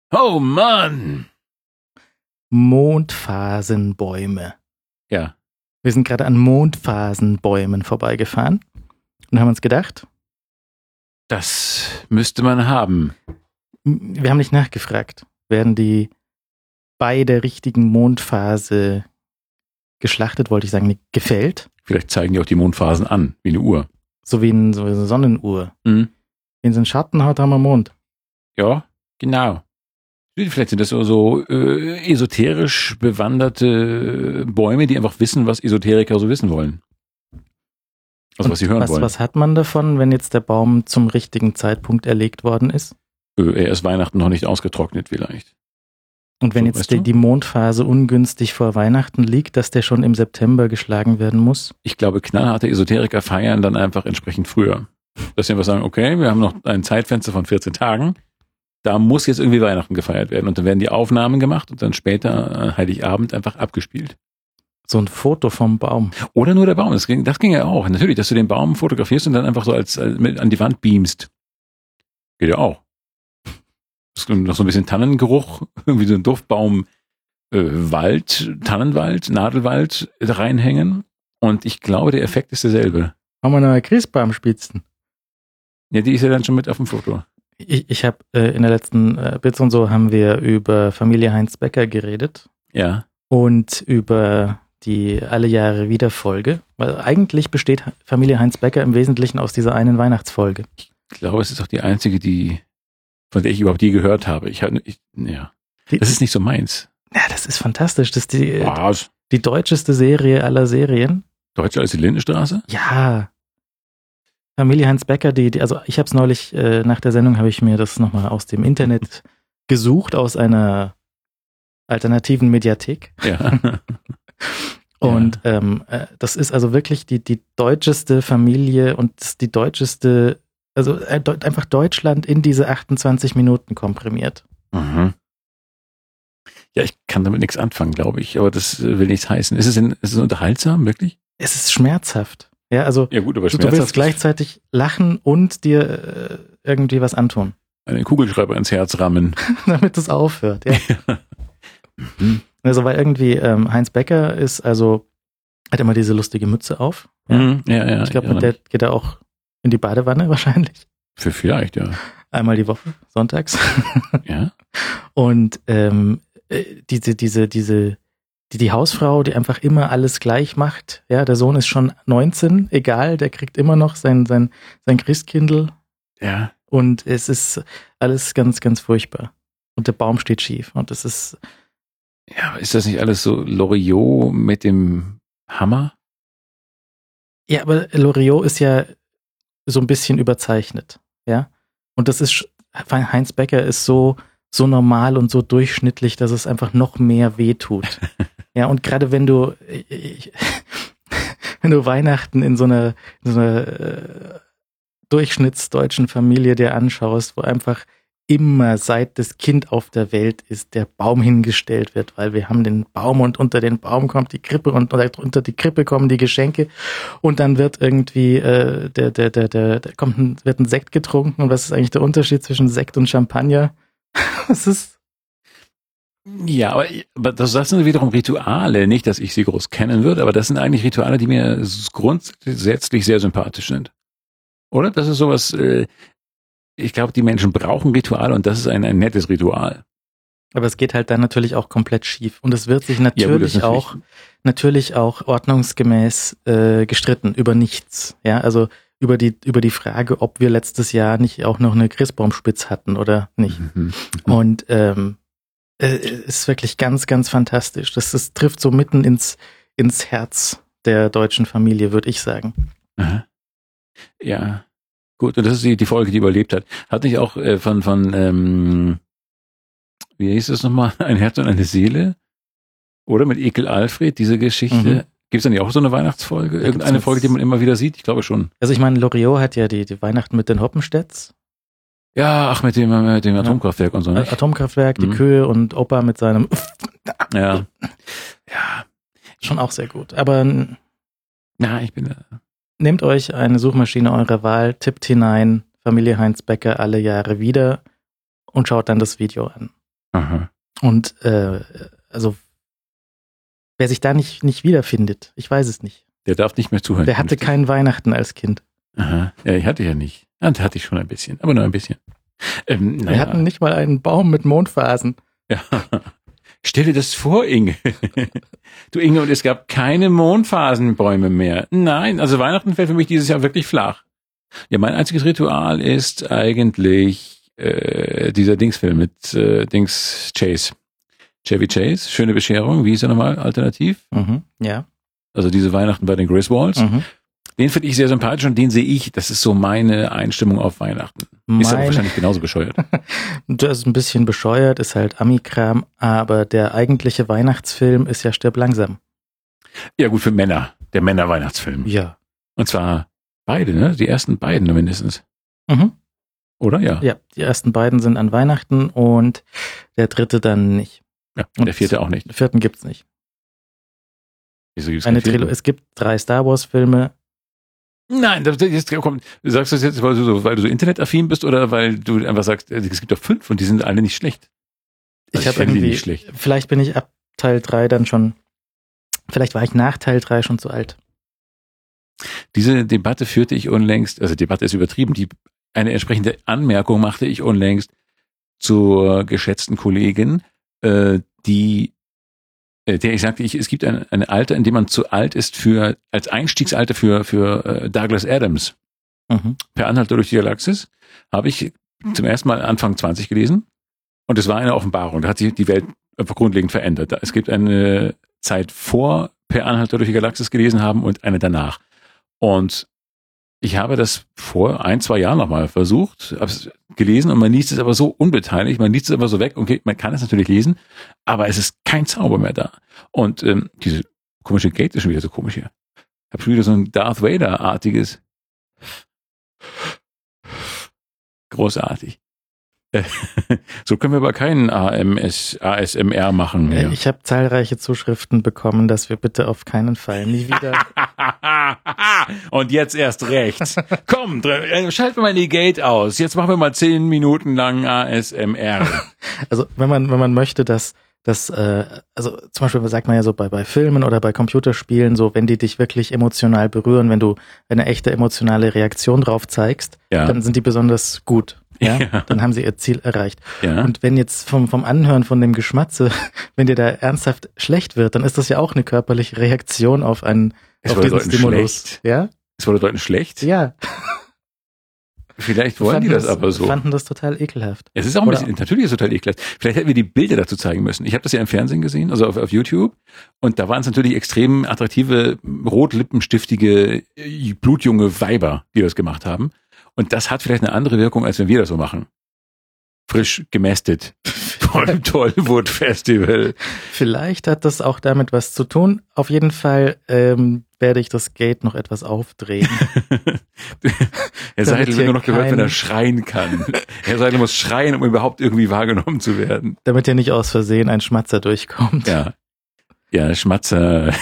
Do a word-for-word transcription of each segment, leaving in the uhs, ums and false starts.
Oh Mann! Mondphasenbäume. Ja. Wir sind gerade an Mondphasenbäumen vorbeigefahren und haben uns gedacht, das müsste man haben. Wir haben nicht nachgefragt. Werden die bei der richtigen Mondphase geschlachtet, wollte ich sagen, nicht gefällt? Vielleicht zeigen die auch die Mondphasen an, wie eine Uhr. So wie ein, so eine Sonnenuhr. Mhm. Wenn es einen Schatten hat, haben wir Mond. Ja, genau. Vielleicht sind das so, so äh, esoterisch bewanderte Bäume, die einfach wissen, was Esoteriker so wissen wollen. Also Und was sie hören was, wollen. Was hat man davon, wenn jetzt der Baum zum richtigen Zeitpunkt erlegt worden ist? Äh, er ist Weihnachten noch nicht ausgetrocknet vielleicht. Und wenn So, jetzt weißt die, du? die Mondphase ungünstig vor Weihnachten liegt, dass der schon im September geschlagen werden muss? Ich glaube, knallharte Esoteriker feiern dann einfach entsprechend früher. Dass sie einfach sagen, okay, wir haben noch ein Zeitfenster von vierzehn Tagen. Da muss jetzt irgendwie Weihnachten gefeiert werden. Und dann werden die Aufnahmen gemacht und dann später an Heiligabend einfach abgespielt. So ein Foto vom Baum. Oder nur der Baum. Das ging, das ging ja auch. Natürlich, dass du den Baum fotografierst und dann einfach so als, als mit an die Wand beamst. Geht ja auch. Es gibt noch so ein bisschen Tannengeruch, irgendwie so ein Duftbaum, äh, Wald, Tannenwald, Nadelwald reinhängen. Und ich glaube, der Effekt ist derselbe. Haben wir noch Christbaumspitzen? Ja, die ist ja dann schon mit auf dem Foto. Ich, ich habe äh, in der letzten äh, Bits und so haben wir über Familie Heinz Becker geredet. Ja. Und über die alle Jahre wieder Folge. Weil eigentlich besteht Familie Heinz Becker im Wesentlichen aus dieser einen Weihnachtsfolge. Ich glaube, es ist auch die einzige, die, von der ich überhaupt je gehört habe. Ich, ich ja. Die, Das ist nicht so meins. Ja, das ist fantastisch. Das ist die, Was? die deutscheste Serie aller Serien. Deutscher als die Lindenstraße? Ja. Familie Heinz Becker, die, die also ich habe es neulich, äh, nach der Sendung habe ich mir das nochmal aus dem Internet gesucht, aus einer alternativen Mediathek. Ja. Und ja. ähm, äh, das ist also wirklich die, die deutscheste Familie und die deutscheste, also äh, de- einfach Deutschland in diese achtundzwanzig Minuten komprimiert. Mhm. Ja, ich kann damit nichts anfangen, glaube ich, aber das will nichts heißen. Ist es, in, ist es unterhaltsam, wirklich? Es ist schmerzhaft. Ja, also ja, gut, aber du, du willst gleichzeitig lachen und dir äh, irgendwie was antun. Einen Kugelschreiber ins Herz rammen. Damit es aufhört, ja. mhm. Also, weil irgendwie ähm, Heinz Becker ist, also, hat immer diese lustige Mütze auf. Ja, mhm, ja, ja. Ich glaube, mit der geht er auch in die Badewanne wahrscheinlich. Für vielleicht, ja. Einmal die Woche, sonntags. Ja. Und ähm, diese, diese, diese, die, die Hausfrau, die einfach immer alles gleich macht. Ja, der Sohn ist schon neunzehn, egal, der kriegt immer noch sein, sein, sein Christkindl. Ja. Und es ist alles ganz, ganz furchtbar. Und der Baum steht schief. Und es ist. Ja, ist das nicht alles so Loriot mit dem Hammer? Ja, aber Loriot ist ja so ein bisschen überzeichnet. Ja. Und das ist, Heinz Becker ist so, so normal und so durchschnittlich, dass es einfach noch mehr wehtut. Ja, und gerade wenn du, ich, wenn du Weihnachten in so einer, in so einer äh, durchschnittsdeutschen Familie dir anschaust, wo einfach immer, seit das Kind auf der Welt ist, der Baum hingestellt wird, weil wir haben den Baum und unter den Baum kommt die Krippe und unter die Krippe kommen die Geschenke und dann wird irgendwie äh, der, der, der, der, der kommt ein, wird ein Sekt getrunken. Und was ist eigentlich der Unterschied zwischen Sekt und Champagner? Was ist? Ja, aber, aber das, das sind wiederum Rituale, nicht, dass ich sie groß kennen würde, aber das sind eigentlich Rituale, die mir grundsätzlich sehr sympathisch sind. Oder? Das ist sowas, äh, ich glaube, die Menschen brauchen Rituale und das ist ein, ein nettes Ritual. Aber es geht halt dann natürlich auch komplett schief. Und es wird sich natürlich, ja, gut, auch natürlich auch ordnungsgemäß äh, gestritten über nichts. Ja, also über die über die Frage, ob wir letztes Jahr nicht auch noch eine Christbaumspitz hatten oder nicht. Mhm. Und ähm, äh, ist wirklich ganz, ganz fantastisch. Das, das trifft so mitten ins ins Herz der deutschen Familie, würde ich sagen. Aha. Ja. Gut, und das ist die, die Folge, die überlebt hat. Hat nicht auch äh, von, von ähm, wie hieß es nochmal, ein Herz und eine Seele? Oder mit Ekel Alfred, diese Geschichte. Mhm. Gibt es dann ja auch so eine Weihnachtsfolge? Da Irgendeine Folge, die man immer wieder sieht? Ich glaube schon. Also ich meine, Loriot hat ja die, die Weihnachten mit den Hoppenstedts. Ja, ach, mit dem, mit dem Atomkraftwerk ja. und so, ne? Atomkraftwerk, die mhm. Kühe und Opa mit seinem Ja. Ja. Schon auch sehr gut. Aber na, ich bin da. Nehmt euch eine Suchmaschine eurer Wahl, tippt hinein, Familie Heinz Becker alle Jahre wieder und schaut dann das Video an. Aha. Und äh, also wer sich da nicht, nicht wiederfindet, ich weiß es nicht. Der darf nicht mehr zuhören. Der hatte kein Weihnachten als Kind. Aha. Ja, ich hatte ja nicht. Ja, das hatte ich schon ein bisschen, aber nur ein bisschen. Ähm, Wir naja. hatten nicht mal einen Baum mit Mondphasen. Ja. Stell dir das vor, Inge. Du Inge, und es gab keine Mondphasenbäume mehr. Nein, also Weihnachten fällt für mich dieses Jahr wirklich flach. Ja, mein einziges Ritual ist eigentlich äh, dieser Dingsfilm mit äh, Dings Chase. Chevy Chase, Schöne Bescherung, wie hieß er nochmal, alternativ? Mhm, ja. Also diese Weihnachten bei den Griswolds. Mhm. Den finde ich sehr sympathisch und den sehe ich, das ist so meine Einstimmung auf Weihnachten. Mein, ist aber wahrscheinlich genauso bescheuert. Das ist ein bisschen bescheuert, ist halt Ami-Kram, aber der eigentliche Weihnachtsfilm ist ja Stirb langsam. Ja gut, für Männer, der Männer-Weihnachtsfilm. Ja. Und zwar beide, ne? Die ersten beiden mindestens. Mhm. Oder? Ja. Ja, die ersten beiden sind an Weihnachten und der dritte dann nicht. Ja, und der vierte auch nicht. Den vierten gibt's nicht. Wieso gibt's Eine keinen vierten? Trilo- es gibt drei Star Wars Filme. Nein, das, jetzt kommt, sagst du das jetzt, weil du so, weil du so internetaffin bist oder weil du einfach sagst, es gibt doch fünf und die sind alle nicht schlecht. Also Ich habe finde die irgendwie, nicht schlecht. vielleicht bin ich ab Teil drei dann schon, vielleicht war ich nach Teil drei schon zu alt. Diese Debatte führte ich unlängst, also Debatte ist übertrieben, die eine entsprechende Anmerkung machte ich unlängst zur geschätzten Kollegin, äh, die, äh, der ich sagte, ich, es gibt ein, ein Alter, in dem man zu alt ist für, als Einstiegsalter für, für äh, Douglas Adams. Mhm. Per Anhalter durch die Galaxis habe ich zum ersten Mal Anfang zwanzig gelesen und es war eine Offenbarung. Da hat sich die Welt einfach grundlegend verändert. Es gibt eine Zeit vor Per Anhalter durch die Galaxis gelesen haben und eine danach. Und ich habe das vor ein, zwei Jahren nochmal versucht, habe es gelesen und man liest es aber so unbeteiligt, man liest es aber so weg. Okay, man kann es natürlich lesen, aber es ist kein Zauber mehr da. Und ähm, diese komische Gate ist schon wieder so komisch hier. Ich habe schon wieder so ein Darth Vader-artiges. Großartig. So können wir aber keinen A M S, A S M R machen. Äh, Ja. Ich habe zahlreiche Zuschriften bekommen, dass wir bitte auf keinen Fall nie wieder. Und jetzt erst recht. Komm, dr- schalten wir mal die Gate aus. Jetzt machen wir mal zehn Minuten lang A S M R. Also wenn man wenn man möchte, dass dass äh, also zum Beispiel sagt man ja so bei bei Filmen oder bei Computerspielen so, wenn die dich wirklich emotional berühren, wenn du eine echte emotionale Reaktion drauf zeigst, Ja. dann sind die besonders gut. Ja? Ja. Dann haben sie ihr Ziel erreicht. Ja. Und wenn jetzt vom vom Anhören von dem Geschmatze, wenn dir da ernsthaft schlecht wird, dann ist das ja auch eine körperliche Reaktion auf einen Es auf wurde diesen Leuten Stimulus. schlecht. Ja? Es wurde Leuten schlecht. Ja. Vielleicht wollen die Fanden das aber so. Fanden das total ekelhaft. Es ist auch ein Oder- bisschen, natürlich ist es total ekelhaft. Vielleicht hätten wir die Bilder dazu zeigen müssen. Ich habe das ja im Fernsehen gesehen, also auf, auf YouTube. Und da waren es natürlich extrem attraktive, rotlippenstiftige, äh, blutjunge Weiber, die das gemacht haben. Und das hat vielleicht eine andere Wirkung, als wenn wir das so machen. Frisch gemästet vom Tollwood Festival. Vielleicht hat das auch damit was zu tun. Auf jeden Fall ähm, werde ich das Gate noch etwas aufdrehen. Herr Seidel wird hier nur noch gehört, wenn er kein- schreien kann. Herr Seidel muss schreien, um überhaupt irgendwie wahrgenommen zu werden. Damit hier nicht aus Versehen ein Schmatzer durchkommt. Ja. Ja, Schmatzer.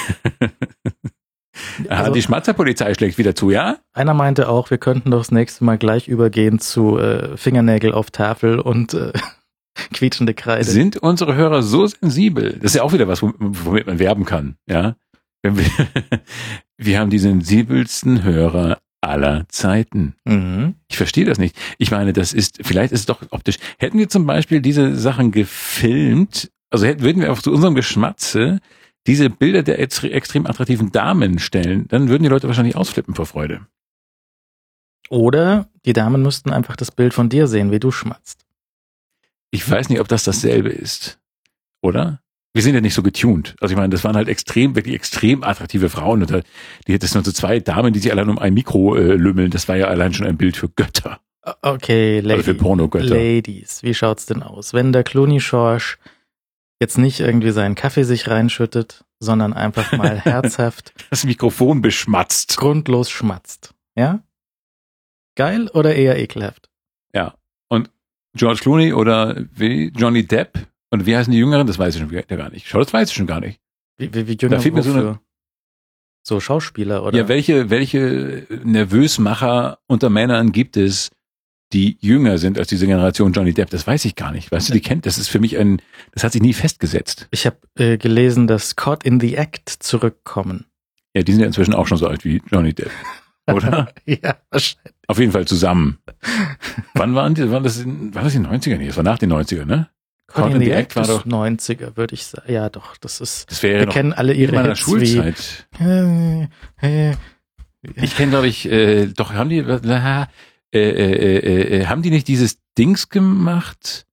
Aha, Also- die Schmatzerpolizei schlägt wieder zu, ja? Einer meinte auch, wir könnten doch das nächste Mal gleich übergehen zu äh, Fingernägel auf Tafel und äh, quietschende Kreide. Sind unsere Hörer so sensibel? Das ist ja auch wieder was, womit man werben kann, ja? Wenn wir, wir haben die sensibelsten Hörer aller Zeiten. Mhm. Ich verstehe das nicht. Ich meine, das ist, vielleicht ist es doch optisch. Hätten wir zum Beispiel diese Sachen gefilmt, also hätten, würden wir auch zu unserem Geschmatze diese Bilder der extre- extrem attraktiven Damen stellen, dann würden die Leute wahrscheinlich ausflippen vor Freude. Oder die Damen müssten einfach das Bild von dir sehen, wie du schmatzt. Ich weiß nicht, ob das dasselbe ist. Oder? Wir sind ja nicht so getuned. Also ich meine, das waren halt extrem, wirklich extrem attraktive Frauen. Und da, die, das sind so zwei Damen, die sich allein um ein Mikro äh, lümmeln. Das war ja allein schon ein Bild für Götter. Okay, Also Lady, für Pornogötter. Ladies, wie schaut's denn aus? Wenn der Clooney Schorsch jetzt nicht irgendwie seinen Kaffee sich reinschüttet, sondern einfach mal herzhaft Das Mikrofon beschmatzt. grundlos schmatzt. Ja? Geil oder eher ekelhaft? Ja. Und George Clooney oder wie Johnny Depp. Und wie heißen die Jüngeren? Das weiß ich schon gar nicht. Schau, das weiß ich schon gar nicht. Wie, wie, wie jünger Da fehlt mir so wofür? eine- So Schauspieler oder? Ja, welche, welche Nervösmacher unter Männern gibt es, die jünger sind als diese Generation Johnny Depp. Das weiß ich gar nicht. Weißt du, die kennt, das ist für mich ein, das hat sich nie festgesetzt. Ich habe äh, gelesen, dass Caught in the Act zurückkommen. Ja, die sind ja inzwischen auch schon so alt wie Johnny Depp. Oder? Ja, wahrscheinlich. Auf jeden Fall zusammen. Wann waren die, war das in, war das in den neunzigern? Nee, das war nach den neunzigern, ne? Caught in the, the Act war doch neunziger, würde ich sagen. Ja, doch, das ist, das wäre wir noch kennen alle ihre in meiner Hits Schulzeit. Wie, äh, äh, ich kenne, glaube ich, äh, doch, haben die, äh, äh, äh, äh, haben die nicht dieses Dings gemacht?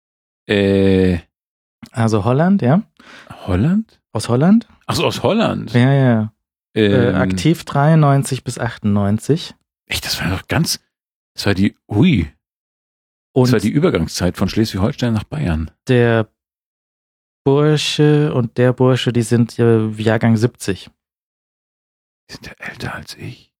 Äh, also Holland, ja? Holland? Aus Holland? Ach so, aus Holland? Ja, ja. Ähm, äh, aktiv dreiundneunzig bis achtundneunzig. Echt, das war doch ganz, das war die, ui. Und das war die Übergangszeit von Schleswig-Holstein nach Bayern. Der Bursche und der Bursche, die sind äh, Jahrgang siebzig. Die sind ja älter als ich.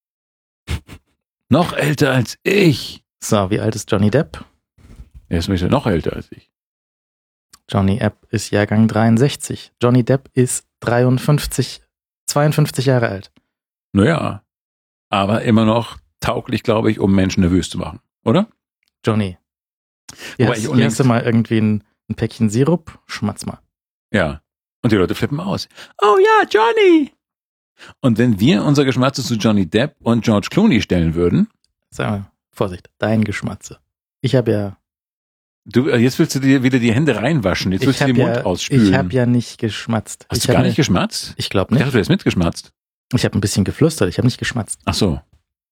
Noch älter als ich. So, wie alt ist Johnny Depp? Er ist noch älter als ich. Johnny Depp ist Jahrgang dreiundsechzig. Johnny Depp ist dreiundfünfzig, zweiundfünfzig Jahre alt. Naja, aber immer noch tauglich, glaube ich, um Menschen nervös zu machen, oder? Johnny. Hier, Wobei hast, ich hier hast du mal irgendwie ein, ein Päckchen Sirup, schmatz mal. Ja, und die Leute flippen aus. Oh ja, Johnny! Und wenn wir unser Geschmatze zu Johnny Depp und George Clooney stellen würden. Sag mal, Vorsicht, dein Geschmatze. Ich habe ja. Du, jetzt willst du dir wieder die Hände reinwaschen. Jetzt willst du den Mund ja, ausspülen. Ich habe ja nicht geschmatzt. Hast ich du gar ne, nicht geschmatzt? Ich glaube Ich nicht. dachte, du hast mitgeschmatzt. Ich habe ein bisschen geflüstert, ich habe nicht geschmatzt. Ach so.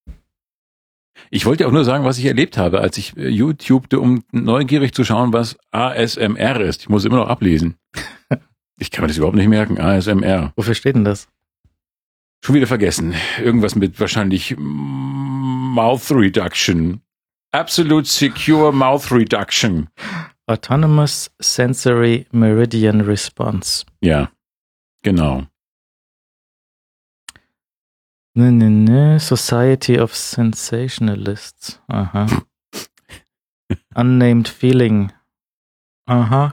Ich wollte auch nur sagen, was ich erlebt habe, als ich YouTubete, um neugierig zu schauen, was A S M R ist. Ich muss immer noch ablesen. Ich kann mir das überhaupt nicht merken. A S M R. Wofür steht denn das? Schon wieder vergessen. Irgendwas mit wahrscheinlich Mouth Reduction. Absolute Secure Mouth Reduction. Autonomous Sensory Meridian Response. Ja, genau. Ne, ne, ne. Society of Sensationalists. Aha. Unnamed Feeling. Aha.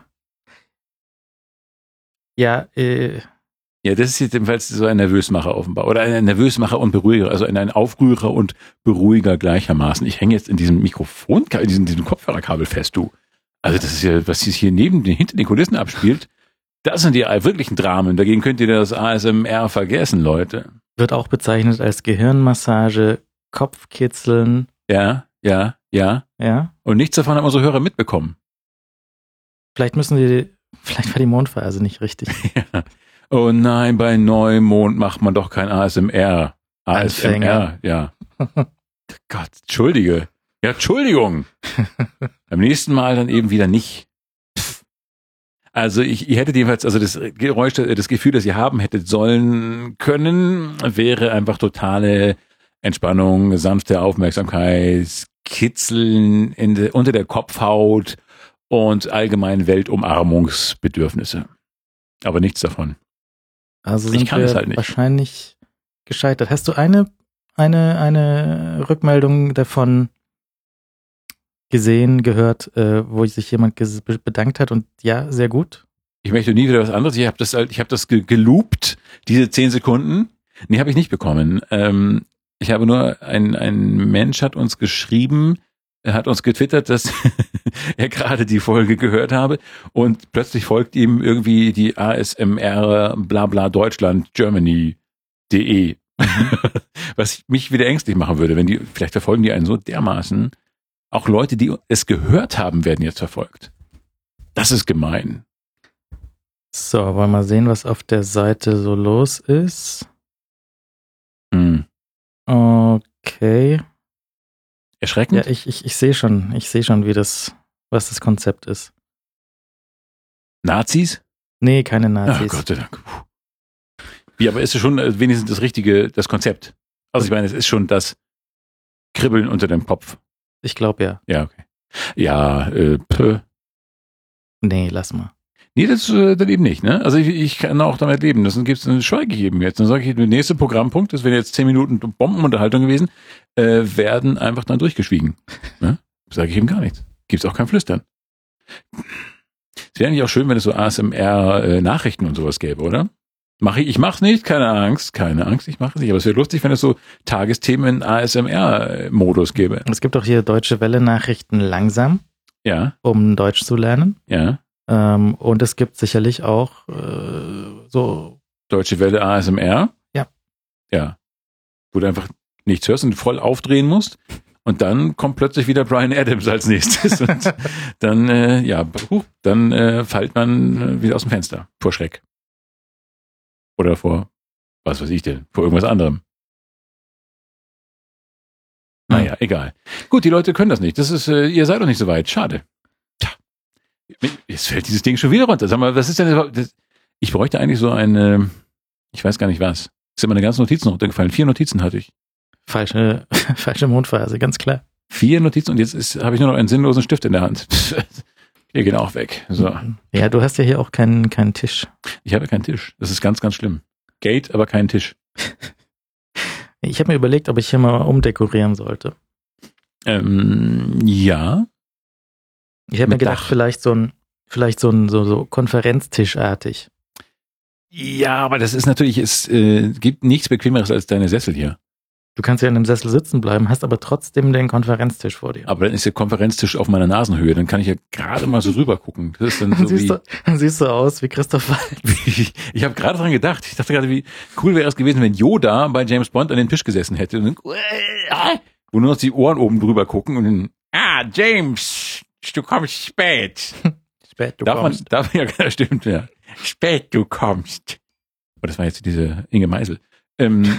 Ja, äh. Ja, das ist jetzt jedenfalls so ein Nervösmacher offenbar. Oder ein Nervösmacher und Beruhiger. Also ein Aufrührer und Beruhiger gleichermaßen. Ich hänge jetzt in diesem Mikrofon, in diesem, diesem Kopfhörerkabel fest, du. Also das ist ja, was sich hier neben den, hinter den Kulissen abspielt. Das sind die wirklichen Dramen. Dagegen könnt ihr das A S M R vergessen, Leute. Wird auch bezeichnet als Gehirnmassage, Kopfkitzeln. Ja, ja, ja. Ja. Und nichts davon haben unsere Hörer mitbekommen. Vielleicht müssen die, vielleicht war die Mondphase nicht richtig. Ja. Oh nein, bei Neumond macht man doch kein A S M R. A S M R, ja. Gott, entschuldige. Ja, Entschuldigung. Beim nächsten Mal dann eben wieder nicht. Also ich, ich hätte jedenfalls, also das Geräusch, das Gefühl, das ihr haben hättet sollen können, wäre einfach totale Entspannung, sanfte Aufmerksamkeit, Kitzeln in de, unter der Kopfhaut und allgemein Weltumarmungsbedürfnisse. Aber nichts davon. Also sind ich kann wir es halt nicht. Wahrscheinlich gescheitert. Hast du eine, eine, eine Rückmeldung davon gesehen, gehört, äh, wo sich jemand bedankt hat und ja, sehr gut? Ich möchte nie wieder was anderes. Ich habe das halt, ich habe das ge geloopt, diese zehn Sekunden. Nee, habe ich nicht bekommen. Ähm, ich habe nur, ein, ein Mensch hat uns geschrieben, er hat uns getwittert, dass er gerade die Folge gehört habe und plötzlich folgt ihm irgendwie die A S M R blabla Deutschland Germany punkt de. Was mich wieder ängstlich machen würde, wenn die, vielleicht verfolgen die einen so dermaßen. Auch Leute, die es gehört haben, werden jetzt verfolgt. Das ist gemein. So, wollen wir mal sehen, was auf der Seite so los ist. Hm. Okay. Erschreckend? Ja, ich, ich, ich sehe schon, ich sehe schon, wie das, was das Konzept ist. Nazis? Nee, keine Nazis. Oh Gott sei Dank. Puh. Wie, aber ist es schon wenigstens das richtige, das Konzept? Also ich meine, es ist schon das Kribbeln unter dem Kopf. Ich glaube ja. Ja, okay. Ja, äh, pö. Nee, lass mal. Nee, das, äh, das eben nicht, ne? Also ich, ich kann auch damit leben. Das gibt es eine Schweige eben jetzt. Dann sage ich, der nächste Programmpunkt, das wären jetzt zehn Minuten Bombenunterhaltung gewesen, äh, werden einfach dann durchgeschwiegen. Ne? Sage ich eben gar nichts. Gibt's auch kein Flüstern. Es wäre eigentlich auch schön, wenn es so A S M R-Nachrichten und sowas gäbe, oder? Mach ich, ich mach's nicht, keine Angst, keine Angst, ich mache es nicht. Aber es wäre lustig, wenn es so Tagesthemen in A S M R-Modus gäbe. Es gibt auch hier Deutsche Welle-Nachrichten langsam, Ja, um Deutsch zu lernen. ja. Ähm, und es gibt sicherlich auch äh, so. Deutsche Welle A S M R. Ja. Ja. Wo du einfach nichts hörst und voll aufdrehen musst. Und dann kommt plötzlich wieder Bryan Adams als nächstes. Und dann, äh, ja, huch, dann äh, fällt man wieder aus dem Fenster vor Schreck. Oder vor, was weiß ich denn, vor irgendwas anderem. Naja, hm. egal. Gut, die Leute können das nicht. Das ist, äh, ihr seid doch nicht so weit. Schade. Tja. Jetzt fällt dieses Ding schon wieder runter. Sag mal, was ist denn überhaupt? Das, ich bräuchte eigentlich so eine, ich weiß gar nicht was. Es sind meine ganzen Notizen runtergefallen. Vier Notizen hatte ich. Falsche, falsche Mondphase, ganz klar. Vier Notizen und jetzt ist, habe ich nur noch einen sinnlosen Stift in der Hand. Wir gehen auch weg. So. Ja, du hast ja hier auch keinen, keinen Tisch. Ich habe keinen Tisch. Das ist ganz, ganz schlimm. Gate, aber keinen Tisch. Ich habe mir überlegt, ob ich hier mal umdekorieren sollte. Ähm, ja. Ich habe mir gedacht, Dach. vielleicht so ein, vielleicht so ein so, so Konferenztischartig. Ja, aber das ist natürlich, es äh, gibt nichts Bequemeres als deine Sessel hier. Du kannst ja in einem Sessel sitzen bleiben, hast aber trotzdem den Konferenztisch vor dir. Aber dann ist der Konferenztisch auf meiner Nasenhöhe, dann kann ich ja gerade mal so rüber gucken. Das ist dann, dann, so siehst wie, du, dann siehst du aus wie Christoph Waltz. Ich, ich habe gerade dran gedacht. Ich dachte gerade, wie cool wäre es gewesen, wenn Yoda bei James Bond an den Tisch gesessen hätte. Und dann, wo nur noch die Ohren oben drüber gucken und dann, ah, James, du kommst spät. Spät, du darf kommst. Man, darf, ja, stimmt, ja. Spät, du kommst. Oh, das war jetzt diese Inge Meisel. Ähm,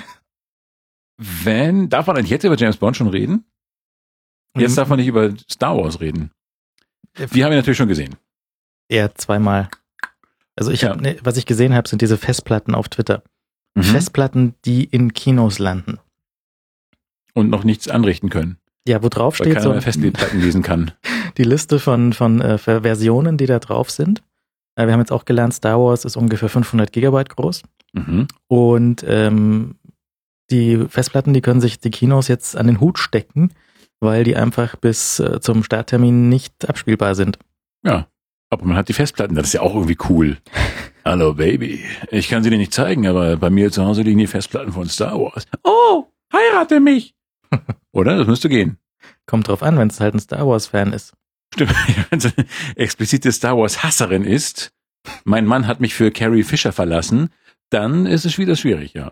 Wenn, darf man eigentlich jetzt über James Bond schon reden? Jetzt mhm. darf man nicht über Star Wars reden. Die haben wir natürlich schon gesehen. Ja, zweimal. Also ich ja. habe, ne, was ich gesehen habe, sind diese Festplatten auf Twitter. Mhm. Festplatten, die in Kinos landen. Und noch nichts anrichten können. Ja, wo drauf weil steht keiner so mehr Festplatten lesen kann. Die Liste von, von äh, Versionen, die da drauf sind. Äh, wir haben jetzt auch gelernt, Star Wars ist ungefähr fünfhundert Gigabyte groß. Mhm. Und ähm, die Festplatten, die können sich die Kinos jetzt an den Hut stecken, weil die einfach bis äh, zum Starttermin nicht abspielbar sind. Ja, aber man hat die Festplatten, das ist ja auch irgendwie cool. Hallo Baby, ich kann sie dir nicht zeigen, aber bei mir zu Hause liegen die Festplatten von Star Wars. Oh, heirate mich! Oder? Das müsste gehen. Kommt drauf an, wenn es halt ein Star Wars-Fan ist. Stimmt, wenn es eine explizite Star Wars-Hasserin ist, mein Mann hat mich für Carrie Fisher verlassen, dann ist es wieder schwierig, ja.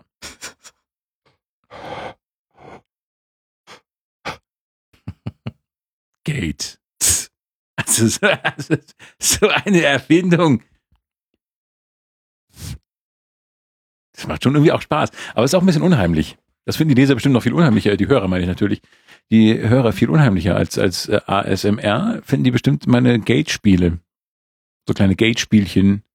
Gate. Also so, also so eine Erfindung. Das macht schon irgendwie auch Spaß. Aber es ist auch ein bisschen unheimlich. Das finden die Leser bestimmt noch viel unheimlicher, die Hörer meine ich natürlich. Die Hörer viel unheimlicher als, als äh, A S M R finden die bestimmt meine Gate-Spiele. So kleine Gate-Spielchen.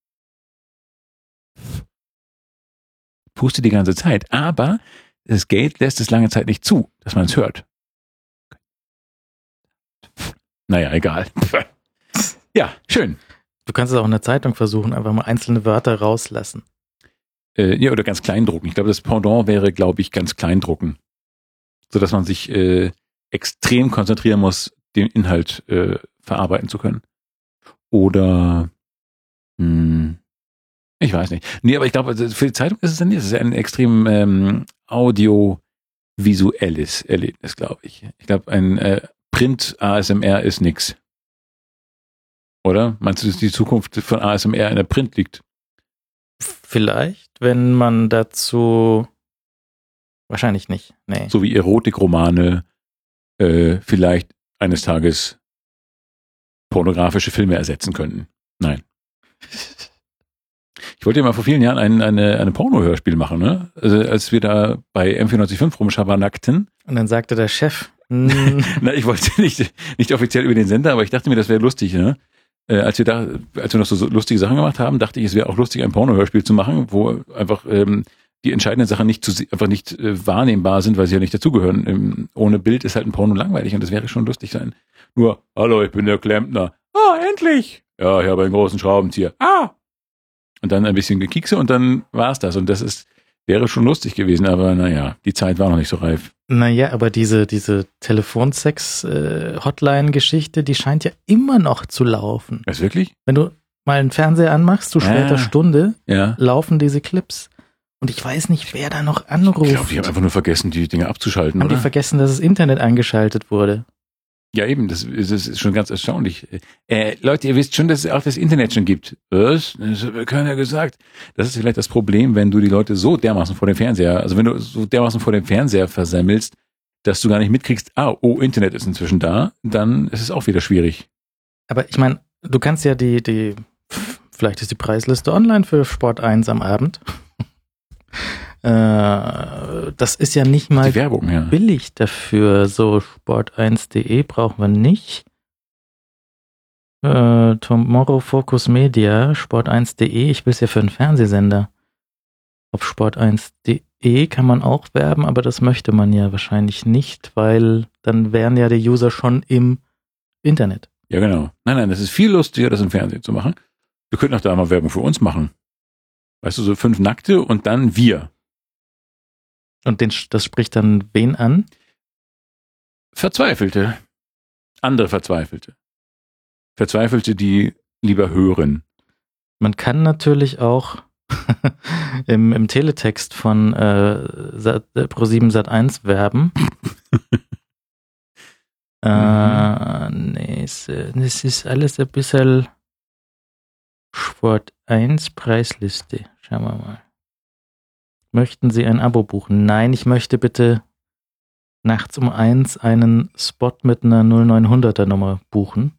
Puste die ganze Zeit. Aber das Gate lässt es lange Zeit nicht zu, dass man es hört. Naja, egal. Ja, schön. Du kannst es auch in der Zeitung versuchen, einfach mal einzelne Wörter rauslassen. Äh, ja, oder ganz klein drucken. Ich glaube, das Pendant wäre, glaube ich, ganz klein drucken. Sodass man sich äh, extrem konzentrieren muss, den Inhalt äh, verarbeiten zu können. Oder mh, ich weiß nicht. Nee, aber ich glaube, für die Zeitung ist es dann nicht. Es ist ein extrem ähm, audiovisuelles Erlebnis, glaube ich. Ich glaube, ein äh, Print-A S M R ist nix. Oder? Meinst du, dass die Zukunft von A S M R in der Print liegt? Vielleicht, wenn man dazu wahrscheinlich nicht. Nee. So wie Erotikromane äh, vielleicht eines Tages pornografische Filme ersetzen könnten. Nein. Ich wollte ja mal vor vielen Jahren ein eine, eine Porno-Hörspiel machen, ne? Also, als wir da bei M vier fünf rumschabernackten. Und dann sagte der Chef, na, ich wollte nicht, nicht offiziell über den Sender, aber ich dachte mir, das wäre lustig, ne? Äh, als wir da, als wir noch so, so lustige Sachen gemacht haben, dachte ich, es wäre auch lustig, ein Porno-Hörspiel zu machen, wo einfach ähm, die entscheidenden Sachen nicht zu, einfach nicht äh, wahrnehmbar sind, weil sie ja nicht dazugehören. Ähm, ohne Bild ist halt ein Porno langweilig und das wäre schon lustig sein. Nur, hallo, ich bin der Klempner. Ah, endlich! Ja, ich habe einen großen Schraubenzieher. Ah! Und dann ein bisschen Gekikse und dann war's das. Und das ist, wäre schon lustig gewesen, aber naja, die Zeit war noch nicht so reif. Naja, aber diese, diese Telefonsex-Hotline-Geschichte, die scheint ja immer noch zu laufen. Was, wirklich? Wenn du mal einen Fernseher anmachst, zu später Ja. Stunde, Ja. laufen diese Clips. Und ich weiß nicht, wer da noch anruft. Ich glaube, die haben einfach nur vergessen, die Dinge abzuschalten, Haben oder? die vergessen, dass das Internet eingeschaltet wurde? Ja, eben, das, das ist schon ganz erstaunlich. Äh, Leute, ihr wisst schon, dass es auch das Internet schon gibt. Was? Das hat mir keiner gesagt. Das ist vielleicht das Problem, wenn du die Leute so dermaßen vor dem Fernseher, also wenn du so dermaßen vor dem Fernseher versammelst, dass du gar nicht mitkriegst, ah, oh, Internet ist inzwischen da, dann ist es auch wieder schwierig. Aber ich meine, du kannst ja die, die, vielleicht ist die Preisliste online für Sport eins am Abend. äh, das ist ja nicht mal Die Werbung, ja. billig dafür. So sport eins punkt de brauchen wir nicht. Äh, Tomorrow Focus Media, sport eins punkt de, ich will es ja für einen Fernsehsender. Auf sport eins punkt de kann man auch werben, aber das möchte man ja wahrscheinlich nicht, weil dann wären ja die User schon im Internet. Ja, genau. Nein, nein, das ist viel lustiger, das im Fernsehen zu machen. Wir könnten auch da mal Werbung für uns machen. Weißt du, so fünf Nackte und dann wir. Und den, das spricht dann wen an? Verzweifelte. Andere Verzweifelte. Verzweifelte, die lieber hören. Man kann natürlich auch im, im Teletext von äh, Sat, äh, ProSieben Sat eins werben. äh, nee, es, es ist alles ein bisschen Sport eins Preisliste. Schauen wir mal. Möchten Sie ein Abo buchen? Nein, ich möchte bitte nachts um eins einen Spot mit einer null neunhunderter Nummer buchen.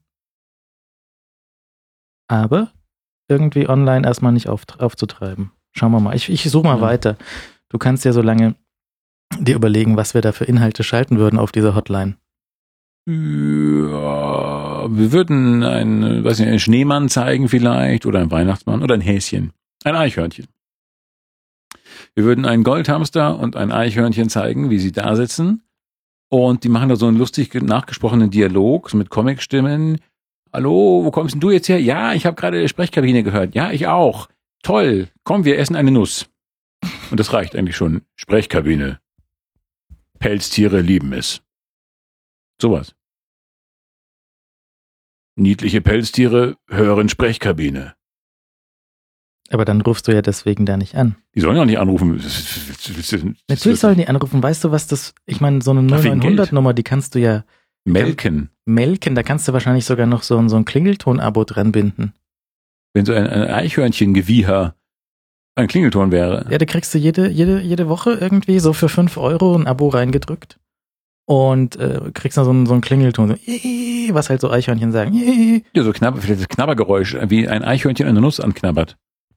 Aber irgendwie online erstmal nicht auf, aufzutreiben. Schauen wir mal. Ich, ich suche mal Ja. weiter. Du kannst ja so lange dir überlegen, was wir da für Inhalte schalten würden auf dieser Hotline. Ja, wir würden einen, weiß nicht, einen Schneemann zeigen vielleicht oder einen Weihnachtsmann oder ein Häschen. Ein Eichhörnchen. Wir würden einen Goldhamster und ein Eichhörnchen zeigen, wie sie da sitzen. Und die machen da so einen lustig nachgesprochenen Dialog so mit Comicstimmen. Hallo, wo kommst denn du jetzt her? Ja, ich habe gerade Sprechkabine gehört. Ja, ich auch. Toll. Komm, wir essen eine Nuss. Und das reicht eigentlich schon. Sprechkabine. Pelztiere lieben es. Sowas. Niedliche Pelztiere hören Sprechkabine. Aber dann rufst du ja deswegen da nicht an. Die sollen ja auch nicht anrufen. Natürlich sollen die anrufen. Weißt du, was das, ich meine, so eine Ach, null wegen neunhundert Nummer, die kannst du ja melken. melken. Da kannst du wahrscheinlich sogar noch so, ein- so ein Klingelton-Abo dran binden. Wenn so ein, ein Eichhörnchen-Gewieher ein Klingelton wäre. Ja, da kriegst du jede, jede, jede Woche irgendwie so für fünf Euro ein Abo reingedrückt. Und äh, kriegst dann so einen, so einen Klingelton, so, "Ii", was halt so Eichhörnchen sagen. "Ii". Ja, so Knabber, vielleicht das Knabbergeräusch, wie ein Eichhörnchen eine Nuss anknabbert.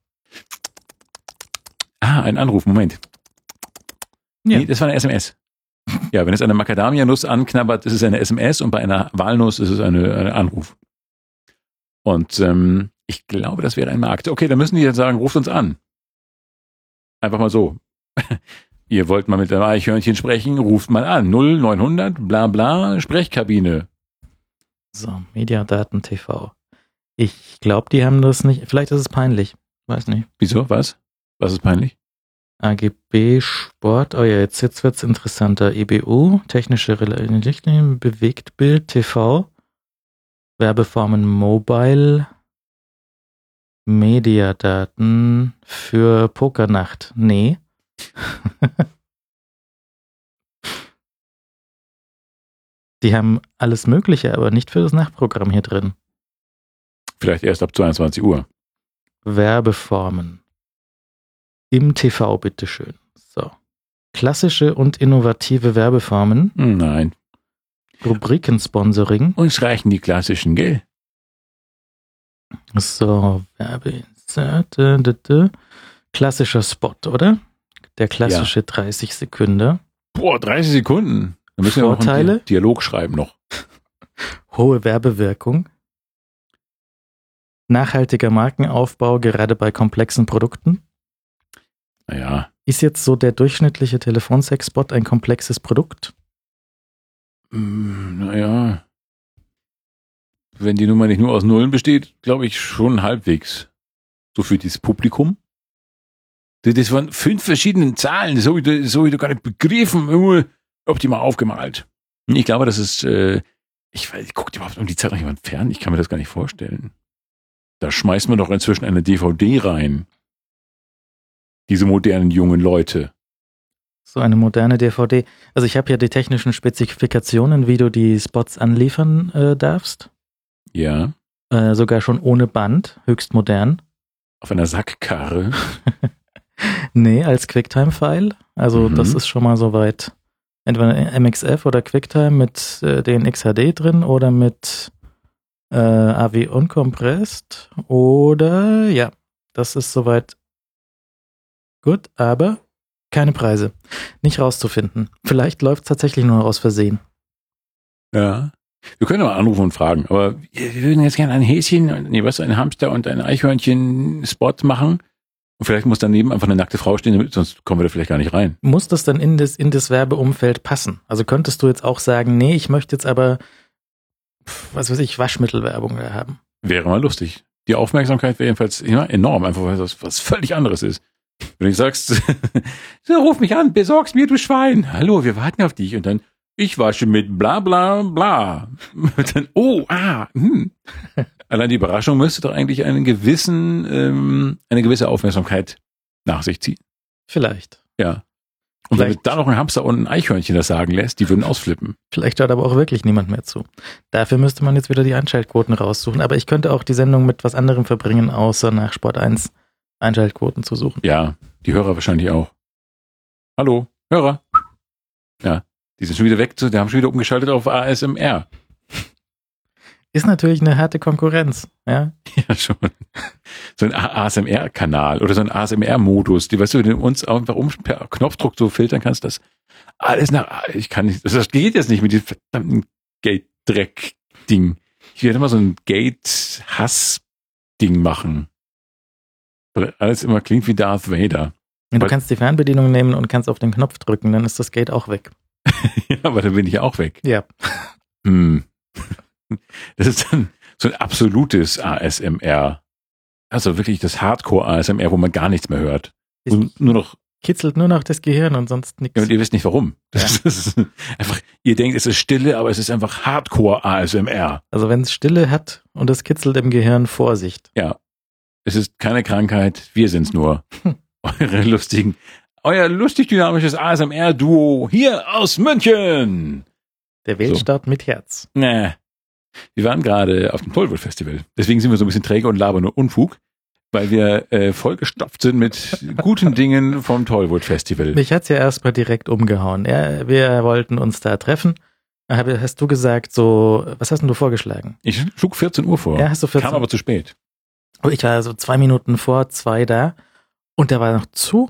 Ah, ein Anruf, Moment. Ja. Nee, das war eine S M S. Ja, wenn es eine Macadamia-Nuss anknabbert, ist es eine S M S und bei einer Walnuss ist es eine, eine Anruf. Und ähm, ich glaube, das wäre ein Markt. Okay, dann müssen die jetzt sagen, ruft uns an. Einfach mal so. Ihr wollt mal mit einem Eichhörnchen sprechen, ruft mal an. null neunhundert, bla bla, Sprechkabine. So, Mediadaten T V. Ich glaube, die haben das nicht, vielleicht ist es peinlich. Weiß nicht. Wieso? Was? Was ist peinlich? A G B Sport, oh ja, jetzt, jetzt wird's interessanter. E B U, technische Richtlinien, Bewegtbild, T V, Werbeformen Mobile, Mediadaten für Pokernacht. Nee. Die haben alles Mögliche, aber nicht für das Nachtprogramm hier drin. Vielleicht erst ab zweiundzwanzig Uhr. Werbeformen. Im T V, bitteschön. So. Klassische und innovative Werbeformen. Nein. Rubrikensponsoring. Uns reichen die klassischen, gell? So, Werbeinsert. Klassischer Spot, oder? Der klassische dreißig Sekunden. Boah, dreißig Sekunden. Da müssen wir noch Vorteile? einen Di- Dialog schreiben noch. Hohe Werbewirkung. Nachhaltiger Markenaufbau, gerade bei komplexen Produkten. Naja, Ist jetzt so der durchschnittliche Telefonsexspot ein komplexes Produkt? mm, naja. Wenn die Nummer nicht nur aus Nullen besteht, glaube ich schon halbwegs. So für dieses Publikum. Das das waren fünf verschiedene Zahlen. Das habe ich, das hab ich doch gar nicht begriffen. Junge, hab die mal aufgemalt. Ich glaube, das ist, äh, ich weiß, guckt überhaupt um die Zeit noch jemand fern? Ich kann mir das gar nicht vorstellen. Da schmeißen wir doch inzwischen eine D V D rein. Diese modernen jungen Leute. So eine moderne D V D. Also ich habe ja die technischen Spezifikationen, wie du die Spots anliefern äh, darfst. Ja. Äh, sogar schon ohne Band, höchst modern. Auf einer Sackkarre. Nee, als Quicktime-File. Also Mhm. das ist schon mal soweit. Entweder M X F oder Quicktime mit äh, den X H D drin oder mit äh, A W uncompressed. Oder ja, das ist soweit gut, aber keine Preise. Nicht rauszufinden. Vielleicht läuft es tatsächlich nur aus Versehen. Ja. Wir können aber anrufen und fragen, aber wir würden jetzt gerne ein Häschen, nee, was, ein Hamster und ein Eichhörnchen-Spot machen. Und vielleicht muss daneben einfach eine nackte Frau stehen, sonst kommen wir da vielleicht gar nicht rein. Muss das dann in das, in das Werbeumfeld passen? Also könntest du jetzt auch sagen, nee, ich möchte jetzt aber, was weiß ich, Waschmittelwerbung da haben. Wäre mal lustig. Die Aufmerksamkeit wäre jedenfalls ja, enorm, einfach weil das was völlig anderes ist. Wenn du sagst, so, ruf mich an, besorg's mir, du Schwein. Hallo, wir warten auf dich. Und dann, ich wasche mit bla bla bla. Und dann, oh, ah, hm. Allein die Überraschung müsste doch eigentlich einen gewissen, ähm, eine gewisse Aufmerksamkeit nach sich ziehen. Vielleicht. Ja. Und Vielleicht. wenn da noch ein Hamster und ein Eichhörnchen das sagen lässt, die würden ausflippen. Vielleicht hört aber auch wirklich niemand mehr zu. Dafür müsste man jetzt wieder die Einschaltquoten raussuchen. Aber ich könnte auch die Sendung mit was anderem verbringen, außer nach Sport eins Einschaltquoten zu suchen. Ja, die Hörer wahrscheinlich auch. Hallo, Hörer. Ja, die sind schon wieder weg, die haben schon wieder umgeschaltet auf A S M R. Ist natürlich eine harte Konkurrenz, ja. Ja, schon. So ein A S M R-Kanal oder so ein A S M R-Modus, die, weißt du, wenn du uns einfach um, per Knopfdruck so filtern kannst, das alles nach, ich kann nicht, das geht jetzt nicht mit diesem verdammten Gate-Dreck-Ding. Ich werde immer so ein Gate-Hass-Ding machen. Weil alles immer klingt wie Darth Vader. Und du Weil- kannst die Fernbedienung nehmen und kannst auf den Knopf drücken, dann ist das Gate auch weg. Ja, aber dann bin ich ja auch weg. Ja. Hm. Das ist dann so ein absolutes A S M R. Also wirklich das Hardcore-A S M R, wo man gar nichts mehr hört. Und nur noch, Kitzelt nur noch das Gehirn und sonst nichts. ja, und ihr wisst nicht warum. Das ist einfach, ihr denkt, es ist Stille, aber es ist einfach Hardcore-A S M R. Also wenn es Stille hat und es kitzelt im Gehirn, Vorsicht. Ja. Es ist keine Krankheit, wir sind's nur. Hm. Eure lustigen, euer lustig dynamisches A S M R-Duo hier aus München. Der Weltstaat mit Herz. Nee. Wir waren gerade auf dem Tollwood Festival. Deswegen sind wir so ein bisschen träge und labern nur Unfug, weil wir äh, vollgestopft sind mit guten Dingen vom Tollwood Festival. Mich hat's ja erstmal direkt umgehauen. Ja, wir wollten uns da treffen. Habe- Hast du gesagt, so, was hast denn du vorgeschlagen? Ich schlug vierzehn Uhr vor, Ja, hast du vierzehn kam aber zu spät. Oh, ich war so zwei Minuten vor zwei da und da war noch zu.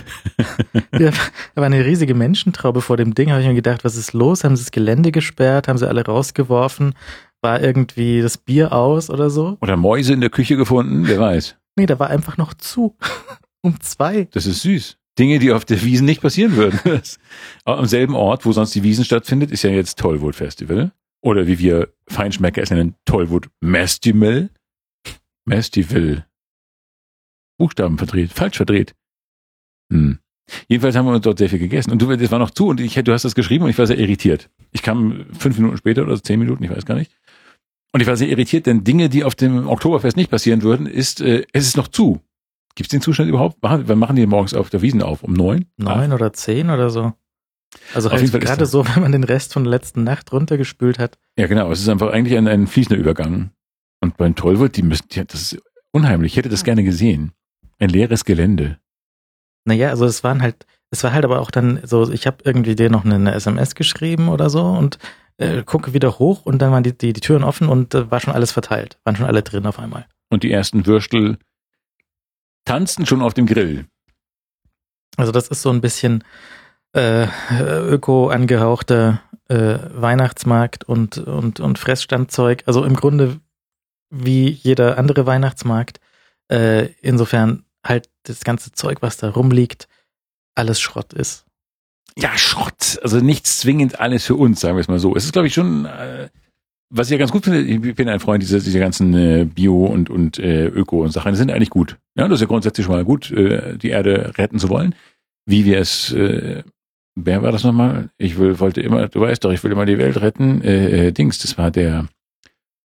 Ja, da war eine riesige Menschentraube vor dem Ding. Habe ich mir gedacht, was ist los? Haben sie das Gelände gesperrt? Haben sie alle rausgeworfen? War irgendwie das Bier aus oder so? Oder Mäuse in der Küche gefunden, wer weiß. Nee, da war einfach noch zu. Um zwei. Das ist süß. Dinge, die auf der Wiesn nicht passieren würden. Das, am selben Ort, wo sonst die Wiesn stattfindet, ist ja jetzt Tollwood Festival. Oder wie wir Feinschmecker es nennen, Tollwood Festival. Festival. Buchstaben verdreht, falsch verdreht. Hm. Jedenfalls haben wir dort sehr viel gegessen. Und du, das war noch zu und ich, du hast das geschrieben und ich war sehr irritiert. Ich kam fünf Minuten später oder zehn Minuten, ich weiß gar nicht. Und ich war sehr irritiert, denn Dinge, die auf dem Oktoberfest nicht passieren würden, ist, äh, es ist noch zu. Gibt es den Zustand überhaupt? Machen, wann machen die morgens auf der Wiesn auf? Um neun? Neun oder zehn oder so. Also Auf halt jeden Fall ist gerade das- so, wenn man den Rest von der letzten Nacht runtergespült hat. Ja, genau. Es ist einfach eigentlich ein, ein fließender Übergang. Und beim Tollwood, die müssen, die, das ist unheimlich. Ich hätte das gerne gesehen. Ein leeres Gelände. Naja, also es waren halt, es war halt aber auch dann so, ich habe irgendwie dir noch eine S M S geschrieben oder so und äh, gucke wieder hoch und dann waren die, die, die Türen offen und äh, war schon alles verteilt. Waren schon alle drin auf einmal. Und die ersten Würstel tanzten schon auf dem Grill. Also das ist so ein bisschen äh, öko angehauchter äh, Weihnachtsmarkt und, und, und Fressstandzeug. Also im Grunde wie jeder andere Weihnachtsmarkt. Äh, insofern halt das ganze Zeug, was da rumliegt, alles Schrott ist. Ja, Schrott. Also nicht zwingend alles für uns, sagen wir es mal so. Es ist, glaube ich, schon, äh, was ich ja ganz gut finde, ich bin ein Freund dieser, dieser ganzen äh, Bio- und, und äh, Öko- und Sachen, die sind eigentlich gut. Ja, das ist ja grundsätzlich schon mal gut, äh, die Erde retten zu wollen. Wie wir es, äh, wer war das nochmal? Ich will, wollte immer, du weißt doch, ich will immer die Welt retten. Äh, äh, Dings, das war der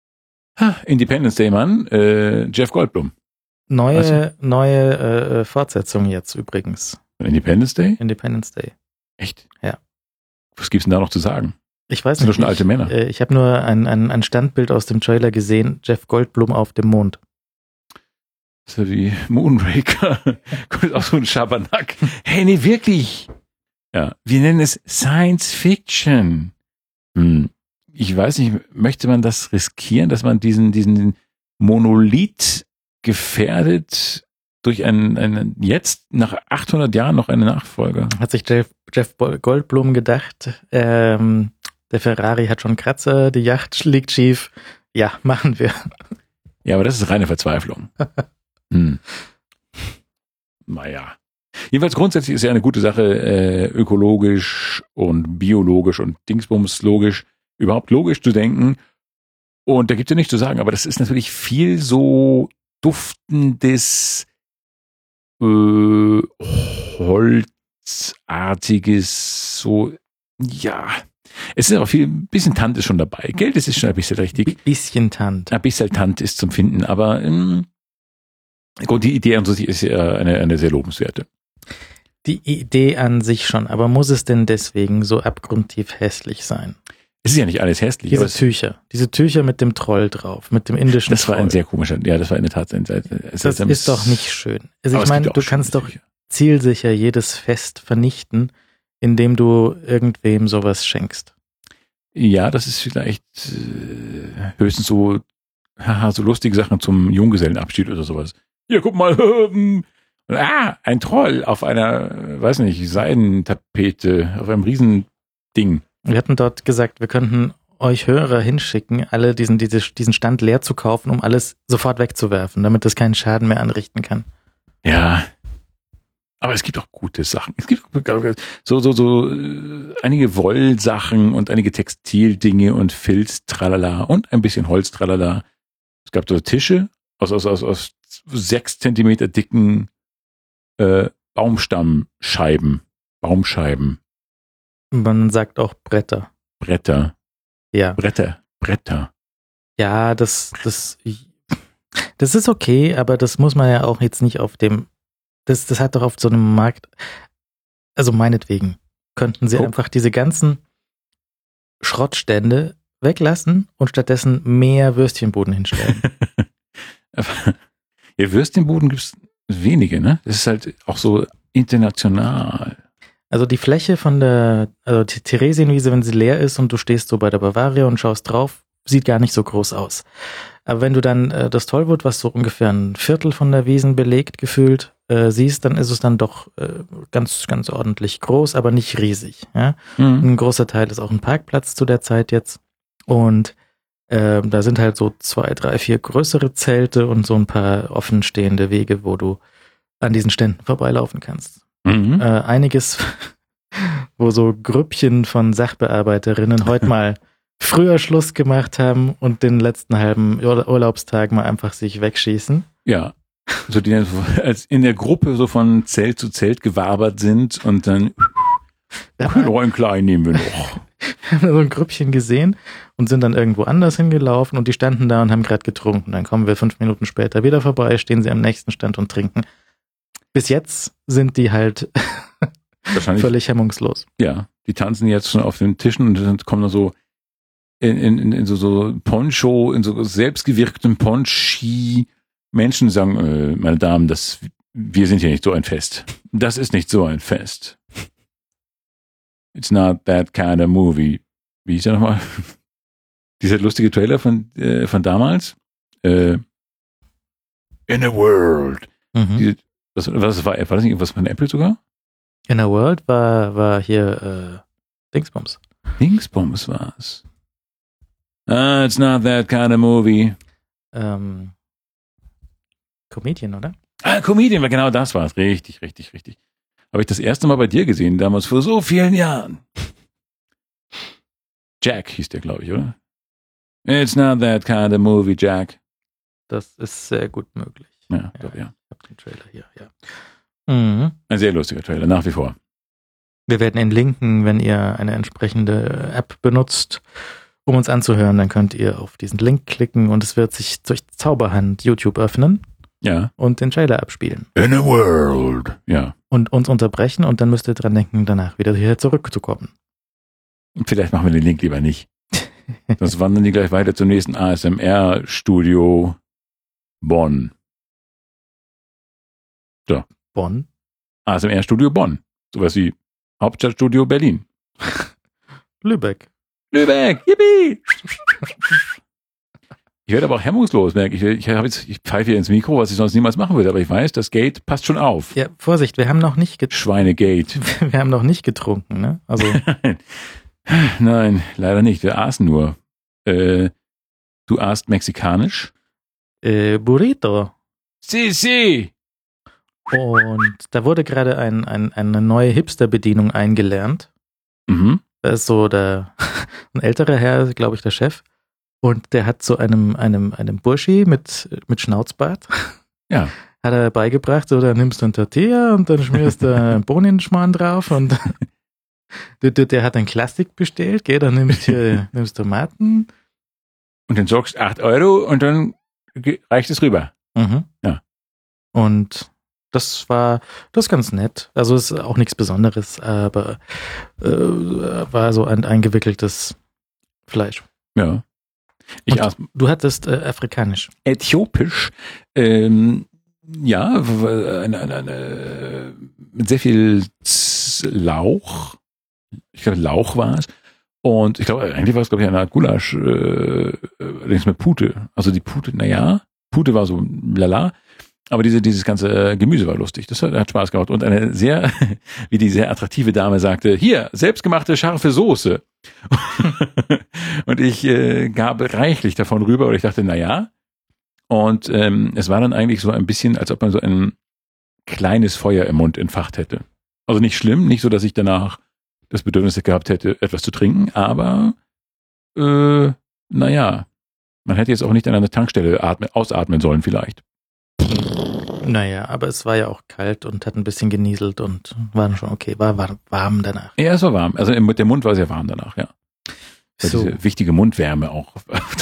Ha, Independence Day, Mann. Äh, Jeff Goldblum. Neue, Also, neue äh, Fortsetzung jetzt übrigens. Independence Day? Independence Day. Echt? Ja. Was gibt's denn da noch zu sagen? Ich weiß Das sind nicht. doch schon alte ich, Männer. Äh, ich habe nur ein, ein, ein Standbild aus dem Trailer gesehen. Jeff Goldblum auf dem Mond. Das ist ja wie Moonraker. Kommt auch so ein Schabernack. Hey, nee, wirklich. Ja, wir nennen es Science Fiction. Hm. Ich weiß nicht, möchte man das riskieren, dass man diesen, diesen Monolith gefährdet durch einen, einen, jetzt nach achthundert Jahren noch eine Nachfolger? Hat sich Jeff, Jeff Goldblum gedacht, ähm, der Ferrari hat schon Kratzer, die Yacht liegt schief. Ja, machen wir. Ja, aber das ist reine Verzweiflung. Hm. Naja. Jedenfalls grundsätzlich ist ja eine gute Sache, äh, ökologisch und biologisch und Dingsbums logisch, überhaupt logisch zu denken. Und da gibt es ja nichts zu sagen, aber das ist natürlich viel so duftendes, äh, holzartiges, so, ja. Es ist aber viel, ein bisschen Tant ist schon dabei. Geld ist schon ein bisschen richtig. Ein bisschen Tant. Ein bisschen Tant ist zum Finden, aber ähm, gut, die Idee an sich ist ja eine, eine sehr lobenswerte. Die Idee an sich schon, aber muss es denn deswegen so abgrundtief hässlich sein? Es ist ja nicht alles hässlich. Diese aber Tücher, diese Tücher mit dem Troll drauf, mit dem indischen Das war Troll. ein sehr komischer, ja, das war in der Tat ein sehr, Das ist doch nicht schön. Also aber ich es meine, gibt du auch kannst schöne doch Tücher. zielsicher jedes Fest vernichten, indem du irgendwem sowas schenkst. Ja, das ist vielleicht äh, höchstens so, haha, so lustige Sachen zum Junggesellenabschied oder sowas. Hier, guck mal, und, ah, ein Troll auf einer, äh, weiß nicht, Seidentapete, auf einem Riesending. Wir hatten dort gesagt, wir könnten euch Hörer hinschicken, alle diesen, diese, diesen Stand leer zu kaufen, um alles sofort wegzuwerfen, damit es keinen Schaden mehr anrichten kann. Ja. Aber es gibt auch gute Sachen. Es gibt so, so, so äh, einige Wollsachen und einige Textildinge und Filz, tralala, und ein bisschen Holz, tralala. Es gab so Tische aus, aus, aus, aus sechs Zentimeter dicken äh, Baumstammscheiben, Baumscheiben, Man sagt auch Bretter. Bretter, Ja. Bretter, Bretter. Ja, das, das, das ist okay, aber das muss man ja auch jetzt nicht auf dem, das, das hat doch auf so einem Markt, also meinetwegen, könnten sie Oh. einfach diese ganzen Schrottstände weglassen und stattdessen mehr Würstchenbuden hinstellen. Ja, Würstchenbuden gibt's wenige, ne? Das ist halt auch so international. Also die Fläche von der, also die Theresienwiese, wenn sie leer ist und du stehst so bei der Bavaria und schaust drauf, sieht gar nicht so groß aus. Aber wenn du dann äh, das Tollwood, was so ungefähr ein Viertel von der Wiesen belegt, gefühlt, äh, siehst, dann ist es dann doch äh, ganz, ganz ordentlich groß, aber nicht riesig. Ja? Mhm. Ein großer Teil ist auch ein Parkplatz zu der Zeit jetzt. Und äh, da sind halt so zwei, drei, vier größere Zelte und so ein paar offenstehende Wege, wo du an diesen Ständen vorbeilaufen kannst. Mhm. Äh, einiges, wo so Grüppchen von Sachbearbeiterinnen heute mal früher Schluss gemacht haben und den letzten halben Ur- Urlaubstag mal einfach sich wegschießen. Ja. So die als in der Gruppe so von Zelt zu Zelt gewabert sind und dann noch ein klein nehmen wir noch. Wir haben so ein Grüppchen gesehen und sind dann irgendwo anders hingelaufen und die standen da und haben gerade getrunken. Dann kommen wir fünf Minuten später wieder vorbei, stehen sie am nächsten Stand und trinken. Bis jetzt sind die halt Wahrscheinlich, völlig hemmungslos. ja, die tanzen jetzt schon auf den Tischen und dann kommen da so in, in, in so, so Poncho, in so selbstgewirktem Ponchi Menschen, die sagen, äh, meine Damen, das, wir sind hier nicht so ein Fest. Das ist nicht so ein Fest. It's not that kind of movie. Wie hieß der nochmal? Dieser lustige Trailer von, äh, von damals. Äh, In a World. Mhm. Diese, was, was war, war das nicht irgendwas von Apple sogar? In a World war, war hier äh, Dingsbums. Dingsbums war's. Ah, it's not that kind of movie. Ähm, Comedian, oder? Ah, Comedian, genau das war's. Richtig, richtig, richtig. Habe ich das erste Mal bei dir gesehen, damals vor so vielen Jahren. Jack hieß der, glaube ich, oder? It's not that kind of movie, Jack. Das ist sehr gut möglich. Ja, ich glaube, ja. Ich habe den Trailer hier, ja. Mhm. Ein sehr lustiger Trailer, nach wie vor. Wir werden ihn linken, wenn ihr eine entsprechende App benutzt. um uns anzuhören, dann könnt ihr auf diesen Link klicken und es wird sich durch Zauberhand YouTube öffnen. Ja. Und den Trailer abspielen. In a world. Ja. Und uns unterbrechen und dann müsst ihr dran denken, danach wieder hier zurückzukommen. Vielleicht machen wir den Link lieber nicht. Sonst wandern die gleich weiter zum nächsten A S M R-Studio Bonn. So. Bonn? A S M R-Studio Bonn. Sowas wie Hauptstadtstudio Berlin. Lübeck. Lübeck, yippie! Ich werde aber auch hemmungslos, merke ich. Ich, habe jetzt, ich pfeife hier ins Mikro, was ich sonst niemals machen würde, aber ich weiß, das Gate passt schon auf. Ja, Vorsicht, wir haben noch nicht getrunken. Schweinegate. Wir haben noch nicht getrunken, ne? Also. Nein, leider nicht. Wir aßen nur. Äh, du aßt mexikanisch? Äh, Burrito. Si, si. Und da wurde gerade ein, ein, eine neue Hipster-Bedienung eingelernt. Mhm. Da ist so der, ein älterer Herr, glaube ich, der Chef. Und der hat so einem, einem, einem Burschi mit, mit Schnauzbart, ja, hat er beigebracht, so, da nimmst du ein Tortilla und dann schmierst du einen Bohnenschmarrn drauf und der, der hat ein Klassik bestellt, gell, dann nimmst du nimmst Tomaten. Und dann sagst du acht Euro und dann reicht es rüber. Mhm. Ja. Und das war, das ist ganz nett. Also ist auch nichts Besonderes, aber äh, war so ein eingewickeltes Fleisch. Ja. Ich aß du hattest äh, afrikanisch. Äthiopisch, ähm, ja, eine, eine, eine, mit sehr viel Lauch. Ich glaube, Lauch war es. Und ich glaube, eigentlich war es, glaube ich, eine Art Gulasch, äh, allerdings mit Pute. Also die Pute, naja, Pute war so lala. Aber diese, dieses ganze Gemüse war lustig. Das hat, hat Spaß gemacht. Und eine sehr, wie die sehr attraktive Dame sagte, hier, selbstgemachte scharfe Soße. Und ich äh, gab reichlich davon rüber, und ich dachte, na ja. Und ähm, es war dann eigentlich so ein bisschen, als ob man so ein kleines Feuer im Mund entfacht hätte. Also nicht schlimm, nicht so, dass ich danach das Bedürfnis gehabt hätte, etwas zu trinken, aber äh, naja, man hätte jetzt auch nicht an einer Tankstelle atmen, ausatmen sollen vielleicht. Naja, aber es war ja auch kalt und hat ein bisschen genieselt und war schon okay, war, war warm danach. Ja, es war warm. Also der Mund war sehr warm danach, ja. So. Diese wichtige Mundwärme auch.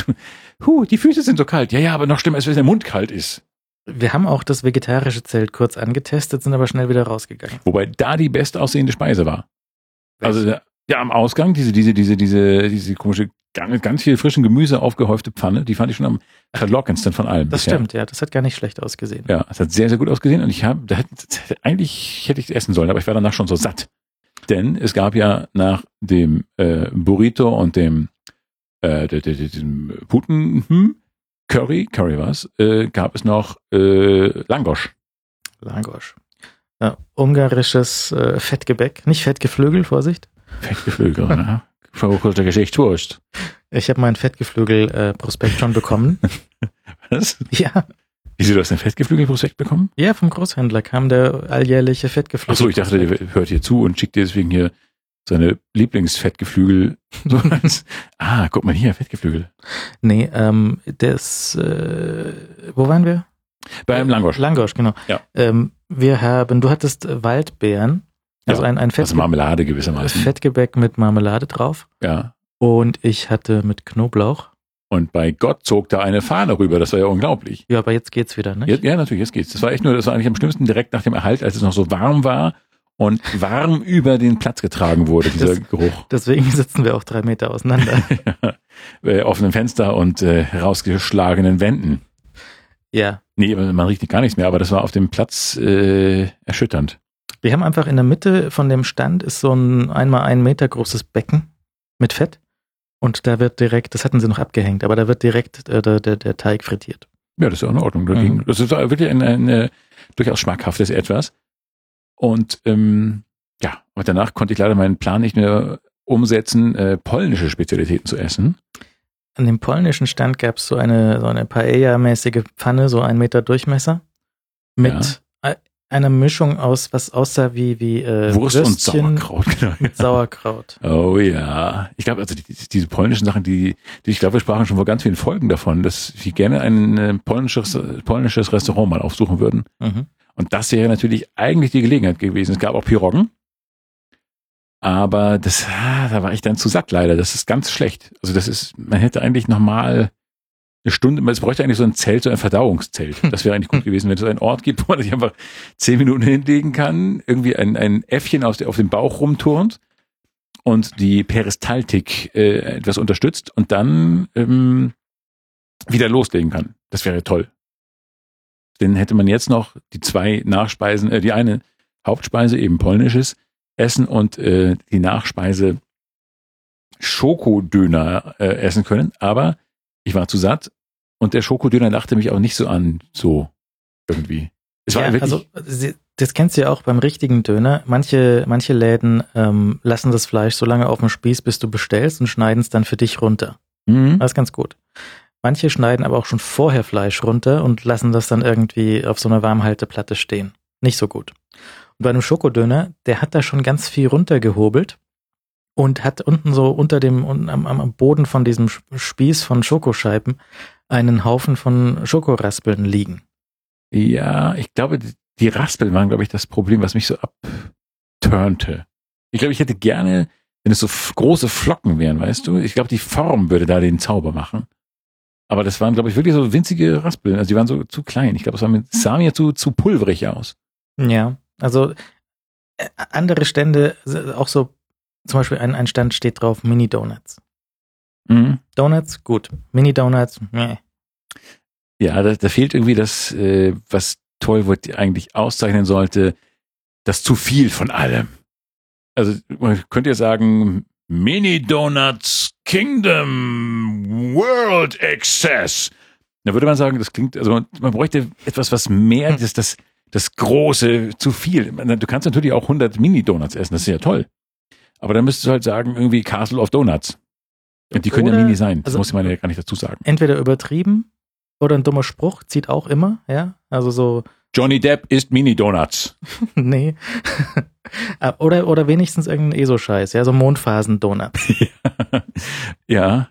Huh, die Füße sind so kalt. Ja, ja, aber noch schlimmer ist, wenn der Mund kalt ist. Wir haben auch das vegetarische Zelt kurz angetestet, sind aber schnell wieder rausgegangen. Wobei da die bestaussehende Speise war. Also der, ja, am Ausgang, diese, diese, diese, diese, diese komische, mit ganz viel frischem Gemüse aufgehäufte Pfanne, die fand ich schon am verlockendsten von allem. Das bisher. Stimmt, ja, das hat gar nicht schlecht ausgesehen. Ja, es hat sehr, sehr gut ausgesehen und ich habe, da hätte, eigentlich hätte ich essen sollen, aber ich war danach schon so satt. Denn es gab ja nach dem äh, Burrito und dem äh, de, de, de, dem Puten hm, Curry, Curry war's, äh, gab es noch äh, Langosch. Langosch. Ja, ungarisches äh, Fettgebäck, nicht Fettgeflügel, Vorsicht. Fettgeflügel, ne? Verurteilte Geschichtswurst. Ich habe meinen Fettgeflügel-Prospekt schon bekommen. Was? Ja. Wieso, du hast ein Fettgeflügel-Prospekt bekommen? Ja, vom Großhändler kam der alljährliche Fettgeflügel. Achso, ich dachte, der hört hier zu und schickt dir deswegen hier seine Lieblingsfettgeflügel. So als, ah, guck mal hier, Fettgeflügel. Nee, ähm, das, äh, wo waren wir? Beim Langosch. Langosch, genau. Ja. Ähm, wir haben, du hattest Waldbeeren, also ja, ein, ein Fettge- also Marmelade gewissermaßen. Fettgebäck mit Marmelade drauf. Ja. Und ich hatte mit Knoblauch. Und bei Gott zog da eine Fahne rüber, das war ja unglaublich. Ja, aber jetzt geht's wieder, ne? Ja, ja, natürlich, jetzt geht's. Das war echt nur, das war eigentlich am schlimmsten direkt nach dem Erhalt, als es noch so warm war und warm über den Platz getragen wurde, dieser das, Geruch. Deswegen sitzen wir auch drei Meter auseinander. Ja, äh, offenen Fenster und äh, rausgeschlagenen Wänden. Ja. Nee, man riecht gar nichts mehr, aber das war auf dem Platz äh, erschütternd. Wir haben einfach in der Mitte von dem Stand ist so ein einmal ein Meter großes Becken mit Fett. Und da wird direkt, das hatten sie noch abgehängt, aber da wird direkt äh, der, der, der Teig frittiert. Ja, das ist ja auch in Ordnung. Dagegen. Mhm. Das ist wirklich ein, ein, ein durchaus schmackhaftes Etwas. Und ähm, ja, und danach konnte ich leider meinen Plan nicht mehr umsetzen, äh, polnische Spezialitäten zu essen. An dem polnischen Stand gab es so eine, so eine Paella-mäßige Pfanne, so ein Meter Durchmesser, mit ja. einer Mischung aus, was aussah wie, wie äh, Wurst Würstchen und Sauerkraut. Genau. Mit Sauerkraut. Oh ja. Ich glaube, also die, diese polnischen Sachen, die, die ich glaube, wir sprachen schon vor ganz vielen Folgen davon, dass wir gerne ein äh, polnisches, polnisches Restaurant mal aufsuchen würden. Mhm. Und das wäre natürlich eigentlich die Gelegenheit gewesen. Es gab auch Piroggen. Aber das, ah, da war ich dann zu satt leider. Das ist ganz schlecht. Also das ist, man hätte eigentlich nochmal eine Stunde, es bräuchte eigentlich so ein Zelt, so ein Verdauungszelt. Das wäre eigentlich gut gewesen, wenn es einen Ort gibt, wo man sich einfach zehn Minuten hinlegen kann, irgendwie ein, ein Äffchen aus, auf dem Bauch rumturnt und die Peristaltik äh, etwas unterstützt und dann ähm, wieder loslegen kann. Das wäre toll. Dann hätte man jetzt noch die zwei Nachspeisen, äh, die eine Hauptspeise, eben polnisches Essen und äh, die Nachspeise Schokodöner äh, essen können, aber ich war zu satt und der Schokodöner dachte mich auch nicht so an, so irgendwie. Es war Ja, wirklich, also das kennst du ja auch beim richtigen Döner. Manche, manche Läden ähm, lassen das Fleisch so lange auf dem Spieß, bis du bestellst und schneiden es dann für dich runter. mhm. Das ist ganz gut. Manche schneiden aber auch schon vorher Fleisch runter und lassen das dann irgendwie auf so einer Warmhalteplatte stehen. Nicht so gut. Und bei einem Schokodöner, der hat da schon ganz viel runtergehobelt und hat unten so unter dem, am, am Boden von diesem Spieß von Schokoscheiben einen Haufen von Schokoraspeln liegen. Ja, ich glaube, die Raspeln waren, glaube ich, das Problem, was mich so abturnte. Ich glaube, ich hätte gerne, wenn es so f- große Flocken wären, weißt du? Ich glaube, die Form würde da den Zauber machen. Aber das waren, glaube ich, wirklich so winzige Raspeln. Also die waren so zu klein. Ich glaube, es sah mir, sah mir zu, zu pulverig aus. Ja, also äh, andere Stände, äh, auch so, zum Beispiel ein, ein Stand steht drauf, Mini-Donuts. Mhm. Donuts, gut. Mini-Donuts, nee. Ja, da, da fehlt irgendwie das, äh, was Tollwood eigentlich auszeichnen sollte, das zu viel von allem. Also man könnte ja sagen, Mini Donuts Kingdom World Access. Da würde man sagen, das klingt, also man, man bräuchte etwas, was mehr, das, das, das große, zu viel. Du kannst natürlich auch hundert Mini-Donuts essen, das ist ja toll. Aber dann müsstest du halt sagen, irgendwie Castle of Donuts. Und die können Oder- ja Mini sein, das also- muss man ja gar nicht dazu sagen. Entweder übertrieben oder ein dummer Spruch, zieht auch immer, ja. Also so, Johnny Depp isst Mini-Donuts. nee. oder, oder wenigstens irgendein ESO-Scheiß, ja, so Mondphasen-Donuts. Ja.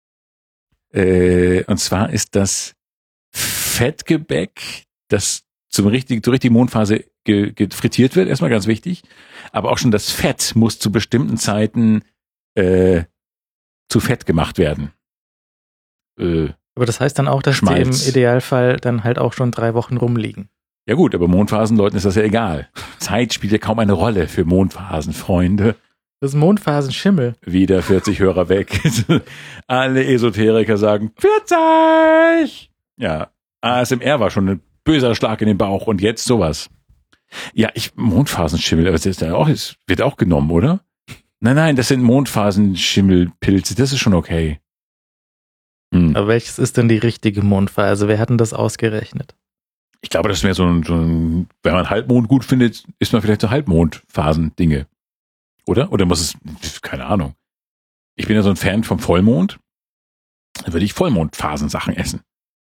Äh, und zwar ist das Fettgebäck, das zum richtigen, zur richtigen Mondphase ge, ge, frittiert wird, erstmal ganz wichtig. Aber auch schon das Fett muss zu bestimmten Zeiten äh, zu Fett gemacht werden. Äh, Aber das heißt dann auch, dass Schmalz. die im Idealfall dann halt auch schon drei Wochen rumliegen. ja gut, aber Mondphasenleuten ist das ja egal. Zeit spielt ja kaum eine Rolle für Mondphasenfreunde. Das ist Mondphasenschimmel. Wieder vierzig Hörer weg. Alle Esoteriker sagen vierzig! Ja, A S M R war schon ein böser Schlag in den Bauch und jetzt sowas. Ja, ich, Mondphasenschimmel, aber das ist ja auch, das wird auch genommen, oder? Nein, nein, das sind Mondphasenschimmelpilze, das ist schon okay. Hm. Aber welches ist denn die richtige Mondphase? Wer hat denn das ausgerechnet? Ich glaube, das wäre so ein, so ein, wenn man Halbmond gut findet, ist man vielleicht so Halbmondphasen-Dinge. Oder? Oder muss es, keine Ahnung. Ich bin ja so ein Fan vom Vollmond. Dann würde ich Vollmondphasensachen essen.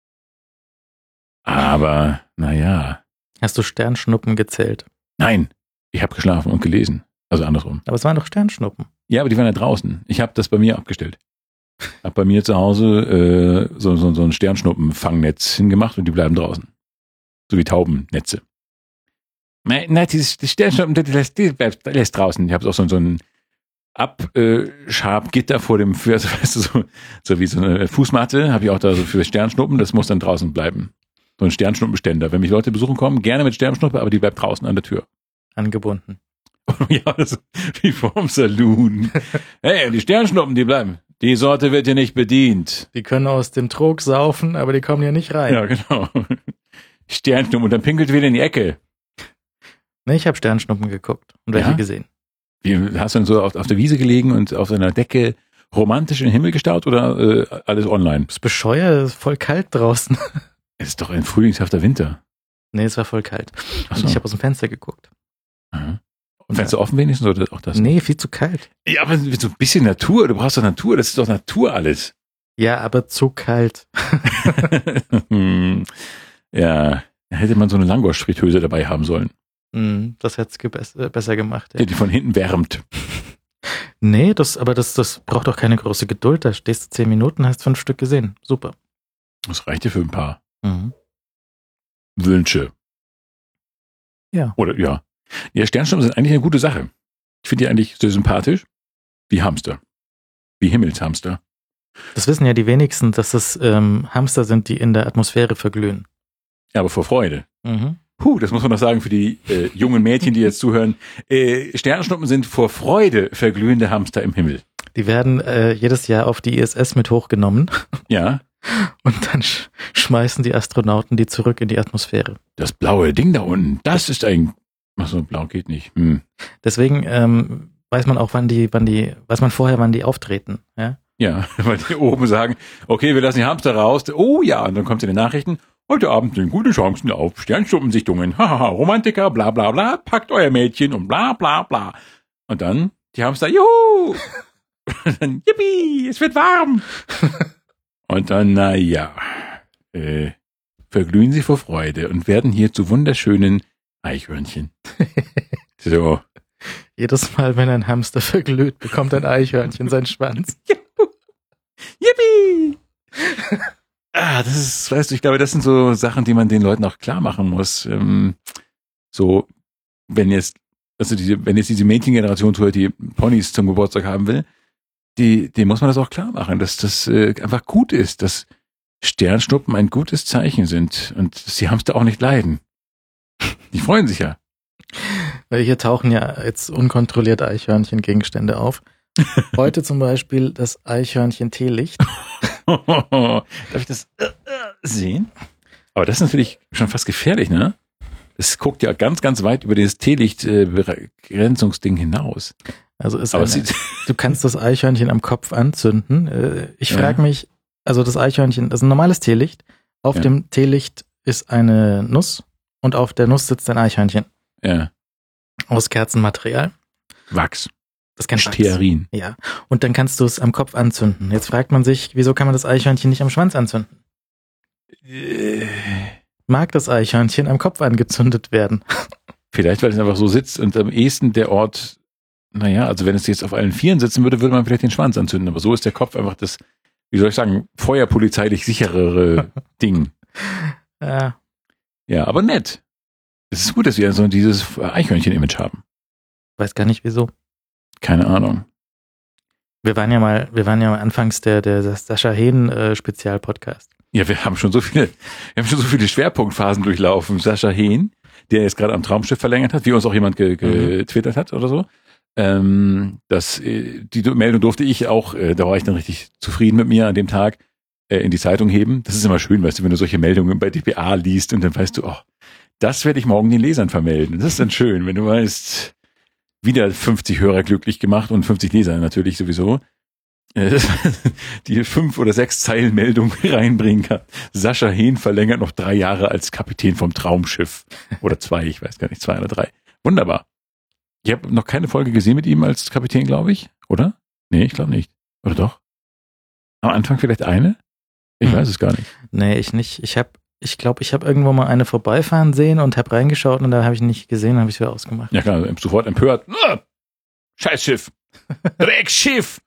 Aber, naja. Hast du Sternschnuppen gezählt? Nein, ich habe geschlafen und gelesen. Also andersrum. Aber es waren doch Sternschnuppen. Ja, aber die waren ja draußen. Ich habe das bei mir abgestellt. Hab bei mir zu Hause äh, so, so, so ein Sternschnuppenfangnetz hingemacht und die bleiben draußen. So wie Taubennetze. Nein, nein, dieses die Sternschnuppen, die lässt, die bleibt, die lässt draußen. Ich habe auch so, so ein Abschabgitter vor dem, für, also weißt du, so, so wie so eine Fußmatte, habe ich auch da so für Sternschnuppen, das muss dann draußen bleiben. So ein Sternschnuppenständer. Wenn mich Leute besuchen kommen, gerne mit Sternschnuppe, aber die bleibt draußen an der Tür. Angebunden. Ja, das ist wie vorm Saloon. Hey, die Sternschnuppen, die bleiben. Die Sorte wird hier nicht bedient. Die können aus dem Trog saufen, aber die kommen hier nicht rein. Ja, genau. Sternschnuppen und dann pinkelt wieder in die Ecke. Nee, ich habe Sternschnuppen geguckt und welche Ja? gesehen. Wie, hast du dann so auf, auf der Wiese gelegen und auf einer Decke romantisch in den Himmel gestarrt oder äh, alles online? Das ist bescheuert, es ist voll kalt draußen. Es ist doch ein frühlingshafter Winter. Nee, es war voll kalt. Ach Und so. ich habe aus dem Fenster geguckt. Aha. Und Fenster offen wenigstens oder auch das? Nee, viel zu kalt. Ja, aber so ein bisschen Natur. Du brauchst doch Natur. Das ist doch Natur alles. Ja, aber zu kalt. Hm. Ja, hätte man so eine Langosch-Fritteuse dabei haben sollen, Mm, das hätte es äh, besser gemacht. Ja. die die von hinten wärmt. Nee, das, aber das, das braucht doch keine große Geduld. Da stehst du zehn Minuten, hast fünf Stück gesehen. Super. Das reicht dir für ein paar Mhm. Wünsche. Ja. Oder ja. Ja, Sternschnuppen sind eigentlich eine gute Sache. Ich finde die eigentlich sehr sympathisch. Wie Hamster. Wie Himmelshamster. Das wissen ja die wenigsten, dass es ähm, Hamster sind, die in der Atmosphäre verglühen. Ja, aber vor Freude. Mhm. Puh, das muss man noch sagen für die äh, jungen Mädchen, die jetzt zuhören. Äh, Sternschnuppen sind vor Freude verglühende Hamster im Himmel. Die werden äh, jedes Jahr auf die I S S mit hochgenommen. Ja. Und dann sch- schmeißen die Astronauten die zurück in die Atmosphäre. Das blaue Ding da unten, das ist ein... Achso, blau geht nicht. Hm. Deswegen ähm, weiß man auch, wann die, wann die, weiß man vorher, wann die auftreten. Ja, Ja, weil die oben sagen, okay, wir lassen die Hamster raus. Oh ja, und dann kommt in den Nachrichten, heute Abend sind gute Chancen auf Sternschnuppensichtungen. Hahaha, Romantiker, bla bla bla, packt euer Mädchen und bla bla bla. Und dann die Hamster, juhu! Und dann, yippie, es wird warm. Und dann, na ja, äh, verglühen sie vor Freude und werden hier zu wunderschönen Eichhörnchen. So. jedes Mal, wenn ein Hamster verglüht, bekommt ein Eichhörnchen seinen Schwanz. Yippie! Ah, das ist, weißt du, ich glaube, das sind so Sachen, die man den Leuten auch klar machen muss. Ähm, so, wenn jetzt, also diese, wenn jetzt diese Mädchengeneration zuhört, die Ponys zum Geburtstag haben will, die, dem muss man das auch klar machen, dass das äh, einfach gut ist, dass Sternschnuppen ein gutes Zeichen sind und dass die Hamster auch nicht leiden. Die freuen sich ja. Weil hier tauchen ja jetzt unkontrolliert Eichhörnchen-Gegenstände auf. Heute zum Beispiel das Eichhörnchen-Teelicht. Darf ich das äh, äh, sehen? Aber das ist natürlich schon fast gefährlich, ne? Es guckt ja ganz, ganz weit über dieses Teelicht-Begrenzungsding hinaus. Also ist Aber eine, es sieht du kannst das Eichhörnchen am Kopf anzünden. Äh, Ich Ja. frage mich, also das Eichhörnchen, das ist ein normales Teelicht. Auf Ja. dem Teelicht ist eine Nuss und auf der Nuss sitzt ein Eichhörnchen ja, aus Kerzenmaterial. Wachs, Das ist kein Wachs. Stearin. Ja. Und dann kannst du es am Kopf anzünden. Jetzt fragt man sich, wieso kann man das Eichhörnchen nicht am Schwanz anzünden? Äh, Mag das Eichhörnchen am Kopf angezündet werden? Vielleicht, weil es einfach so sitzt und am ehesten der Ort, naja, also wenn es jetzt auf allen Vieren sitzen würde, würde man vielleicht den Schwanz anzünden. Aber so ist der Kopf einfach das, wie soll ich sagen, feuerpolizeilich sicherere Ding. Ja. Ja, aber nett. Es ist gut, dass wir so dieses Eichhörnchen-Image haben. Weiß gar nicht wieso. Keine Ahnung. Wir waren ja mal, wir waren ja mal anfangs der, der, der Sascha Hehn äh, Spezialpodcast. Ja, wir haben schon so viele, wir haben schon so viele Schwerpunktphasen durchlaufen. Sascha Hehn, der jetzt gerade am Traumschiff verlängert hat, wie uns auch jemand ge- getwittert hat oder so. Ähm, das, äh, die Meldung durfte ich auch, äh, da war ich dann richtig zufrieden mit mir an dem Tag, äh, in die Zeitung heben. Das ist immer schön, weißt du, wenn du solche Meldungen bei D P A liest und dann weißt du, oh, das werde ich morgen den Lesern vermelden. Das ist dann schön, wenn du weißt, wieder fünfzig Hörer glücklich gemacht und fünfzig Leser natürlich sowieso. Äh, die fünf oder sechs Zeilen Meldung reinbringen kann. Sascha Hehn verlängert noch drei Jahre als Kapitän vom Traumschiff. Oder zwei, ich weiß gar nicht, zwei oder drei. Wunderbar. Ich habe noch keine Folge gesehen mit ihm als Kapitän, glaube ich. Oder? Nee, ich glaube nicht. Oder doch? Am Anfang vielleicht eine? Ich Hm. weiß es gar nicht. Nee, ich nicht. Ich habe, ich glaube, ich habe irgendwo mal eine vorbeifahren sehen und habe reingeschaut und da habe ich nicht gesehen, habe ich es wieder ausgemacht. Ja klar, sofort empört. Ah, Scheißschiff. Dreckschiff.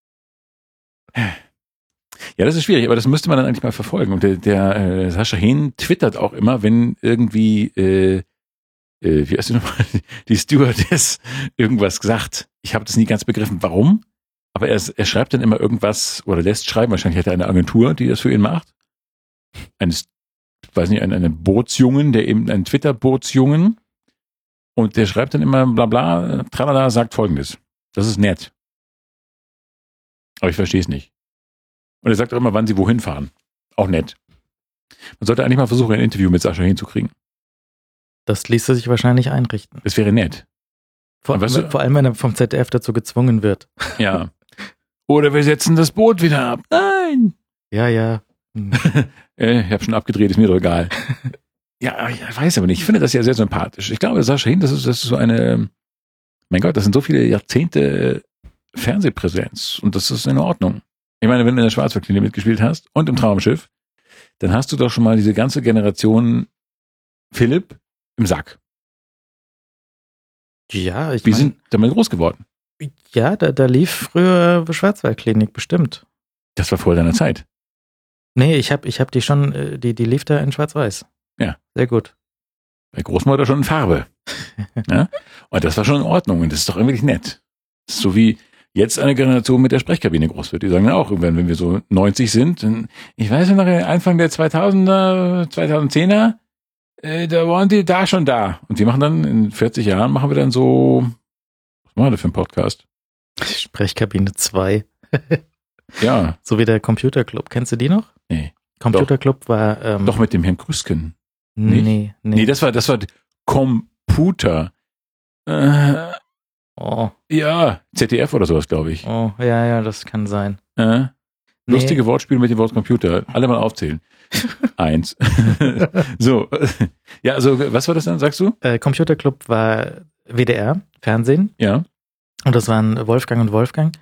Ja, das ist schwierig, aber das müsste man dann eigentlich mal verfolgen. Und der, der äh, Sascha Hehn twittert auch immer, wenn irgendwie, äh, äh, wie heißt die nochmal, die Stewardess irgendwas gesagt. Ich habe das nie ganz begriffen, warum. Aber er, er schreibt dann immer irgendwas oder lässt schreiben. Wahrscheinlich hat er eine Agentur, die das für ihn macht. Eines, weiß nicht, einen, einen Bootsjungen, der eben, einen Twitter-Bootsjungen. Und der schreibt dann immer bla bla, tralala, sagt Folgendes. Das ist nett. Aber ich verstehe es nicht. Und er sagt auch immer, wann sie wohin fahren. Auch nett. Man sollte eigentlich mal versuchen, ein Interview mit Sascha hinzukriegen. Das ließe sich wahrscheinlich einrichten. Das wäre nett. Vor, Und weißt du- vor allem, wenn er vom Z D F dazu gezwungen wird. Ja. Oder wir setzen das Boot wieder ab. Nein. Ja, ja. Hm. Äh, ich habe schon abgedreht, ist mir doch egal. Ja, ich weiß aber nicht. Ich finde das ja sehr sympathisch. Ich glaube, Sascha Hehn, das ist, das ist so eine, mein Gott, das sind so viele Jahrzehnte Fernsehpräsenz und das ist in Ordnung. Ich meine, wenn du in der Schwarzwaldklinik mitgespielt hast und im Traumschiff, dann hast du doch schon mal diese ganze Generation Philipp im Sack. Ja, ich Wir mein, sind damit groß geworden. ja, da, da lief früher Schwarzwaldklinik, bestimmt. Das war vor deiner Zeit. Nee, ich hab, ich hab die schon, äh, die, die lief da in Schwarz-Weiß. Ja. Sehr gut. Bei Großmutter schon in Farbe. Ja? Und das war schon in Ordnung und das ist doch irgendwie nett. Das ist so wie jetzt eine Generation mit der Sprechkabine groß wird. Die sagen ja auch irgendwann, wenn wir so neunzig sind, dann, ich weiß noch, Anfang der zweitausender, zweitausendzehner, äh, da waren die da schon da. Und wir machen dann in vierzig Jahren, machen wir dann so, was machen wir da für einen Podcast? Sprechkabine zwei. Ja. So wie der Computerclub. Kennst du die noch? Nee. Computerclub war... Ähm, Doch mit dem Herrn Krüsken. Nee, nee. nee. Nee, das war, das war Computer. Äh, oh. Ja, Z D F oder sowas, glaube ich. Oh, ja, ja, das kann sein. Äh, lustige Nee. Wortspiele mit dem Wort Computer. Alle mal aufzählen. Eins. So. Ja, also, was war das dann, sagst du? Äh, Computerclub war W D R, Fernsehen. Ja. Und das waren Wolfgang und Wolfgang.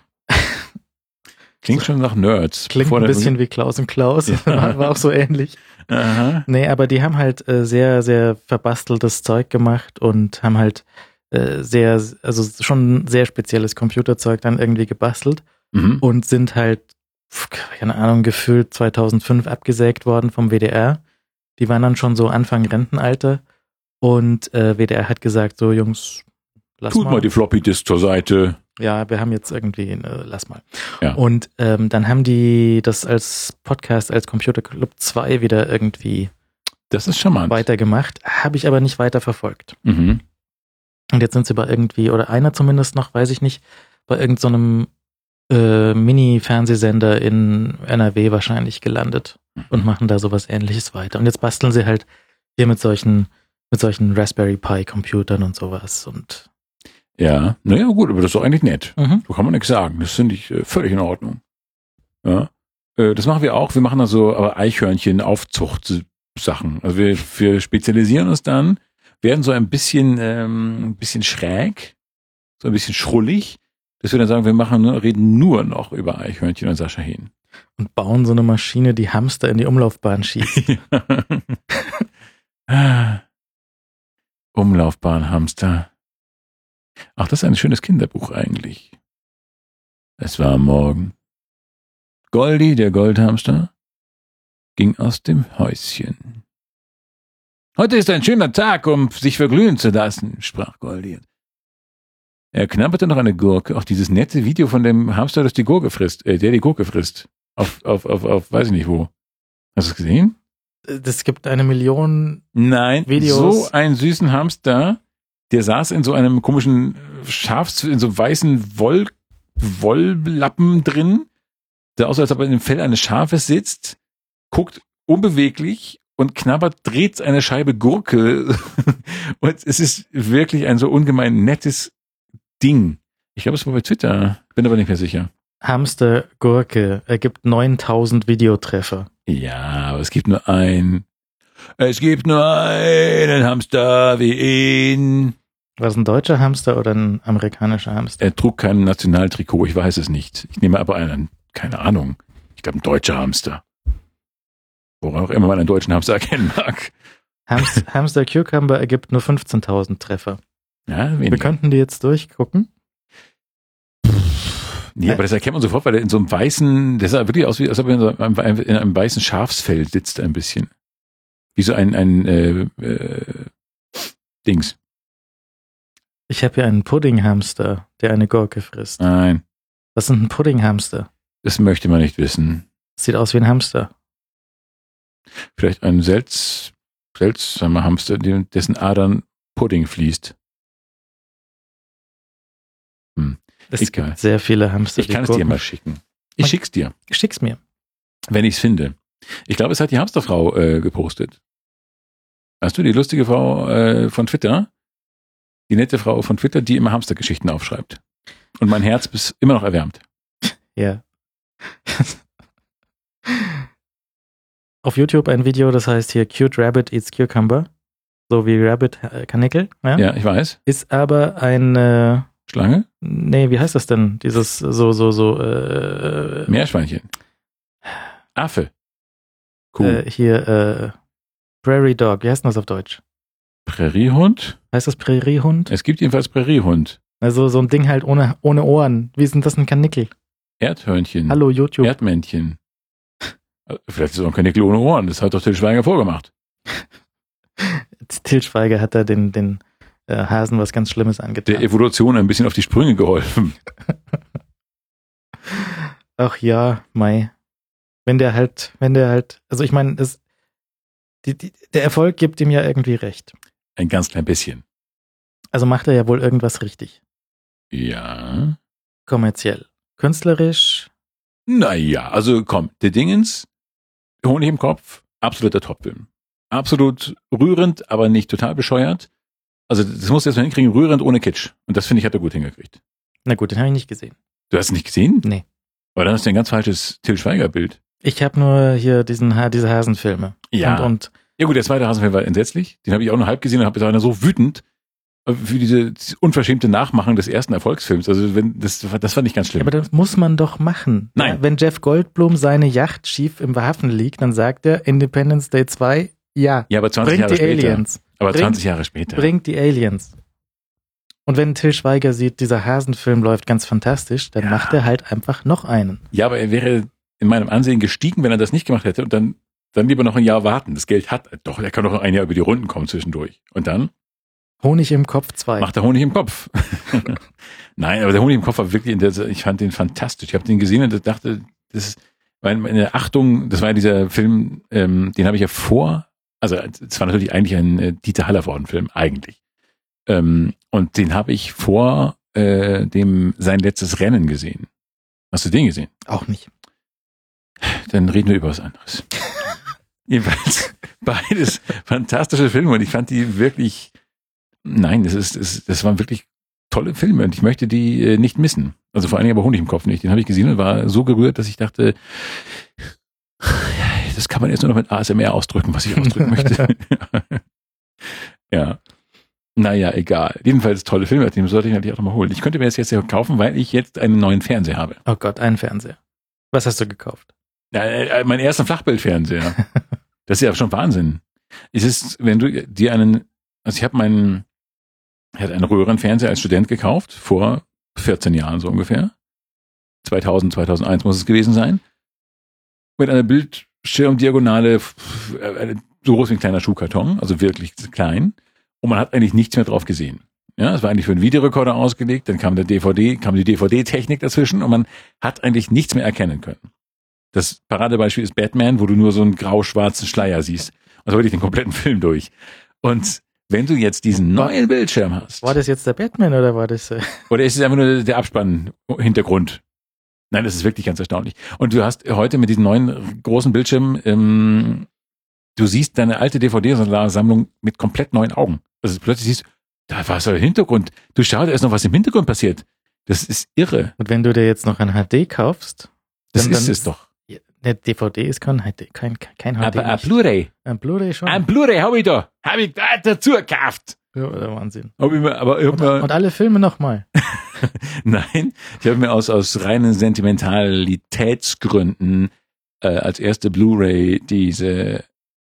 Klingt schon nach Nerds. Klingt Vor ein der- bisschen wie Klaus und Klaus. Ja. War, war auch so ähnlich. Aha. Nee, aber die haben halt äh, sehr, sehr verbasteltes Zeug gemacht und haben halt äh, sehr, also schon sehr spezielles Computerzeug dann irgendwie gebastelt Mhm. und sind halt, pf, keine Ahnung, gefühlt zweitausendfünf abgesägt worden vom W D R. Die waren dann schon so Anfang Rentenalter und äh, W D R hat gesagt, so Jungs, lass Tut mal. mal die Floppy Disk zur Seite. Ja, wir haben jetzt irgendwie, äh, lass mal. Ja. Und ähm, dann haben die das als Podcast, als Computer Club zwei wieder irgendwie Das ist charmant. weitergemacht, habe ich aber nicht weiter verfolgt. Mhm. Und jetzt sind sie bei irgendwie, oder einer zumindest noch, weiß ich nicht, bei irgendeinem äh, Mini-Fernsehsender in N R W wahrscheinlich gelandet und machen da sowas Ähnliches weiter. Und jetzt basteln sie halt hier mit solchen, mit solchen Raspberry Pi Computern und sowas. Und Ja, naja, gut, aber das ist doch eigentlich nett. mhm. So kann man nichts sagen. Das finde ich äh, völlig in Ordnung. Ja. Äh, das machen wir auch. Wir machen da so aber Eichhörnchen, Aufzucht-Sachen. Also wir, wir spezialisieren uns dann, werden so ein bisschen, ähm, ein bisschen schräg, so ein bisschen schrullig, dass wir dann sagen, wir machen, nur- reden nur noch über Eichhörnchen und Sascha Hehn. und bauen so eine Maschine, die Hamster in die Umlaufbahn schießt. Ah. Umlaufbahnhamster. Ach, das ist ein schönes Kinderbuch eigentlich. Es war am Morgen. Goldi, der Goldhamster, ging aus dem Häuschen. Heute ist ein schöner Tag, um sich verglühen zu lassen, sprach Goldi. Er knabberte noch eine Gurke. Auch dieses nette Video von dem Hamster, das die Gurke frisst, äh, der die Gurke frisst. Auf, auf, auf, auf, weiß ich nicht wo. Hast du es gesehen? Es gibt eine Million Nein, Videos. so einen süßen Hamster, der saß in so einem komischen Schafs, in so weißen Woll, Wolllappen drin, der aussah, als ob er in dem Fell eines Schafes sitzt, guckt unbeweglich und knabbert, dreht eine Scheibe Gurke. Und es ist wirklich ein so ungemein nettes Ding. Ich glaube, es war bei Twitter, bin aber nicht mehr sicher. Hamster Gurke ergibt neuntausend Videotreffer. Ja, aber es gibt nur ein. Es gibt nur einen Hamster wie ihn. War es ein deutscher Hamster oder ein amerikanischer Hamster? Er trug kein Nationaltrikot, ich weiß es nicht. Ich nehme aber einen, keine Ahnung. Ich glaube, ein deutscher Hamster. Woran auch immer man einen deutschen Hamster erkennen mag. Hamster, Hamster Cucumber ergibt nur fünfzehntausend Treffer. Ja, Wir weniger. könnten die jetzt durchgucken. Nee, aber das erkennt man sofort, weil er in so einem weißen, der sah wirklich aus, wie als ob er in, so einem, in einem weißen Schafsfell sitzt ein bisschen. Wie so ein, ein äh, äh, Dings. Ich habe hier einen Puddinghamster, der eine Gurke frisst. Nein, Was ist ein Puddinghamster? das möchte man nicht wissen. Sieht aus wie ein Hamster. Vielleicht ein selts, seltsamer Hamster, dessen Adern Pudding fließt. Hm. Es Egal. gibt sehr viele Hamster. Ich die kann es dir Gurken- mal schicken. Ich schick's dir, Schick's mir. wenn ich's finde. Ich glaube, es hat die Hamsterfrau äh, gepostet. Hast du die lustige Frau äh, von Twitter? Die nette Frau von Twitter, die immer Hamstergeschichten aufschreibt. Und mein Herz ist immer noch erwärmt. Ja. Auf YouTube ein Video, das heißt hier Cute Rabbit Eats Cucumber. So wie Rabbit äh, Kanickel. Ja? Ja, ich weiß. Ist aber ein, äh, Schlange? nee, wie heißt das denn? Dieses so, so, so, äh, Meerschweinchen. Affe. Kuh. äh, hier, äh, Prairie Dog. Wie heißt denn das auf Deutsch? Präriehund? Heißt das Präriehund? Es gibt jedenfalls Präriehund. Also so ein Ding halt ohne, ohne Ohren. Wie ist denn das ein Kanickel? Erdhörnchen. Hallo YouTube. Erdmännchen. Vielleicht ist es auch ein Kanickel ohne Ohren. Das hat doch Till Schweiger vorgemacht. Til Schweiger hat da den, den äh, Hasen was ganz Schlimmes angetan. Der Evolution ein bisschen auf die Sprünge geholfen. Ach ja, Mai. Wenn der halt, wenn der halt, also ich meine, das, die, die, der Erfolg gibt ihm ja irgendwie recht. Ein ganz klein bisschen. Also macht er ja wohl irgendwas richtig. Ja. Kommerziell. Künstlerisch. Naja, also komm, der Dingens, Honig im Kopf, absoluter Topfilm. Absolut rührend, aber nicht total bescheuert. Also das musst du erst mal hinkriegen, rührend ohne Kitsch. Und das finde ich, hat er gut hingekriegt. Na gut, den habe ich nicht gesehen. Du hast ihn nicht gesehen? Nee. Aber dann hast du ein ganz falsches Til Schweiger-Bild. Ich habe nur hier diesen Ha- diese Hasenfilme. Ja. Und, und Ja gut, der zweite Hasenfilm war entsetzlich. Den habe ich auch nur halb gesehen und habe war so wütend für diese unverschämte Nachmachen des ersten Erfolgsfilms. Also wenn das, das fand ich ganz schlimm. aber das muss man doch machen. Nein. Ja, wenn Jeff Goldblum seine Yacht schief im Hafen liegt, dann sagt er Independence Day zwei, ja, ja, aber zwanzig bringt Jahre die später. Aliens. Aber Bringt- zwanzig Jahre später. Bringt die Aliens. Und wenn Til Schweiger sieht, dieser Hasenfilm läuft ganz fantastisch, dann Ja. macht er halt einfach noch einen. Ja, aber er wäre in meinem Ansehen gestiegen, wenn er das nicht gemacht hätte und dann, dann lieber noch ein Jahr warten. Das Geld hat, doch, er kann doch noch ein Jahr über die Runden kommen zwischendurch. Und dann Honig im Kopf zwei. macht er Honig im Kopf. Nein, aber der Honig im Kopf war wirklich, in der, ich fand den fantastisch. Ich habe den gesehen und dachte, das ist meine, meine Achtung, das war ja dieser Film, ähm, den habe ich ja vor, also es war natürlich eigentlich ein äh, Dieter Hallervorden-Film, eigentlich. Ähm, und den habe ich vor äh, dem sein letztes Rennen gesehen. Hast du den gesehen? Auch nicht. Dann reden wir über was anderes. Jedenfalls beides fantastische Filme und ich fand die wirklich, nein, das ist, das, das waren wirklich tolle Filme und ich möchte die äh, nicht missen. Also vor allen Dingen aber Honig im Kopf nicht. Den habe ich gesehen und war so gerührt, dass ich dachte, das kann man jetzt nur noch mit A S M R ausdrücken, was ich ausdrücken möchte. Ja. Naja, egal. Jedenfalls tolle Filme, den sollte ich natürlich auch nochmal holen. Ich könnte mir das jetzt ja kaufen, weil ich jetzt einen neuen Fernseher habe. Oh Gott, einen Fernseher. Was hast du gekauft? Ja, äh, mein erster Flachbildfernseher. Das ist ja schon Wahnsinn. Es ist, wenn du dir einen, also ich habe meinen, ich hatte einen Röhrenfernseher als Student gekauft, vor vierzehn Jahren so ungefähr. zweitausend, zweitausendeins muss es gewesen sein. Mit einer Bildschirmdiagonale, äh, so groß wie ein kleiner Schuhkarton, also wirklich klein. Und man hat eigentlich nichts mehr drauf gesehen. Ja, es war eigentlich für einen Videorekorder ausgelegt, dann kam der D V D, kam die D V D-Technik dazwischen und man hat eigentlich nichts mehr erkennen können. Das Paradebeispiel ist Batman, wo du nur so einen grau-schwarzen Schleier siehst. Also wirklich den kompletten Film durch. Und wenn du jetzt diesen neuen Bildschirm hast, War das jetzt der Batman oder war das... Äh oder ist es einfach nur der Abspann-Hintergrund? Nein, das ist wirklich ganz erstaunlich. Und du hast heute mit diesem neuen großen Bildschirm, ähm, du siehst deine alte D V D-Sammlung mit komplett neuen Augen. Also plötzlich siehst du, da war so der Hintergrund. Du schaust erst noch, was im Hintergrund passiert. Das ist irre. Und wenn du dir jetzt noch ein H D kaufst... Das dann, ist dann es doch. Ja, eine D V D ist kein H D, kein, kein H D. Aber ein nicht. Blu-ray. Ein Blu-ray schon. Ein Blu-ray habe ich da. Habe ich da dazu gekauft. Ja, der Wahnsinn. Hab ich mir, aber ich hab Und, mir, und alle Filme nochmal. nein, ich habe mir aus, aus reinen Sentimentalitätsgründen äh, als erste Blu-ray diese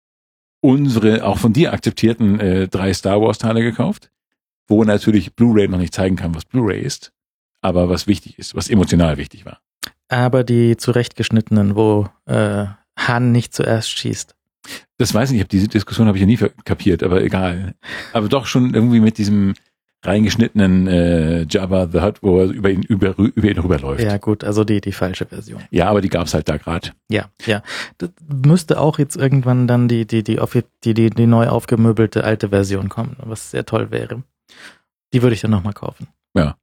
unsere, auch von dir akzeptierten äh, drei Star Wars Teile gekauft, wo natürlich Blu-ray noch nicht zeigen kann, was Blu-ray ist, aber was wichtig ist, was emotional wichtig war. Aber die zurechtgeschnittenen, wo äh, Han nicht zuerst schießt. Das weiß ich nicht, ich hab diese Diskussion habe ich ja nie kapiert, aber egal. Aber doch schon irgendwie mit diesem reingeschnittenen äh, Jabba the Hutt, wo er über ihn über, über ihn rüberläuft. Ja gut, also die die falsche Version. Ja, aber die gab's halt da gerade. Ja, ja. Das müsste auch jetzt irgendwann dann die die die offi- die die, die neu aufgemöbelte alte Version kommen, was sehr toll wäre. Die würde ich dann nochmal kaufen. Ja.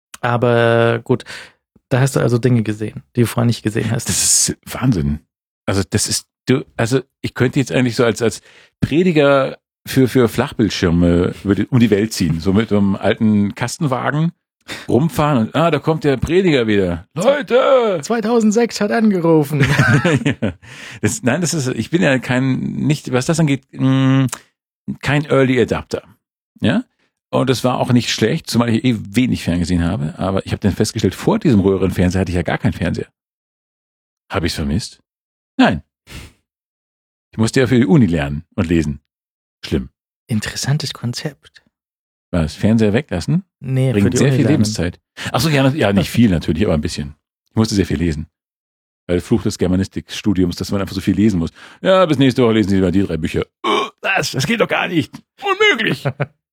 Aber gut, da hast du also Dinge gesehen, die du vorher nicht gesehen hast. Das ist Wahnsinn. Also das ist, du, also ich könnte jetzt eigentlich so als als Prediger für für Flachbildschirme über die, um die Welt ziehen, so mit einem alten Kastenwagen rumfahren und ah, da kommt der Prediger wieder. Leute! zweitausendsechs hat angerufen. Ja. Das, nein, das ist, ich bin ja kein, nicht, was das angeht, mh, kein Early Adapter. Ja? Und das war auch nicht schlecht, zumal ich eh wenig ferngesehen habe, aber ich habe dann festgestellt, vor diesem Röhrenfernseher hatte ich ja gar keinen Fernseher. Habe ich es vermisst? Nein. Ich musste ja für die Uni lernen und lesen. Schlimm. Interessantes Konzept. Was? Fernseher weglassen? Nee, für Bringt die sehr Uni viel lernen. Lebenszeit. Ach so, ja, ja, nicht viel natürlich, aber ein bisschen. Ich musste sehr viel lesen. Weil Fluch des Germanistikstudiums, dass man einfach so viel lesen muss. Ja, bis nächste Woche lesen Sie mal die drei Bücher. Das, das geht doch gar nicht. Unmöglich.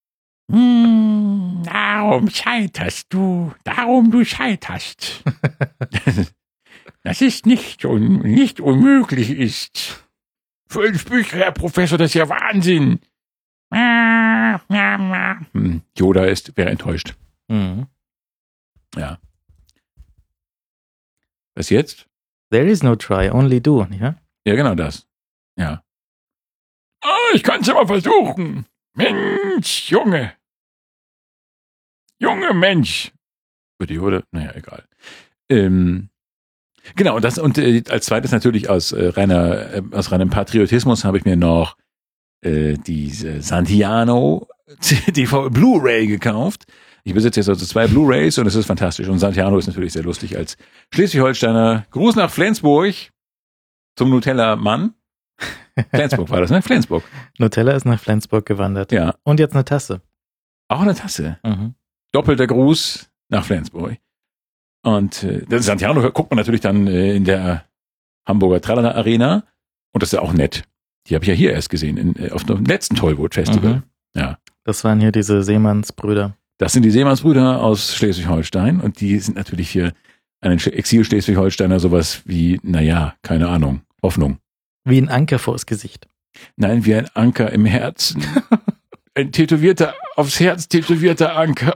hm, darum scheiterst du. Darum du scheiterst. Das ist nicht, un, nicht unmöglich ist. Fünf Bücher, Herr Professor, das ist ja Wahnsinn. Hm, Yoda ist, wäre enttäuscht. Mhm. Ja. Was jetzt? There is no try, only do, ja? Ja, genau das. Ja. Ah, ich kann es ja mal versuchen. Mensch, Junge. Junge Mensch. Würde Yoda, naja, egal. Ähm, genau, und das, und äh, als zweites natürlich aus äh, reiner, äh, aus reinem Patriotismus habe ich mir noch äh, diese Santiano D V Blu-ray gekauft. Ich besitze jetzt also zwei Blu-rays und es ist fantastisch. Und Santiano ist natürlich sehr lustig als Schleswig-Holsteiner. Gruß nach Flensburg zum Nutella-Mann. Flensburg war das, ne? Flensburg. Nutella ist nach Flensburg gewandert. Ja. Und jetzt eine Tasse. Auch eine Tasse. Mhm. Doppelter Gruß nach Flensburg. Und äh, das Santiano guckt man natürlich dann äh, in der Hamburger Tralala Arena. Und das ist ja auch nett. Die habe ich ja hier erst gesehen, in, äh, auf dem letzten Tollwood Festival. Mhm. Ja. Das waren hier diese Seemannsbrüder. Das sind die Seemannsbrüder aus Schleswig-Holstein. Und die sind natürlich für einen Exil-Schleswig-Holsteiner sowas wie, naja, keine Ahnung, Hoffnung. Wie ein Anker vors Gesicht. Nein, wie ein Anker im Herzen. Ein tätowierter, aufs Herz tätowierter Anker.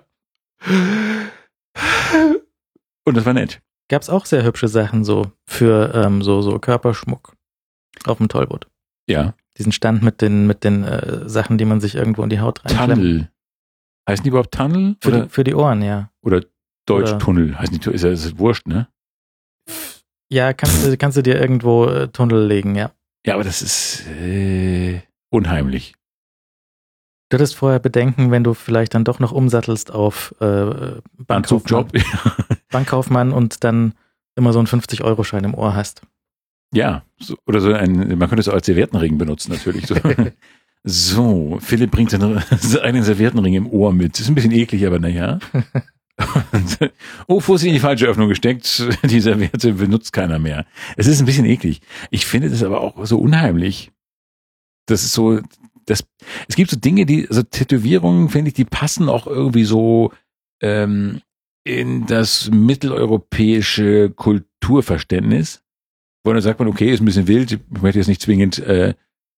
Und das war nett. Gab's auch sehr hübsche Sachen so für ähm, so, so Körperschmuck auf dem Tollwood. Ja. Diesen Stand mit den, mit den äh, Sachen, die man sich irgendwo in die Haut reinklemmt. Tunnel. Heißen die überhaupt Tunnel? Für, Oder, die, für die Ohren, ja. oder Deutsch Oder- Tunnel? Heißen die, ist ja ist wurscht, ne? Ja, kannst du, kannst du dir irgendwo äh, Tunnel legen, ja. Ja, aber das ist äh, unheimlich. Du hättest vorher bedenken, wenn du vielleicht dann doch noch umsattelst auf äh, Bankkaufmann, Anzugjob. Bankkaufmann und dann immer so einen fünfzig-Euro-Schein im Ohr hast. Ja, so, oder so ein, man könnte es auch als Serviettenring benutzen, natürlich. So, so Philipp bringt seinen, seinen Serviettenring im Ohr mit. Ist ein bisschen eklig, aber naja. Oh, Fuß in die falsche Öffnung gesteckt. Die Serviette benutzt keiner mehr. Es ist ein bisschen eklig. Ich finde das aber auch so unheimlich. Das ist so, das, es gibt so Dinge, die, also Tätowierungen, finde ich, die passen auch irgendwie so ähm, in das mitteleuropäische Kulturverständnis. Wo dann sagt man, okay, ist ein bisschen wild, ich möchte jetzt nicht zwingend, äh,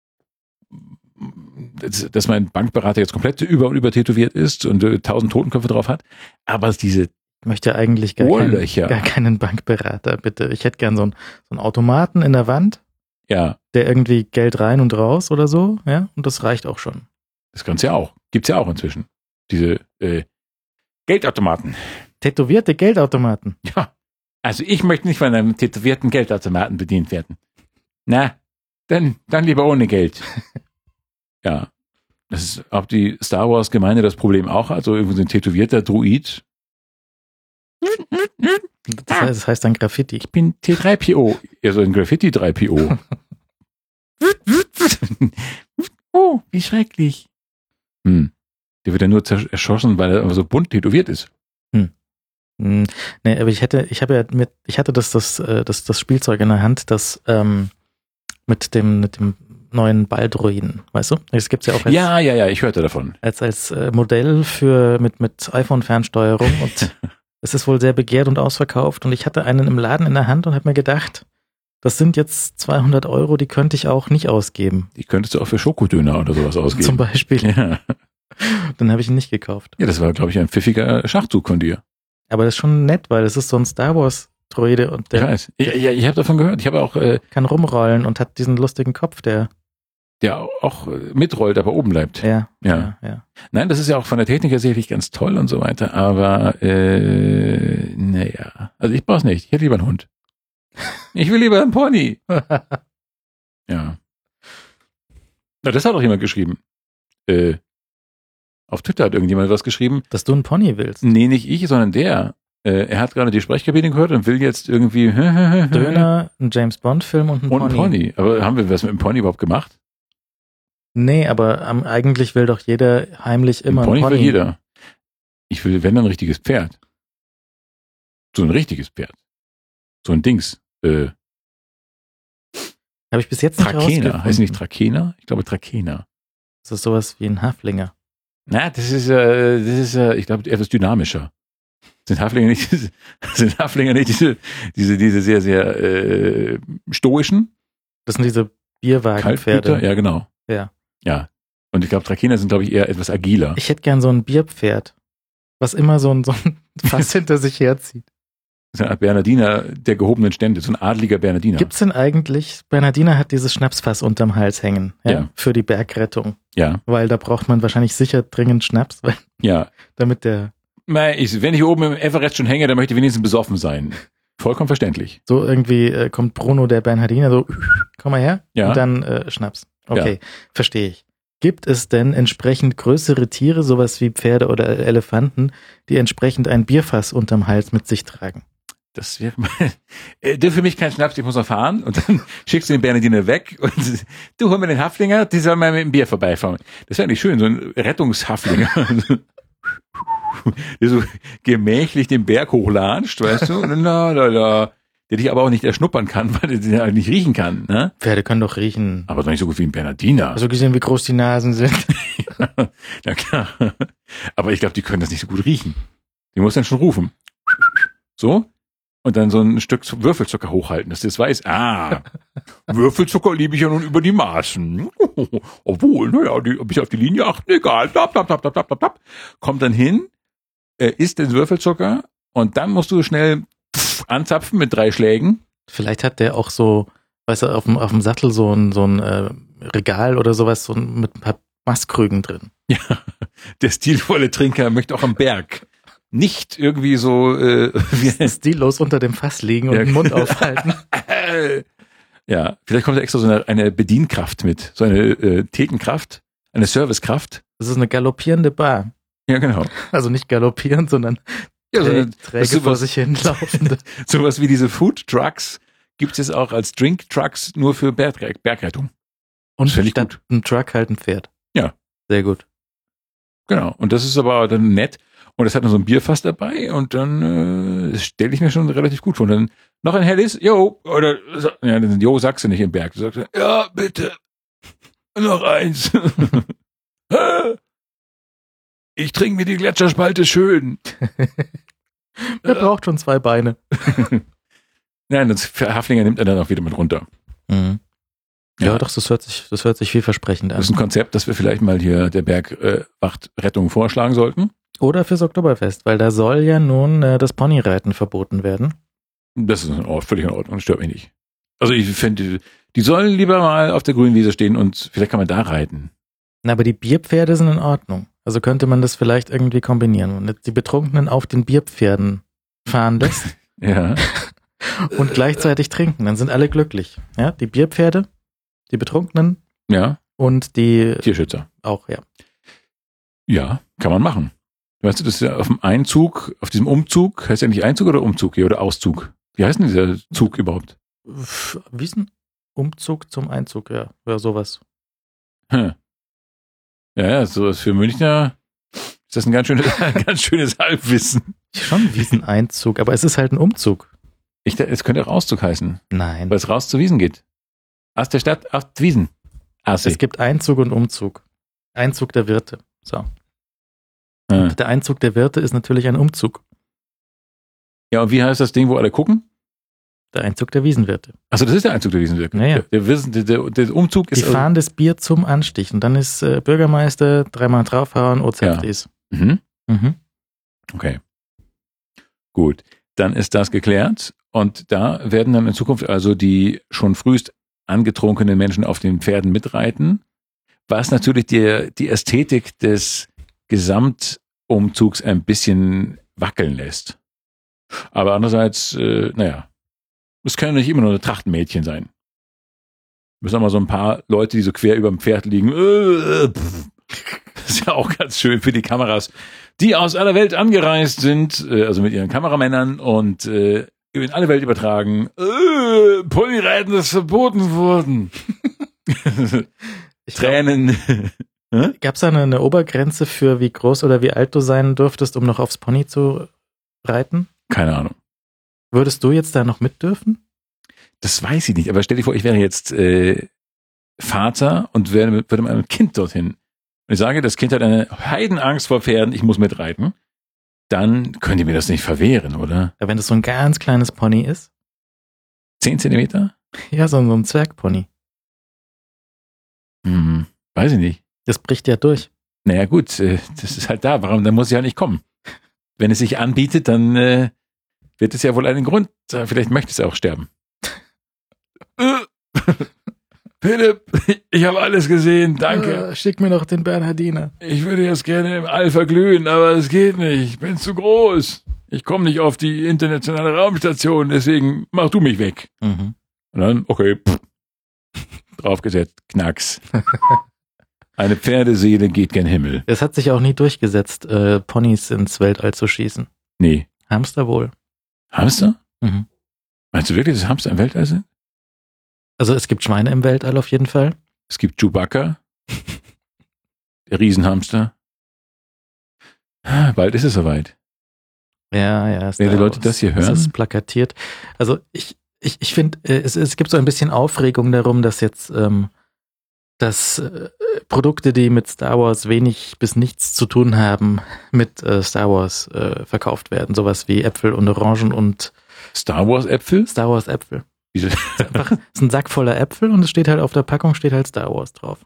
dass, dass mein Bankberater jetzt komplett über und über tätowiert ist und äh, tausend Totenköpfe drauf hat, aber diese Ich möchte eigentlich gar, kein, Ohrlöcher, gar keinen Bankberater, bitte. Ich hätte gern so einen, so einen Automaten in der Wand, ja, der irgendwie Geld rein und raus oder so, ja, und das reicht auch schon. das kann's ja auch, gibt's ja auch inzwischen, diese äh, Geldautomaten. Tätowierte Geldautomaten. Ja, also ich möchte nicht von einem tätowierten Geldautomaten bedient werden. Na, dann, dann lieber ohne Geld. Ja, das ist, ob die Star Wars Gemeinde das Problem auch hat, so irgendwie so ein tätowierter Druid. Das heißt, das heißt dann Graffiti. Ich bin T drei P O, ja so ein Graffiti drei P O. Oh, wie schrecklich. Hm. Der wird ja nur zersch- erschossen, weil er so bunt tätowiert ist. Hm, nee, aber ich hätte, ich habe ja mit, ich hatte das, das, äh, das, das Spielzeug in der Hand, das ähm, mit dem, mit dem neuen Balldruiden, weißt du? Das gibt's ja auch als, Ja, ja, ja, ich hörte davon. als, als äh, Modell für mit, mit iPhone-Fernsteuerung und es ist wohl sehr begehrt und ausverkauft und ich hatte einen im Laden in der Hand und habe mir gedacht, das sind jetzt zweihundert Euro, die könnte ich auch nicht ausgeben. Die könntest du auch für Schokodöner oder sowas ausgeben. Zum Beispiel. Ja, Dann habe ich ihn nicht gekauft. ja, das war, glaube ich, ein pfiffiger Schachzug von dir. Aber das ist schon nett, weil es ist so ein Star Wars Droide und Ich der weiß. Ja, ja, ich habe davon gehört. Ich habe auch, äh, kann rumrollen und hat diesen lustigen Kopf, der der auch äh, mitrollt, aber oben bleibt. ja, Ja. ja, ja. Nein, das ist ja auch von der Technik her sicherlich ganz toll und so weiter, aber äh, naja, also ich brauch's nicht. Ich hätte lieber einen Hund. Ich will lieber einen Pony. Ja. Na, das hat auch jemand geschrieben. Äh, auf Twitter hat irgendjemand was geschrieben. Dass du einen Pony willst. Nee, nicht ich, sondern der. Äh, er hat gerade die Sprechkabine gehört und will jetzt irgendwie Döner, ein James Bond Film und ein und Pony. ein Pony. Aber haben wir was mit dem Pony überhaupt gemacht? Nee, aber ähm, eigentlich will doch jeder heimlich immer ein Pony, ein Pony. will jeder. Ich will, wenn dann ein richtiges Pferd. So ein richtiges Pferd. So ein Dings. Äh, Habe ich bis jetzt nicht Trakehner. rausgefunden. Heißt nicht Trakehner? Ich glaube Trakehner. Das ist sowas wie ein Haflinger. Na, das ist, äh, das ist, äh, ich glaube, etwas dynamischer. Sind Haflinger nicht, sind Haflinger nicht diese, diese, diese sehr, sehr äh, stoischen? Das sind diese Bierwagenpferde. Kaltblüter? Ja, genau. Ja. Ja. Und ich glaube, Trakehner sind, glaube ich, eher etwas agiler. Ich hätte gern so ein Bierpferd, was immer so ein, so ein Fass hinter sich herzieht. Das ist eine Art Bernardiner der gehobenen Stände, so ein adliger Bernardiner. Gibt's denn eigentlich, Bernardiner hat dieses Schnapsfass unterm Hals hängen, ja, Ja. für die Bergrettung. Ja. Weil da braucht man wahrscheinlich sicher dringend Schnaps, weil, Ja. damit der Mei, ich, wenn ich oben im Everest schon hänge, dann möchte ich wenigstens besoffen sein. Vollkommen verständlich. so irgendwie äh, kommt Bruno der Bernhardiner so, komm mal her, Ja. und dann äh, Schnaps. Okay, verstehe ich. Gibt es denn entsprechend größere Tiere, sowas wie Pferde oder Elefanten, die entsprechend ein Bierfass unterm Hals mit sich tragen? Das wäre äh, du für mich kein Schnaps, ich muss noch fahren. Und dann schickst du den Bernardiner weg und du hol mir den Haflinger, die soll mal mit dem Bier vorbeifahren. Das wäre nicht schön, so ein Rettungshaflinger. Der so gemächlich den Berg hochlatscht, weißt du? Und la, la, la. Der dich aber auch nicht erschnuppern kann, weil der den halt nicht riechen kann. Ne? Pferde können doch riechen. Aber doch nicht so gut wie ein Bernardiner. Also gesehen, wie groß die Nasen sind. Na klar. Aber ich glaube, die können das nicht so gut riechen. Die muss dann schon rufen. So. Und dann so ein Stück Würfelzucker hochhalten, dass du das weißt. Ah, Würfelzucker liebe ich ja nun über die Maßen. Obwohl, naja, die, ob ich auf die Linie achte, egal. Blab, blab, blab, blab, blab, blab. Kommt dann hin, äh, isst den Würfelzucker und dann musst du schnell pff, anzapfen mit drei Schlägen. Vielleicht hat der auch so, weißt du, auf dem, auf dem Sattel so ein, so ein äh, Regal oder sowas so ein, mit ein paar Maßkrügen drin. Ja, der stilvolle Trinker möchte auch am Berg nicht irgendwie so äh, wie stillos unter dem Fass liegen und Ja. den Mund aufhalten. Ja, vielleicht kommt da extra so eine, eine Bedienkraft mit, so eine äh, Thekenkraft, eine Servicekraft. Das ist eine galoppierende Bar. Ja, genau. Also nicht galoppierend, sondern Ja, so trä- eine, träge das ist vor sowas, sich hin laufende. sowas wie diese Food Trucks gibt es auch als Drink Trucks nur für Berg, Bergrettung. Und Völlig statt ein Truck halt ein Pferd. Ja. Sehr gut. Genau. Und das ist aber dann nett. Und es hat noch so ein Bierfass dabei und dann äh, stelle ich mir schon relativ gut vor. Und dann noch ein helles, jo, oder ja, dann jo, sagst du nicht im Berg. Du sagst, ja, bitte, noch eins. Ich trinke mir die Gletscherspalte schön. Er braucht schon zwei Beine. Nein, das Haflinger nimmt er dann auch wieder mit runter. Mhm. Ja, Ja. doch, das hört sich, das hört sich vielversprechend an. Das ist ein Konzept, das wir vielleicht mal hier der Bergwachtrettung vorschlagen sollten. Oder fürs Oktoberfest, weil da soll ja nun äh, das Ponyreiten verboten werden. Das ist in Ordnung, völlig in Ordnung, das stört mich nicht. Also ich finde, die sollen lieber mal auf der grünen Wiese stehen und vielleicht kann man da reiten. Na, aber die Bierpferde sind in Ordnung. Also könnte man das vielleicht irgendwie kombinieren und jetzt die Betrunkenen auf den Bierpferden fahren lässt Ja. und gleichzeitig trinken. Dann sind alle glücklich. Ja, die Bierpferde, die Betrunkenen Ja, und die Tierschützer. auch, ja. Ja, kann man machen. Weißt du, das ist ja auf dem Einzug, auf diesem Umzug, heißt ja nicht Einzug oder Umzug hier oder Auszug? Wie heißt denn dieser Zug überhaupt? F- Wiesen? Umzug zum Einzug, ja. Oder sowas. Hm. Ja, ja, sowas für Münchner ist das ein ganz schönes, ein ganz schönes Halbwissen. Schon Wieseneinzug, aber es ist halt ein Umzug. Ich, da- es könnte auch Auszug heißen, Nein. weil es raus zu Wiesen geht. Aus der Stadt auf die Wiesen. Ah, Es gibt Einzug und Umzug. Einzug der Wirte. So. ah. Der Einzug der Wirte ist natürlich ein Umzug. Ja, und wie heißt das Ding, wo alle gucken? Der Einzug der Wiesenwirte. Achso, das ist der Einzug der Wiesen. Der, Ja, ja. der, Wiesen, der, der, der Umzug Die ist... also- fahren das Bier zum Anstich und dann ist äh, Bürgermeister, dreimal draufhauen, O Z ist. Mhm. Mhm. Okay. Gut. Dann ist das geklärt. Und da werden dann in Zukunft also die schon frühest angetrunkenen Menschen auf den Pferden mitreiten, was natürlich die, die Ästhetik des Gesamtumzugs ein bisschen wackeln lässt. Aber andererseits, äh, naja, es können nicht immer nur eine Trachtenmädchen sein. Müssen auch mal so ein paar Leute, die so quer über dem Pferd liegen. Äh, pff. Das ist ja auch ganz schön für die Kameras, die aus aller Welt angereist sind, äh, also mit ihren Kameramännern und äh, in alle Welt übertragen. Äh, Ponyreiten ist verboten worden. Tränen. Gab es da eine, eine Obergrenze für wie groß oder wie alt du sein dürftest, um noch aufs Pony zu reiten? Keine Ahnung. Würdest du jetzt da noch mit dürfen? Das weiß ich nicht, aber stell dir vor, ich wäre jetzt äh, Vater und wäre mit, würde mit einem Kind dorthin. und ich sage, das Kind hat eine Heidenangst vor Pferden, ich muss mitreiten, dann könnt ihr mir das nicht verwehren, oder? Ja, wenn das so ein ganz kleines Pony ist. Zehn Zentimeter? Ja, so, so ein Zwergpony. Hm, weiß ich nicht. Das bricht ja durch. Naja gut, äh, das ist halt da. Warum? Dann muss ich ja nicht kommen. Wenn es sich anbietet, dann äh, wird es ja wohl einen Grund. Vielleicht möchte es auch sterben. Philipp, ich habe alles gesehen, danke. Uh, schick mir noch den Bernhardiner. Ich würde jetzt gerne im All verglühen, aber es geht nicht. Ich bin zu groß. Ich komme nicht auf die internationale Raumstation, deswegen mach du mich weg. Mhm. Und dann, okay, pff, draufgesetzt, Knacks. Eine Pferdeseele geht gen Himmel. Es hat sich auch nie durchgesetzt, äh, Ponys ins Weltall zu schießen. Nee. Hamster wohl. Hamster? Mhm. Meinst du wirklich, dass Hamster im Weltall sind? Also es gibt Schweine im Weltall auf jeden Fall. Es gibt Chewbacca, der Riesenhamster. Bald ist es soweit. Ja, ja. Wenn die Leute das hier hören. Es ist plakatiert. Also ich, ich, ich finde, äh, es, es gibt so ein bisschen Aufregung darum, dass jetzt ähm, dass äh, Produkte, die mit Star Wars wenig bis nichts zu tun haben, mit äh, Star Wars äh, verkauft werden. Sowas wie Äpfel und Orangen und Star Wars Äpfel? Star Wars Äpfel. Wieso? Es ist einfach, es ist ein Sack voller Äpfel und es steht halt auf der Packung steht halt Star Wars drauf.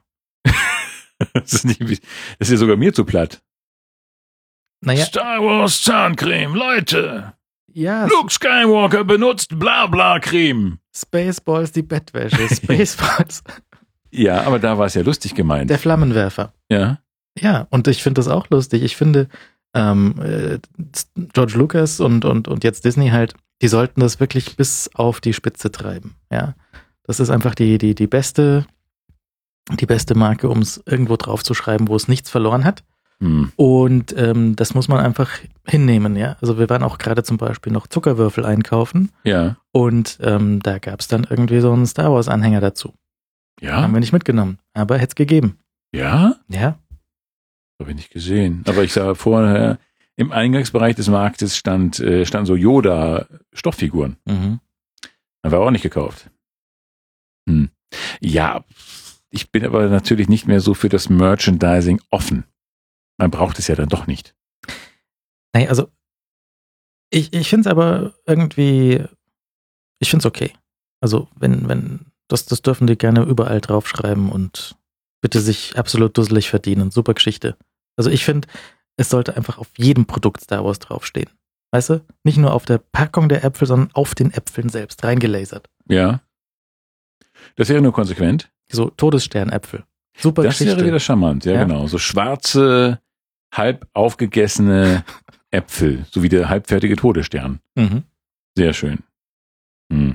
Das ist, nicht, das ist ja sogar mir zu platt. Naja. Star Wars Zahncreme, Leute. Ja. Luke Skywalker benutzt Blabla-Creme. Spaceballs, die Bettwäsche. Spaceballs. Ja, aber da war es ja lustig gemeint. Der Flammenwerfer. Ja. Ja, und ich finde das auch lustig. Ich finde, ähm, äh, George Lucas und, und, und jetzt Disney halt, die sollten das wirklich bis auf die Spitze treiben. Ja. Das ist einfach die, die, die beste, die beste Marke, um es irgendwo drauf zu schreiben, wo es nichts verloren hat. Hm. Und ähm, das muss man einfach hinnehmen, ja. Also wir waren auch gerade zum Beispiel noch Zuckerwürfel einkaufen. Ja. Und ähm, da gab es dann irgendwie so einen Star Wars-Anhänger dazu. Ja. Haben wir nicht mitgenommen, aber hätte es gegeben. Ja? Ja. Habe ich nicht gesehen. Aber ich sah vorher, im Eingangsbereich des Marktes stand, äh, standen so Yoda-Stofffiguren. Mhm. Haben wir auch nicht gekauft. Hm. Ja, ich bin aber natürlich nicht mehr so für das Merchandising offen. Man braucht es ja dann doch nicht. Naja, also ich, ich finde es aber irgendwie, ich finde es okay. Also wenn, wenn, das, das dürfen die gerne überall draufschreiben und bitte sich absolut dusselig verdienen. Super Geschichte. Also ich finde, es sollte einfach auf jedem Produkt Star Wars draufstehen. Weißt du? Nicht nur auf der Packung der Äpfel, sondern auf den Äpfeln selbst, reingelasert. Ja. Das wäre nur konsequent. So Todessternäpfel. Super Das Geschichte. wäre wieder charmant, ja, Ja. genau. So schwarze, halb aufgegessene Äpfel, so wie der halbfertige Todesstern. Mhm. Sehr schön. Hm.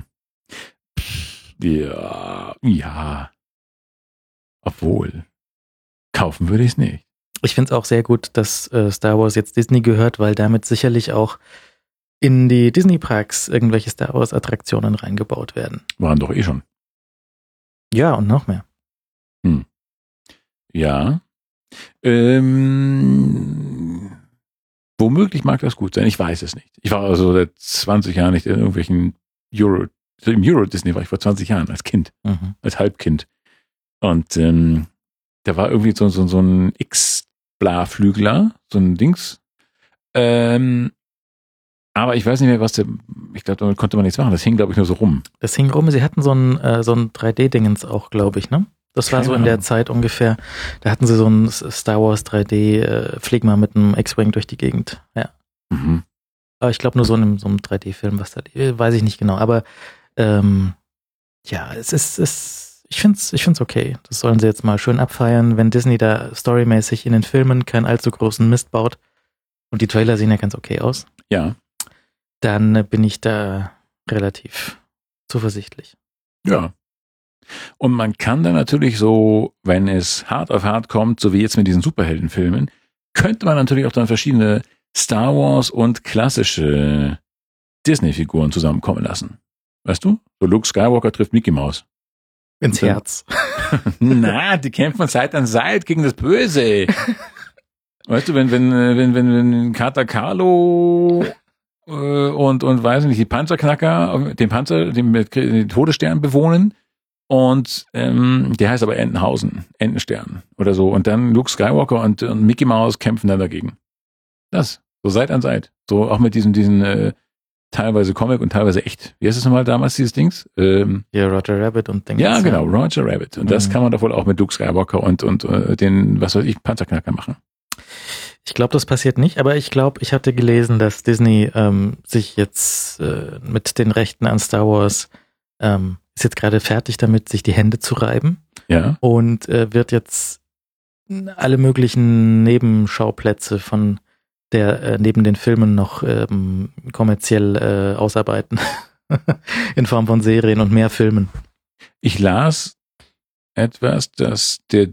Ja, ja. Obwohl, kaufen würde ich es nicht. Ich finde es auch sehr gut, dass äh, Star Wars jetzt Disney gehört, weil damit sicherlich auch in die Disney-Parks irgendwelche Star Wars-Attraktionen reingebaut werden. Waren doch eh schon. Ja, und noch mehr. Hm. Ja. Ähm, womöglich mag das gut sein. Ich weiß es nicht. Ich war also seit zwanzig Jahren nicht in irgendwelchen Euro, im Euro-Disney war ich vor zwanzig Jahren als Kind, Mhm. als Halbkind. Und ähm, da war irgendwie so, so, so ein X-Bla-Flügler, so ein Dings. Ähm, aber ich weiß nicht mehr, was der, ich glaube, damit konnte man nichts machen. Das hing, glaube ich, nur so rum. Das hing rum, sie hatten so ein, äh, so ein drei D-Dingens auch, glaube ich, ne? Das war Keine so in der Ahnung. Zeit ungefähr. Da hatten sie so ein Star Wars drei D, äh, flieg mal mit einem X-Wing durch die Gegend. Ja. Mhm. Aber ich glaube nur so in einem, so einem drei D-Film, was da, äh, weiß ich nicht genau. Aber ähm, ja, es ist, es, ich finde es ich find's okay. Das sollen sie jetzt mal schön abfeiern, wenn Disney da storymäßig in den Filmen keinen allzu großen Mist baut. Und die Trailer sehen ja ganz okay aus. Ja. Dann äh, bin ich da relativ zuversichtlich. Ja. Und man kann dann natürlich so, wenn es hart auf hart kommt, so wie jetzt mit diesen Superheldenfilmen, könnte man natürlich auch dann verschiedene Star Wars und klassische Disney-Figuren zusammenkommen lassen. Weißt du? So Luke Skywalker trifft Mickey Mouse. Ins Ja. Herz. Na, die kämpfen Seite an Seite gegen das Böse. Weißt du, wenn, wenn, äh, wenn, wenn, wenn Kater Carlo äh, und, und weiß nicht, die Panzerknacker, den Panzer, den, den Todesstern bewohnen, Und ähm, der heißt aber Entenhausen, Entenstern oder so. Und dann Luke Skywalker und, und Mickey Mouse kämpfen dann dagegen. Das, so Seit an Seit. So auch mit diesen, diesen äh, teilweise Comic und teilweise echt. Wie heißt es nochmal damals, dieses Dings? Ähm, ja, Roger Rabbit und Dings. Ja, genau, Roger Rabbit. Und mhm. das kann man doch wohl auch mit Luke Skywalker und, und äh, den, was weiß ich, Panzerknacker machen. Ich glaube, das passiert nicht, aber ich glaube, ich hatte gelesen, dass Disney ähm, sich jetzt äh, mit den Rechten an Star Wars ähm, ist jetzt gerade fertig damit, sich die Hände zu reiben. Ja. Und äh, wird jetzt alle möglichen Nebenschauplätze von der äh, neben den Filmen noch ähm, kommerziell äh, ausarbeiten. In Form von Serien und mehr Filmen. Ich las etwas, dass der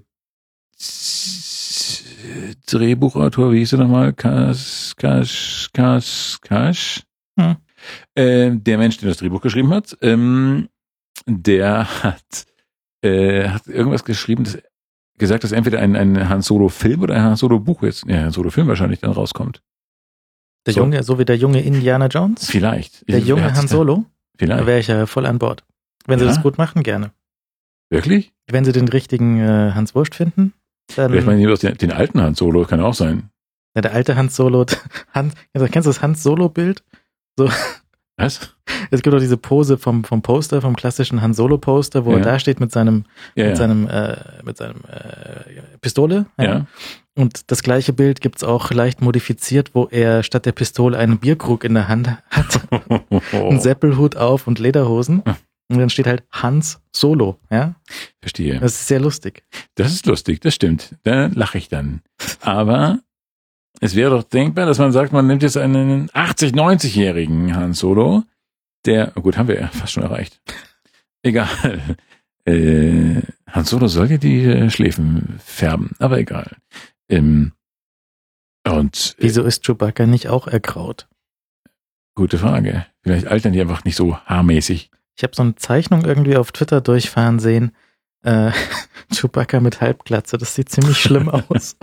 Drehbuchautor, wie hieß er nochmal? Kash, Kash, Kash, Kash. Hm. Äh, der Mensch, der das Drehbuch geschrieben hat, ähm, der hat, äh, hat irgendwas geschrieben, das, gesagt, dass entweder ein, ein Han Solo-Film oder ein Han Solo-Buch jetzt, ja, Han Solo-Film wahrscheinlich dann rauskommt. Der so. junge, so wie der junge Indiana Jones? Vielleicht. Der junge Han Solo? Vielleicht. Da wäre ich ja voll an Bord. Wenn sie ja. das gut machen, gerne. Wirklich? Wenn sie den richtigen äh, Hans Wurst finden, dann... Vielleicht meinen Sie den, den alten Han Solo, kann auch sein. Ja, der alte Hans Solo, Hans, kennst du das Hans Solo-Bild? So. Was? Es gibt auch diese Pose vom, vom Poster, vom klassischen Han Solo-Poster, wo ja. er da steht mit seinem, ja, mit ja. seinem, äh, mit seinem äh, Pistole. Ja. ja. Und das gleiche Bild gibt's auch leicht modifiziert, wo er statt der Pistole einen Bierkrug in der Hand hat, einen Seppelhut auf und Lederhosen. Und dann steht halt Hans Solo. Ja. Verstehe. Das ist sehr lustig. Das ist lustig, das stimmt. Da lache ich dann. Aber es wäre doch denkbar, dass man sagt, man nimmt jetzt einen achtzig-, neunzigjährigen Han Solo, der, gut, haben wir ja fast schon erreicht. Egal. Äh, Han Solo soll ja die äh, Schläfen färben, aber egal. Ähm, und Wieso ist Chewbacca nicht auch ergraut? Gute Frage. Vielleicht altern die einfach nicht so haarmäßig. Ich habe so eine Zeichnung irgendwie auf Twitter durchfahren sehen. Äh, Chewbacca mit Halbglatze, das sieht ziemlich schlimm aus.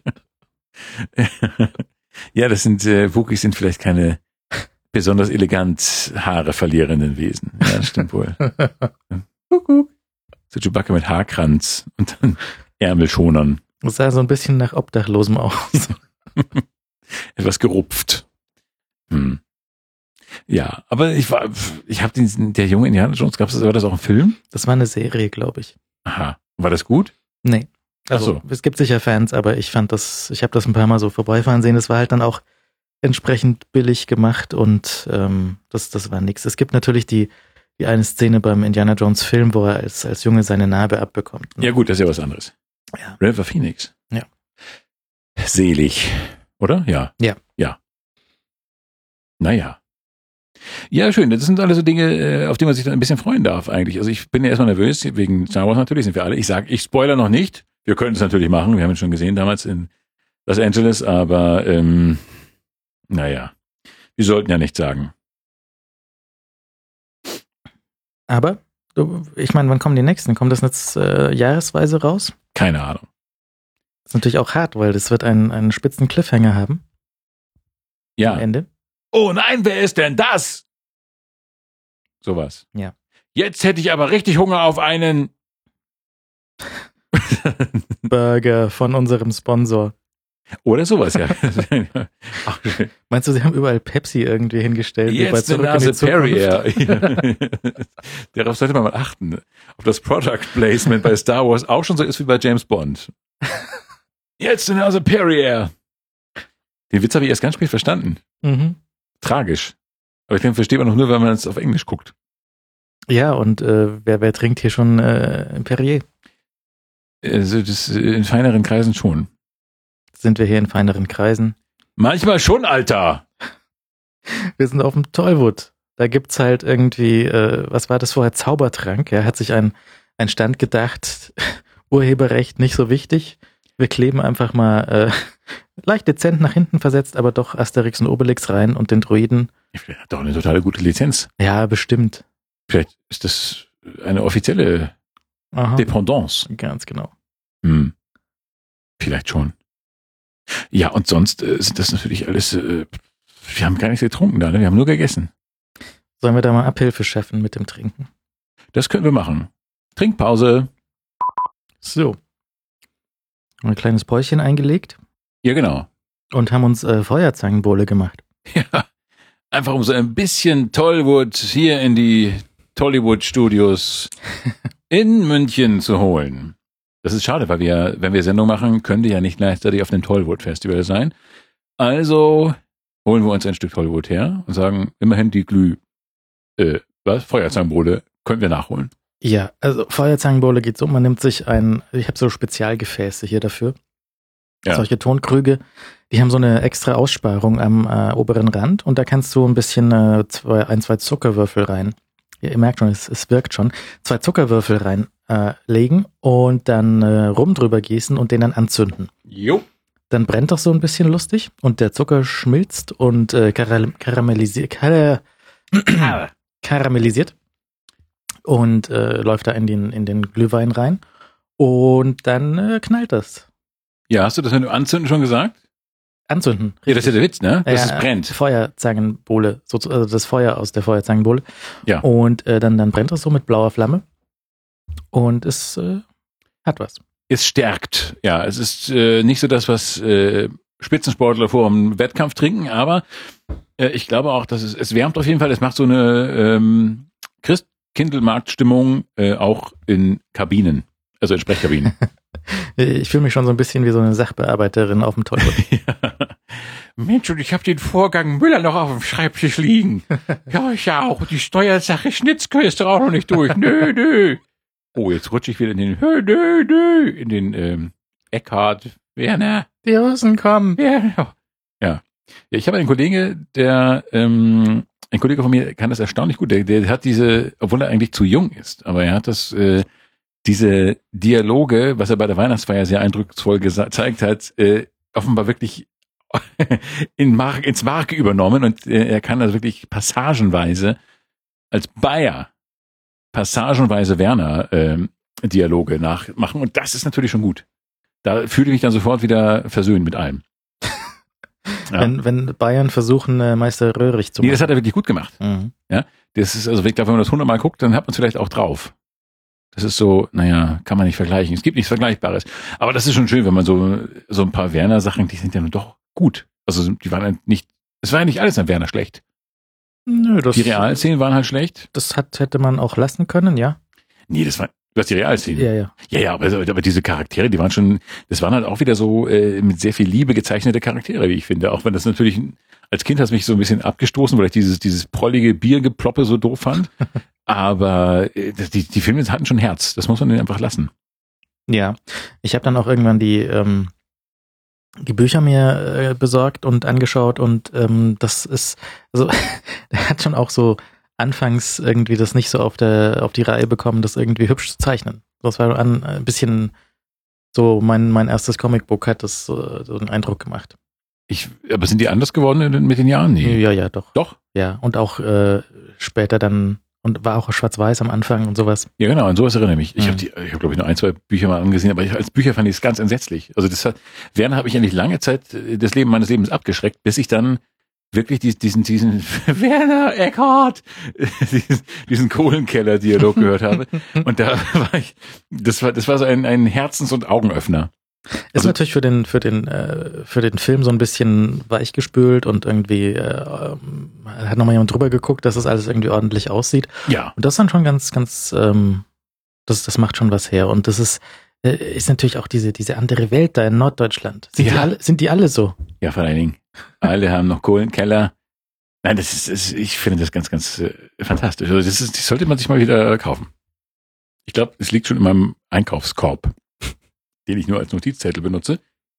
Ja, das sind, äh, Wookies sind vielleicht keine besonders elegant Haare verlierenden Wesen. Ja, das stimmt wohl. So Chewbacca mit Haarkranz und dann Ärmelschonern. Das sah so ein bisschen nach Obdachlosem aus. Etwas gerupft. Hm. Ja, aber ich war, ich habe diesen, der junge Indiana Jones, gab's das, war das auch ein Film? Das war eine Serie, glaube ich. Aha. War das gut? Nee. Also, so. Es gibt sicher Fans, aber ich fand das, ich habe das ein paar Mal so vorbeifahren sehen, das war halt dann auch entsprechend billig gemacht und ähm, das, das war nix. Es gibt natürlich die, die eine Szene beim Indiana Jones Film, wo er als, als Junge seine Narbe abbekommt. Ne? Ja gut, das ist ja was anderes. Ja. River Phoenix. Ja. Selig. Oder? Ja. Ja. Ja. Naja. Ja, schön. Das sind alles so Dinge, auf die man sich dann ein bisschen freuen darf eigentlich. Also ich bin ja erstmal nervös, wegen Star Wars natürlich, sind wir alle. Ich sage, ich spoiler noch nicht. Wir können es natürlich machen. Wir haben es schon gesehen damals in Los Angeles, aber ähm, naja, wir sollten ja nichts sagen. Aber, du, ich meine, wann kommen die nächsten? Kommt das jetzt äh, jahresweise raus? Keine Ahnung. Das ist natürlich auch hart, weil das wird einen, einen spitzen Cliffhanger haben. Ja. Am Ende. Oh nein, wer ist denn das? Sowas. Ja. Jetzt hätte ich aber richtig Hunger auf einen Burger von unserem Sponsor. Oder sowas, ja. Meinst du, sie haben überall Pepsi irgendwie hingestellt? Jetzt eine Nase Perrier. Darauf sollte man mal achten, ob das Product Placement bei Star Wars auch schon so ist wie bei James Bond. Jetzt eine Nase Perrier. Den Witz habe ich erst ganz spät verstanden. Mhm. Tragisch. Aber ich denke, versteht man noch nur, wenn man es auf Englisch guckt. Ja, und äh, wer, wer trinkt hier schon äh, Perrier? Also das, in feineren Kreisen schon. Sind wir hier in feineren Kreisen? Manchmal schon, Alter. Wir sind auf dem Tollwood. Da gibt's halt irgendwie, äh, was war das vorher? Zaubertrank. Er hat sich ein, ein Stand gedacht, Urheberrecht nicht so wichtig. Wir kleben einfach mal äh, leicht dezent nach hinten versetzt, aber doch Asterix und Obelix rein und den Druiden. Vielleicht hat doch eine total gute Lizenz. Ja, bestimmt. Vielleicht ist das eine offizielle Aha. Dependance. Ganz genau. Hm. Vielleicht schon. Ja, und sonst äh, sind das natürlich alles, äh, wir haben gar nichts getrunken da, ne? Wir haben nur gegessen. Sollen wir da mal Abhilfe schaffen mit dem Trinken? Das können wir machen. Trinkpause. So. Ein kleines Päuschen eingelegt. Ja, genau. Und haben uns äh, Feuerzangenbowle gemacht. Ja, einfach um so ein bisschen Tollwood hier in die Tollywood-Studios in München zu holen. Das ist schade, weil wir, wenn wir Sendung machen, könnte ja nicht gleichzeitig auf dem Tollwood-Festival sein. Also holen wir uns ein Stück Tollwood her und sagen, immerhin die Glüh, äh, was? Feuerzangenbowle können wir nachholen. Ja, also Feuerzangenbowle geht so, man nimmt sich ein, ich habe so Spezialgefäße hier dafür. Ja. Solche Tonkrüge, die haben so eine extra Aussparung am äh, oberen Rand und da kannst du ein bisschen, äh, zwei, ein, zwei Zuckerwürfel rein. Ja, ihr merkt schon, es, es wirkt schon. Zwei Zuckerwürfel reinlegen äh, und dann äh, rum drüber gießen und den dann anzünden. Jo. Dann brennt das so ein bisschen lustig und der Zucker schmilzt und äh, karam- karamellisiert, kar- karamellisiert. Und äh, läuft da in den, in den Glühwein rein. Und dann äh, knallt das. Ja, hast du das mit dem Anzünden schon gesagt? Anzünden. Ja, das ist ja der Witz, ne? Dass ja, es brennt. Feuerzangenbowle, so, also das Feuer aus der Feuerzangenbowle. Ja. Und äh, dann, dann brennt das so mit blauer Flamme. Und es äh, hat was. Es stärkt. Ja, es ist äh, nicht so das, was äh, Spitzensportler vor dem Wettkampf trinken, aber äh, ich glaube auch, dass es, es wärmt auf jeden Fall. Es macht so eine ähm, Christ Kindelmarktstimmung äh, auch in Kabinen, also in Sprechkabinen. Ich fühle mich schon so ein bisschen wie so eine Sachbearbeiterin auf dem Tollwood. Ja. Mensch, und ich habe den Vorgang Müller noch auf dem Schreibtisch liegen. Ja, ich auch. Die Steuersache Schnitzke ist doch auch noch nicht durch. Nö, nö. Oh, jetzt rutsche ich wieder in den Nö, nö, nö, in den ähm, Eckhard Werner. Die Russen kommen. Ja. Ja. Ja, ich habe einen Kollege, der ähm, Ein Kollege von mir kann das erstaunlich gut. Der, der hat diese, obwohl er eigentlich zu jung ist, aber er hat das, äh, diese Dialoge, was er bei der Weihnachtsfeier sehr eindrucksvoll gezeigt hat, äh, offenbar wirklich in Mark, ins Mark übernommen und äh, er kann das wirklich passagenweise als Bayer passagenweise Werner äh, Dialoge nachmachen und das ist natürlich schon gut. Da fühle ich mich dann sofort wieder versöhnt mit allem. Ja. Wenn, wenn Bayern versuchen, äh, Meister Röhrig zu machen. Nee, das hat er wirklich gut gemacht. Mhm. Ja, das ist, also ich glaube, wenn man das hundertmal guckt, dann hat man es vielleicht auch drauf. Das ist so, naja, kann man nicht vergleichen. Es gibt nichts Vergleichbares. Aber das ist schon schön, wenn man so, so ein paar Werner-Sachen, die sind ja nun doch gut. Also die waren ja nicht, es war ja nicht alles an Werner schlecht. Nö, das, die Realszenen waren halt schlecht. Das hat, hätte man auch lassen können, ja? Nee, das war, du hast die Realszenen. Ja, ja. Ja, ja, aber, aber diese Charaktere, die waren schon, das waren halt auch wieder so äh, mit sehr viel Liebe gezeichnete Charaktere, wie ich finde. Auch wenn das natürlich, als Kind hat es mich so ein bisschen abgestoßen, weil ich dieses, dieses prollige Biergeploppe so doof fand. Aber äh, die, die Filme hatten schon Herz. Das muss man denen einfach lassen. Ja, ich habe dann auch irgendwann die, ähm, die Bücher mir äh, besorgt und angeschaut und ähm, das ist, also der hat schon auch so anfangs irgendwie das nicht so auf der auf die Reihe bekommen, das irgendwie hübsch zu zeichnen. Das war an, ein bisschen so mein mein erstes Comicbook hat das so, so einen Eindruck gemacht. Ich, aber sind die anders geworden mit den Jahren? Nee. Ja, ja, doch. Doch? Ja, und auch äh, später dann und war auch schwarz-weiß am Anfang und sowas. Ja, genau, an sowas erinnere ich mich. Ich Mhm. habe die, ich habe glaube ich nur ein, zwei Bücher mal angesehen, aber ich, als Bücher fand ich es ganz entsetzlich. Also das hat, Werner habe ich eigentlich lange Zeit äh, das Leben meines Lebens abgeschreckt, bis ich dann wirklich diesen, diesen, diesen Werner Eckhart, diesen, diesen Kohlenkeller-Dialog gehört habe. Und da war ich, das war, das war so ein, ein Herzens- und Augenöffner. Ist Also- natürlich für den für den äh, für den Film so ein bisschen weichgespült und irgendwie äh, ähm, hat nochmal jemand drüber geguckt, dass das alles irgendwie ordentlich aussieht. Ja. Und das ist dann schon ganz ganz ähm, das das macht schon was her und das ist äh, ist natürlich auch diese diese andere Welt da in Norddeutschland. Sind Ja. die alle sind die alle so? Ja, vor allen Dingen. Alle haben noch Kohlenkeller. Nein, das ist, ist ich finde das ganz, ganz äh, fantastisch. Also das ist, das sollte man sich mal wieder kaufen. Ich glaube, es liegt schon in meinem Einkaufskorb, den ich nur als Notizzettel benutze.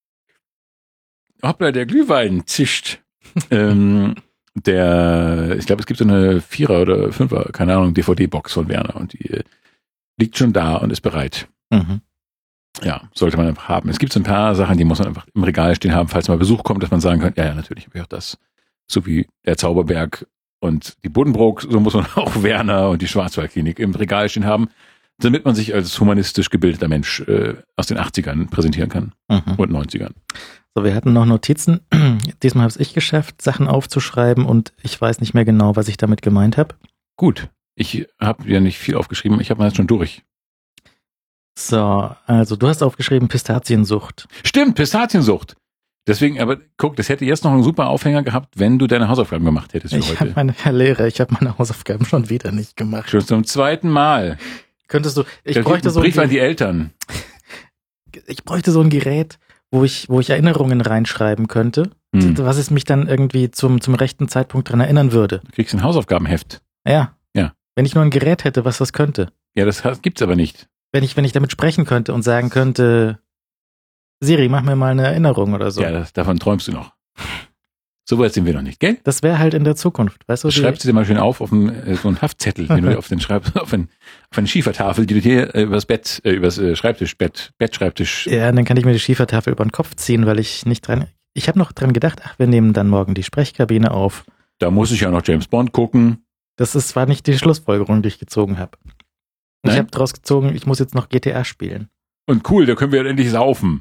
Hoppla, der Glühwein zischt. ähm, der, ich glaube, es gibt so eine Vierer- oder Fünfer, keine Ahnung, D V D-Box von Werner und die äh, liegt schon da und ist bereit. Mhm. Ja, sollte man einfach haben. Es gibt so ein paar Sachen, die muss man einfach im Regal stehen haben, falls mal Besuch kommt, dass man sagen kann, ja, ja, natürlich habe ich auch das. So wie der Zauberberg und die Buddenbrook, so muss man auch Werner und die Schwarzwaldklinik im Regal stehen haben, damit man sich als humanistisch gebildeter Mensch äh, aus den achtzigern präsentieren kann Mhm. und neunzigern. So, wir hatten noch Notizen. Diesmal habe es ich geschafft, Sachen aufzuschreiben und ich weiß nicht mehr genau, was ich damit gemeint habe. Gut, ich habe ja nicht viel aufgeschrieben, ich habe mal jetzt schon durch. So, also du hast aufgeschrieben Pistaziensucht. Stimmt, Pistaziensucht. Deswegen, aber guck, das hätte jetzt noch einen super Aufhänger gehabt, wenn du deine Hausaufgaben gemacht hättest für Ich heute. habe meine, Herr Lehrer, ich habe meine Hausaufgaben schon wieder nicht gemacht. Schon zum zweiten Mal. Könntest du, ich Da bräuchte gibt so einen ein, Brief an die Eltern. ich bräuchte so ein Gerät, wo ich, wo ich Erinnerungen reinschreiben könnte, Hm. was es mich dann irgendwie zum, zum rechten Zeitpunkt dran erinnern würde. Du kriegst ein Hausaufgabenheft. Ja. Ja. Wenn ich nur ein Gerät hätte, was das könnte. Ja, das hat- gibt's aber nicht. Wenn ich, wenn ich damit sprechen könnte und sagen könnte, Siri, mach mir mal eine Erinnerung oder so. Ja, das, davon träumst du noch. So weit sind wir noch nicht, gell? Das wäre halt in der Zukunft, weißt du? die- Schreibst du dir mal schön auf auf einen, äh, so einen Haftzettel, den du auf den schreibst, auf, ein, auf eine Schiefertafel, die du dir äh, übers Bett, äh, übers äh, Schreibtischbett, Bettschreibtisch. Ja, dann kann ich mir die Schiefertafel über den Kopf ziehen, weil ich nicht dran. Ich habe noch dran gedacht, ach, wir nehmen dann morgen die Sprechkabine auf. Da muss ich ja noch James Bond gucken. Das ist zwar nicht die Schlussfolgerung, die ich gezogen habe. Ich Nein? habe daraus gezogen, ich muss jetzt noch G T A spielen. Und cool, da können wir ja endlich saufen.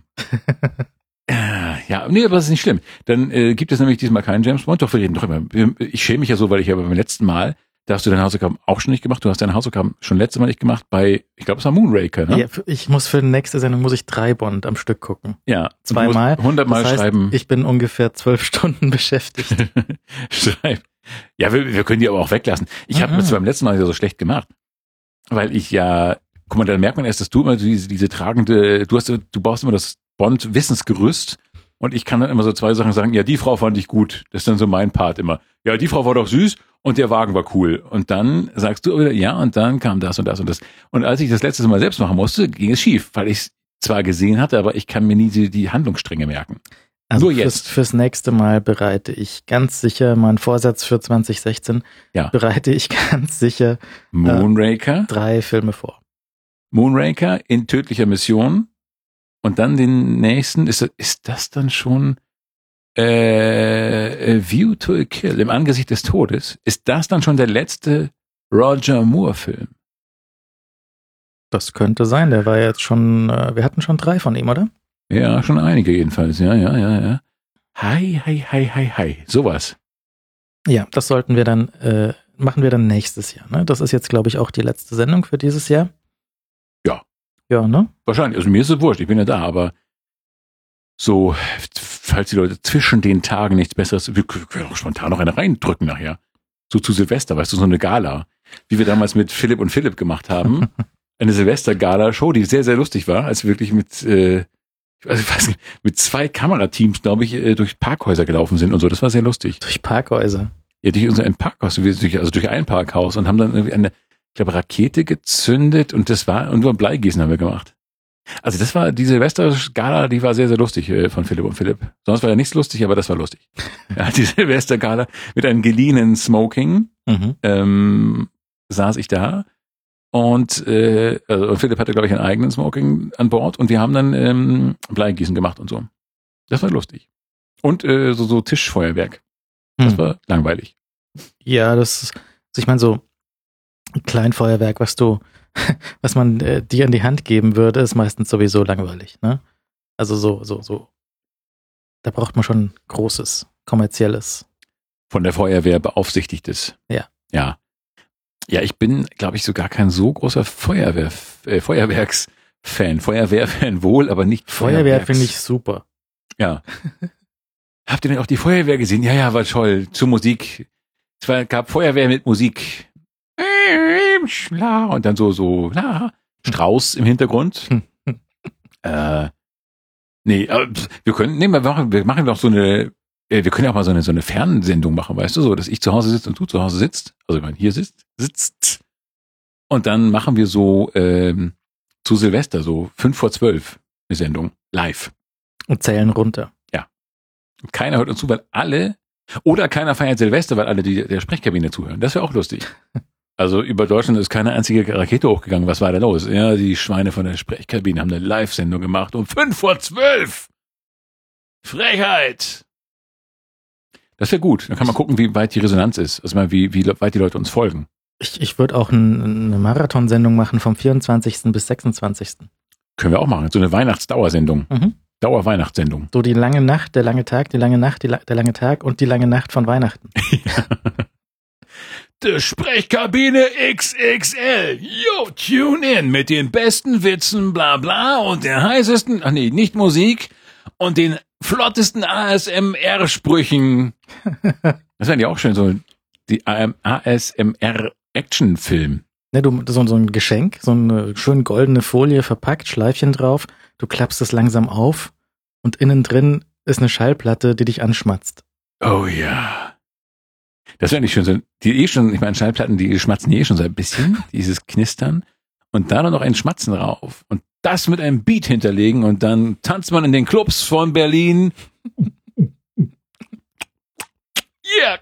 Äh, ja, nee, aber das ist nicht schlimm. Dann äh, gibt es nämlich diesmal keinen James Bond. Doch, wir reden doch immer. Ich schäme mich ja so, weil ich ja beim letzten Mal, da hast du deine Hausaufgaben auch schon nicht gemacht. Du hast deine Hausaufgaben schon letztes Mal nicht gemacht bei, ich glaube, es war Moonraker, ne? Ja, ich muss für die nächste Sendung muss ich drei Bond am Stück gucken. Ja. Zweimal. hundertmal Das heißt, schreiben. ich bin ungefähr zwölf Stunden beschäftigt. Schreib. Ja, wir, wir können die aber auch weglassen. Ich habe Mhm. das beim letzten Mal ja so schlecht gemacht, weil ich ja, guck mal, dann merkt man erst, dass du immer diese, diese tragende, du hast, du baust immer das Bond-Wissensgerüst und ich kann dann immer so zwei Sachen sagen, ja, die Frau fand ich gut. Das ist dann so mein Part immer. Ja, die Frau war doch süß und der Wagen war cool. Und dann sagst du wieder, ja, und dann kam das und das und das. Und als ich das letzte Mal selbst machen musste, ging es schief, weil ich es zwar gesehen hatte, aber ich kann mir nie die, die Handlungsstränge merken. Also Nur fürs, jetzt. fürs nächste Mal bereite ich ganz sicher, mein Vorsatz für zwanzig sechzehn, Ja. bereite ich ganz sicher Moonraker. drei Filme vor. Moonraker in tödlicher Mission und dann den nächsten, ist das, ist das dann schon äh, A View to a Kill, im Angesicht des Todes? Ist das dann schon der letzte Roger Moore-Film? Das könnte sein, der war jetzt schon, äh, wir hatten schon drei von ihm, oder? Ja, schon einige jedenfalls, ja, ja, ja, ja. Hi, hi, hi, hi, hi, sowas. Ja, das sollten wir dann, äh, machen wir dann nächstes Jahr, ne? Das ist jetzt, glaube ich, auch die letzte Sendung für dieses Jahr. Ja. Ja, ne? Wahrscheinlich, also mir ist es wurscht, ich bin ja da, aber so, falls die Leute zwischen den Tagen nichts Besseres, wir können auch spontan noch eine reindrücken nachher. So zu Silvester, weißt du, so eine Gala. Wie wir damals mit Philipp und Philipp gemacht haben. Eine Silvester-Gala-Show, die sehr, sehr lustig war, als wir wirklich mit, äh, also ich weiß nicht, mit zwei Kamerateams, glaube ich, äh, durch Parkhäuser gelaufen sind und so. Das war sehr lustig. Durch Parkhäuser. Ja, durch unser ein Parkhaus, wir sind durch, also durch ein Parkhaus und haben dann irgendwie eine, ich glaube, Rakete gezündet und das war, und nur Bleigießen haben wir gemacht. Also das war, die Silvester-Gala, die war sehr, sehr lustig äh, von Philipp und Philipp. Sonst war ja nichts lustig, aber das war lustig. Ja, die Silvester-Gala mit einem geliehenen Smoking, Mhm. ähm, saß ich da und äh, also Philipp hatte, glaube ich, einen eigenen Smoking an Bord und wir haben dann ähm, Bleigießen gemacht und so. Das war lustig. Und äh, so, so Tischfeuerwerk. Das Hm. war langweilig. Ja, das ist, also ich meine, so ein Kleinfeuerwerk, was du, was man äh, dir in die Hand geben würde, ist meistens sowieso langweilig, ne? Also so, so, so. Da braucht man schon großes, kommerzielles. Von der Feuerwehr beaufsichtigtes. Ja. Ja. Ja, ich bin, glaube ich, so gar kein so großer Feuerwehr, äh, Feuerwerks-Fan. Feuerwehr-Fan wohl, aber nicht Feuerwehr Feuerwerks- finde ich super. Ja. Habt ihr denn auch die Feuerwehr gesehen? Ja, ja, war toll. Zur Musik. Es war, gab Feuerwehr mit Musik. Und dann so, so, la, Strauß im Hintergrund. äh, nee, aber wir können, nee, wir machen, wir machen doch so eine, äh, wir können ja auch mal so eine, so eine Fernsendung machen, weißt du, so, dass ich zu Hause sitze und du zu Hause sitzt. Also, wenn man hier sitzt, sitzt. Und dann machen wir so, ähm, zu Silvester, so fünf vor zwölf, eine Sendung, live. Und zählen runter. Und keiner hört uns zu, weil alle, oder keiner feiert Silvester, weil alle die, der Sprechkabine zuhören. Das wäre auch lustig. Also über Deutschland ist keine einzige Rakete hochgegangen. Was war da los? Ja, die Schweine von der Sprechkabine haben eine Live-Sendung gemacht um fünf vor zwölf. Frechheit! Das wäre gut. Dann kann man gucken, wie weit die Resonanz ist. Also mal, wie, wie weit die Leute uns folgen. Ich, ich würde auch ein, eine Marathonsendung machen vom vierundzwanzigsten bis sechsundzwanzigsten Können wir auch machen. So eine Weihnachtsdauersendung. Mhm. Dauerweihnachtssendung. So die lange Nacht, der lange Tag, die lange Nacht, die, la- der lange Tag und die lange Nacht von Weihnachten. neueste Sprechkabine X X L. Yo, tune in mit den besten Witzen, bla bla und der heißesten, ach nee, nicht Musik und den flottesten A S M R-Sprüchen. Das wäre ja auch schön, so die A S M R-Action-Film. Ne, du, so, so ein Geschenk, so eine schön goldene Folie verpackt, Schleifchen drauf, du klappst es langsam auf und innen drin ist eine Schallplatte, die dich anschmatzt. Oh ja. Das wäre nicht schön, so, die eh schon, ich meine, Schallplatten, die schmatzen eh schon so ein bisschen, dieses Knistern und da noch ein Schmatzen drauf und das mit einem Beat hinterlegen und dann tanzt man in den Clubs von Berlin. Yeah.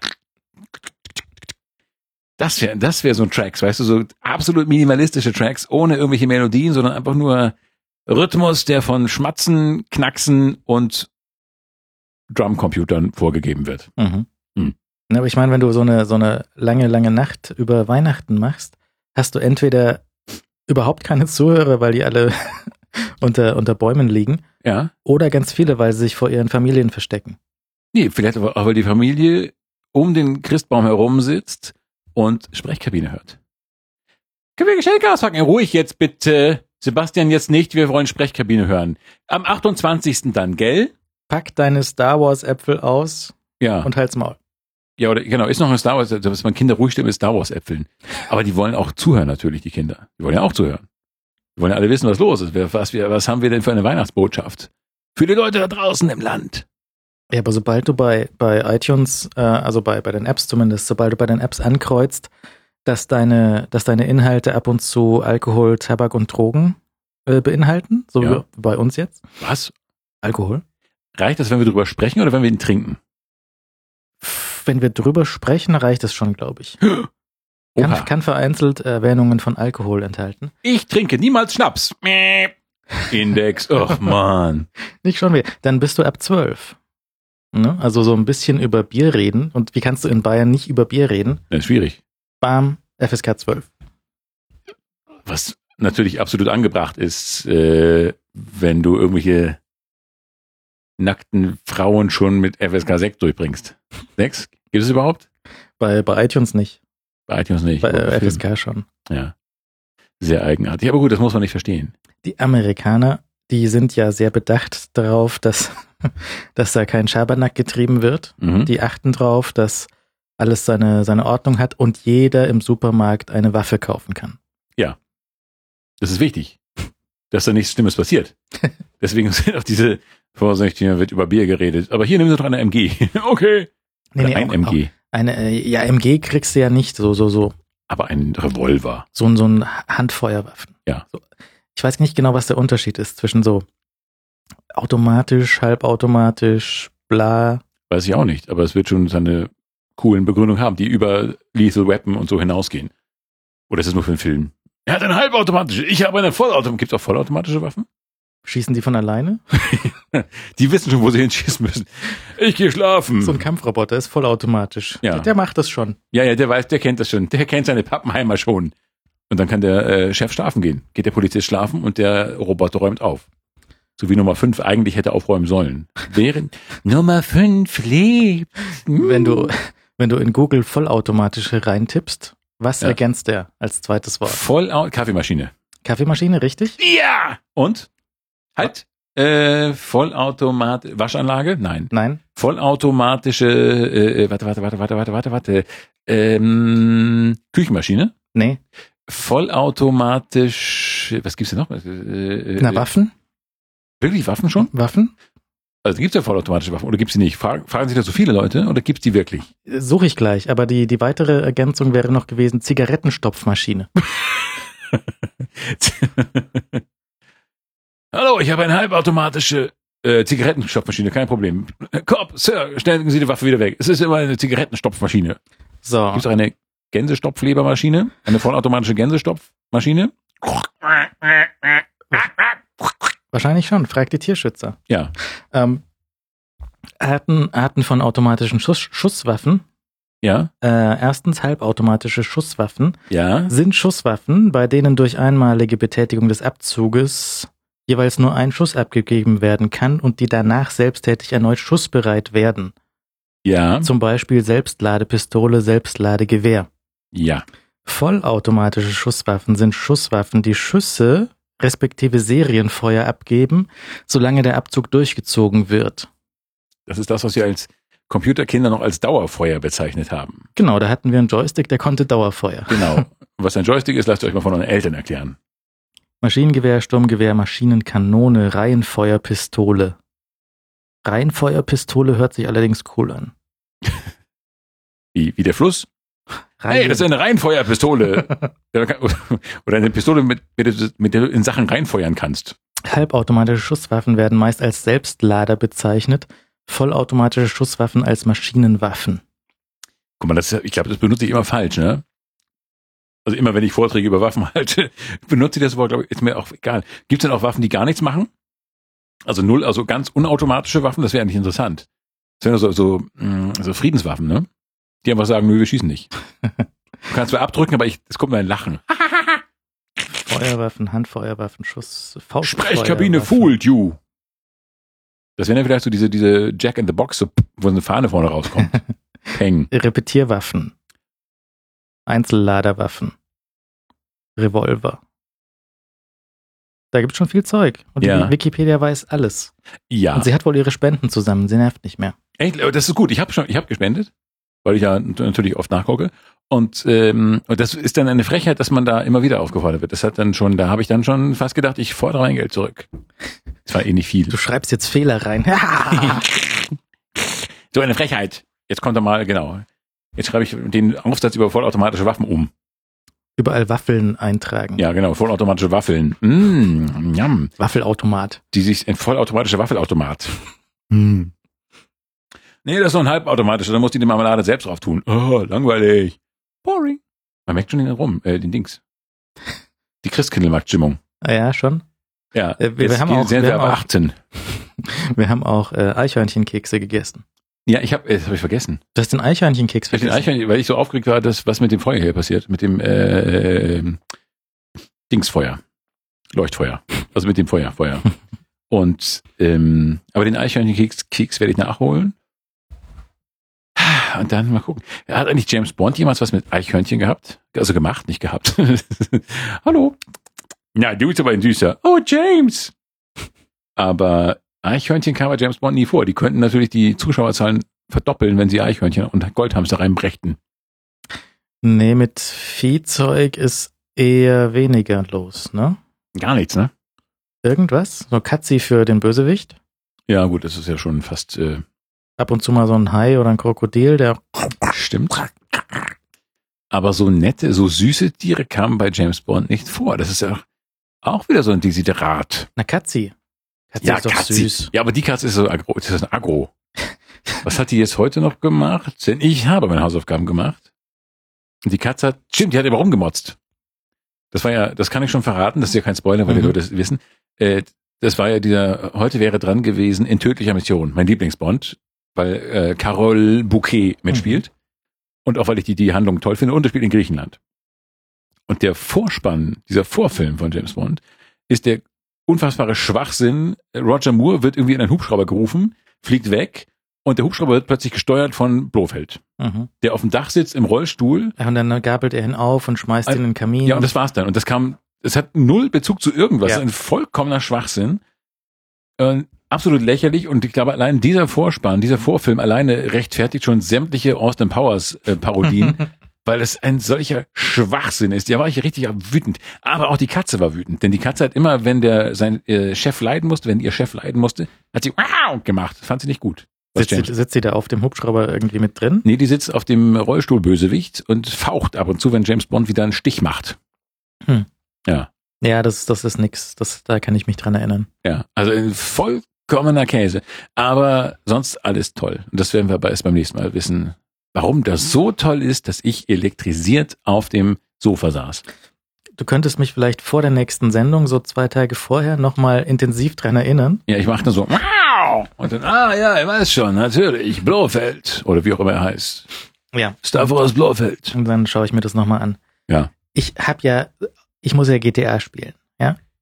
Das wäre das wär so ein Tracks, weißt du, so absolut minimalistische Tracks, ohne irgendwelche Melodien, sondern einfach nur Rhythmus, der von Schmatzen, Knacksen und Drumcomputern vorgegeben wird. Mhm. Mhm. Ja, aber ich meine, wenn du so eine, so eine lange, lange Nacht über Weihnachten machst, hast du entweder überhaupt keine Zuhörer, weil die alle unter, unter Bäumen liegen, ja, oder ganz viele, weil sie sich vor ihren Familien verstecken. Nee, vielleicht aber auch, weil die Familie um den Christbaum herum sitzt und Sprechkabine hört. Können wir Geschenke auspacken? Ruhig jetzt bitte. Sebastian, jetzt nicht, wir wollen Sprechkabine hören. Am achtundzwanzigsten dann, gell? Pack deine Star Wars Äpfel aus ja. und halt's Maul. Ja, oder genau, ist noch ein Star Wars, dass man Kinder ruhig stimmt mit Star Wars Äpfeln. Aber die wollen auch zuhören natürlich, die Kinder. Die wollen ja auch zuhören. Die wollen ja alle wissen, was los ist. Was, wir, was haben wir denn für eine Weihnachtsbotschaft? Für die Leute da draußen im Land. Ja, aber sobald du bei, bei iTunes, äh, also bei, bei den Apps zumindest, sobald du bei den Apps ankreuzt, dass deine, dass deine Inhalte ab und zu Alkohol, Tabak und Drogen äh, beinhalten, so ja. wie bei uns jetzt. Was? Alkohol? Reicht das, wenn wir drüber sprechen oder wenn wir ihn trinken? Wenn wir drüber sprechen, reicht es schon, glaube ich. Kann, kann vereinzelt Erwähnungen von Alkohol enthalten. Ich trinke niemals Schnaps. Index, ach man. Nicht schon wieder. Dann bist du ab zwölf. Ne? Also so ein bisschen über Bier reden. Und wie kannst du in Bayern nicht über Bier reden? Das ist schwierig. Bam, F S K zwölf. Was natürlich absolut angebracht ist, äh, wenn du irgendwelche nackten Frauen schon mit F S K sechs durchbringst. sechs? Gibt es überhaupt? Bei, bei iTunes nicht. Bei iTunes nicht. Bei äh, F S K schon. Ja. Sehr eigenartig. Aber gut, das muss man nicht verstehen. Die Amerikaner, die sind ja sehr bedacht darauf, dass, dass da kein Schabernack getrieben wird. Mhm. Die achten drauf, dass alles seine, seine Ordnung hat und jeder im Supermarkt eine Waffe kaufen kann. Ja. Das ist wichtig, dass da nichts Schlimmes passiert. Deswegen sind auch diese Vorsicht, hier wird über Bier geredet. Aber hier nehmen Sie doch eine M G. Okay. Nee, nee, ein auch, M G. Auch eine, ja, M G kriegst du ja nicht so, so, so. Aber ein Revolver. So, so ein Handfeuerwaffen. Ja. So. Ich weiß nicht genau, was der Unterschied ist zwischen so automatisch, halbautomatisch, bla. Weiß ich auch nicht, aber es wird schon seine coolen Begründungen haben, die über Lethal Weapon und so hinausgehen. Oder ist es nur für einen Film? Er hat eine halbautomatische, ich habe eine vollautomatische. Gibt es auch vollautomatische Waffen? Schießen die von alleine? Die wissen schon, wo sie hinschießen müssen. Ich gehe schlafen. So ein Kampfroboter ist vollautomatisch. Ja. Der, der macht das schon. Ja, ja, der weiß, der kennt das schon. Der kennt seine Pappenheimer schon. Und dann kann der äh, Chef schlafen gehen. Geht der Polizist schlafen und der Roboter räumt auf. So wie Nummer fünf eigentlich hätte aufräumen sollen. Während Nummer fünf lebt. Mm. Wenn du, wenn du in Google vollautomatische reintippst, was ja. ergänzt der als zweites Wort? Voll Kaffeemaschine. Kaffeemaschine, richtig? Ja! Und? Halt. Äh, Vollautomat Waschanlage? Nein. Nein. Vollautomatische, äh, warte, warte, warte, warte, warte, warte, warte. Ähm, Küchenmaschine? Nee. Vollautomatisch, was gibt's denn noch? Äh, Na, Waffen? Wirklich Waffen schon? Waffen? Also gibt's ja vollautomatische Waffen oder gibt's die nicht? Fragen, fragen sich da so viele Leute oder gibt's die wirklich? Suche ich gleich, aber die, die weitere Ergänzung wäre noch gewesen, Zigarettenstopfmaschine. Hallo, ich habe eine halbautomatische äh, Zigarettenstopfmaschine, kein Problem. Cop, Sir, stellen Sie die Waffe wieder weg. Es ist immer eine Zigarettenstopfmaschine. So. Gibt's auch eine Gänsestopflebermaschine? Eine vollautomatische Gänsestopfmaschine? Wahrscheinlich schon, frag die Tierschützer. Ja. Ähm, Arten, Arten von automatischen Schuss, Schusswaffen. Ja. Äh, erstens, halbautomatische Schusswaffen. Ja. Sind Schusswaffen, bei denen durch einmalige Betätigung des Abzuges jeweils nur ein Schuss abgegeben werden kann und die danach selbsttätig erneut schussbereit werden. Ja. Zum Beispiel Selbstladepistole, Selbstladegewehr. Ja. Vollautomatische Schusswaffen sind Schusswaffen, die Schüsse respektive Serienfeuer abgeben, solange der Abzug durchgezogen wird. Das ist das, was wir als Computerkinder noch als Dauerfeuer bezeichnet haben. Genau, da hatten wir einen Joystick, der konnte Dauerfeuer. Genau. Was ein Joystick ist, lasst euch mal von euren Eltern erklären. Maschinengewehr, Sturmgewehr, Maschinenkanone, Reihenfeuerpistole. Reihenfeuerpistole hört sich allerdings cool an. Wie, wie der Fluss? Reihen- Hey, das ist eine Reihenfeuerpistole. Oder eine Pistole, mit, mit, mit der du in Sachen reinfeuern kannst. Halbautomatische Schusswaffen werden meist als Selbstlader bezeichnet, vollautomatische Schusswaffen als Maschinenwaffen. Guck mal, das, ich glaube, das benutze ich immer falsch, ne? Also immer, wenn ich Vorträge über Waffen halte, benutze ich das Wort, glaube ich, ist mir auch egal. Gibt es denn auch Waffen, die gar nichts machen? Also null, also ganz unautomatische Waffen, das wäre eigentlich interessant. Das wären so, so, so Friedenswaffen, ne? Die einfach sagen, nö, wir schießen nicht. Du kannst zwar abdrücken, aber ich, es kommt mir ein Lachen. Feuerwaffen, Handfeuerwaffen, Schuss, Sprechkabine fooled you. Das wären ja vielleicht so diese, diese Jack in the Box, so, wo eine Fahne vorne rauskommt. Peng. Repetierwaffen. Einzelladerwaffen. Revolver. Da gibt es schon viel Zeug. Und Ja. die Wikipedia weiß alles. Ja. Und sie hat wohl ihre Spenden zusammen. Sie nervt nicht mehr. Echt? Das ist gut. Ich habe schon, ich habe gespendet, weil ich ja natürlich oft nachgucke. Und, ähm, und das ist dann eine Frechheit, dass man da immer wieder aufgefordert wird. Das hat dann schon, da habe ich dann schon fast gedacht, ich fordere mein Geld zurück. Das war eh nicht viel. Du schreibst jetzt Fehler rein. So eine Frechheit. Jetzt kommt er mal, genau. Jetzt schreibe ich den Aufsatz über vollautomatische Waffen um. Überall Waffeln eintragen. Ja, genau, vollautomatische Waffeln. Mmh, yum. Waffelautomat. Die sich, ein vollautomatischer Waffelautomat. Mm. Nee, das ist noch ein halbautomatischer, da muss die die Marmelade selbst drauf tun. Oh, langweilig. Boring. Man merkt schon den rum, äh, den Dings. Die Christkindlmarkt-Stimmung. Ah ja, schon. Ja, Äh, wir jetzt haben gehen- auch- sind wir wir haben aber auch- achten. Wir haben auch äh, Eichhörnchenkekse gegessen. Ja, ich habe, das habe ich vergessen. Du hast den Eichhörnchenkeks Weil, den vergessen. Eichhörnchen, weil ich so aufgeregt war, dass was mit dem Feuer hier passiert, mit dem äh, äh, Dingsfeuer, Leuchtfeuer, also mit dem Feuer, Feuer. Und ähm, aber den Eichhörnchenkeks Keks werde ich nachholen. Und dann mal gucken. Hat eigentlich James Bond jemals was mit Eichhörnchen gehabt? Also gemacht, nicht gehabt. Hallo. Na, du bist aber ein Süßer. Oh, James. Aber Eichhörnchen kam bei James Bond nie vor. Die könnten natürlich die Zuschauerzahlen verdoppeln, wenn sie Eichhörnchen und Goldhamster reinbrächten. Nee, mit Viehzeug ist eher weniger los, ne? Gar nichts, ne? Irgendwas? So Katzi für den Bösewicht? Ja, gut, das ist ja schon fast äh, Ab und zu mal so ein Hai oder ein Krokodil, der stimmt. Aber so nette, so süße Tiere kamen bei James Bond nicht vor. Das ist ja auch wieder so ein Desiderat. Na, Katzi. Katzi ist doch Katzi. süß. Ja, aber die Katze ist so agro. Das ist ein Agro. Was hat die jetzt heute noch gemacht? Denn ich habe meine Hausaufgaben gemacht. Und die Katze hat, stimmt, die hat immer rumgemotzt. Das war ja, das kann ich schon verraten, das ist ja kein Spoiler, weil Mhm. die Leute das wissen. Äh, das war ja dieser, heute wäre dran gewesen, in tödlicher Mission, mein Lieblingsbond, weil äh, Carole Bouquet mitspielt. Und auch weil ich die, die Handlung toll finde. Und er spielt in Griechenland. Und der Vorspann, dieser Vorfilm von James Bond, ist der unfassbare Schwachsinn. Roger Moore wird irgendwie in einen Hubschrauber gerufen, fliegt weg und der Hubschrauber wird plötzlich gesteuert von Blofeld, Mhm. der auf dem Dach sitzt im Rollstuhl. Ja, und dann gabelt er ihn auf und schmeißt ihn in den Kamin. Ja, und das war's dann. Und das kam, es hat null Bezug zu irgendwas. Ja. Ein vollkommener Schwachsinn. Äh, absolut lächerlich. Und ich glaube, allein dieser Vorspann, dieser Vorfilm alleine rechtfertigt schon sämtliche Austin Powers äh, Parodien, weil es ein solcher Schwachsinn ist. Da war ich richtig wütend. Aber auch die Katze war wütend. Denn die Katze hat immer, wenn der sein äh, Chef leiden musste, wenn ihr Chef leiden musste, hat sie wow gemacht. Das fand sie nicht gut. Was sitzt, sie, James- sitzt sie da auf dem Hubschrauber irgendwie mit drin? Nee, die sitzt auf dem Rollstuhl-Bösewicht und faucht ab und zu, wenn James Bond wieder einen Stich macht. Hm. Ja. Ja, das, das ist nix. Das, da kann ich mich dran erinnern. Ja, also ein vollkommener Käse. Aber sonst alles toll. Und das werden wir aber erst beim nächsten Mal wissen, warum das so toll ist, dass ich elektrisiert auf dem Sofa saß. Du könntest mich vielleicht vor der nächsten Sendung, so zwei Tage vorher, nochmal intensiv dran erinnern. Ja, ich machte so, wow! Und dann, ah ja, ich weiß schon, natürlich, Blofeld. Oder wie auch immer er heißt. Ja. Star Wars Blofeld. Und dann schaue ich mir das nochmal an. Ja. Ich hab ja, ich muss ja G T A spielen, ja?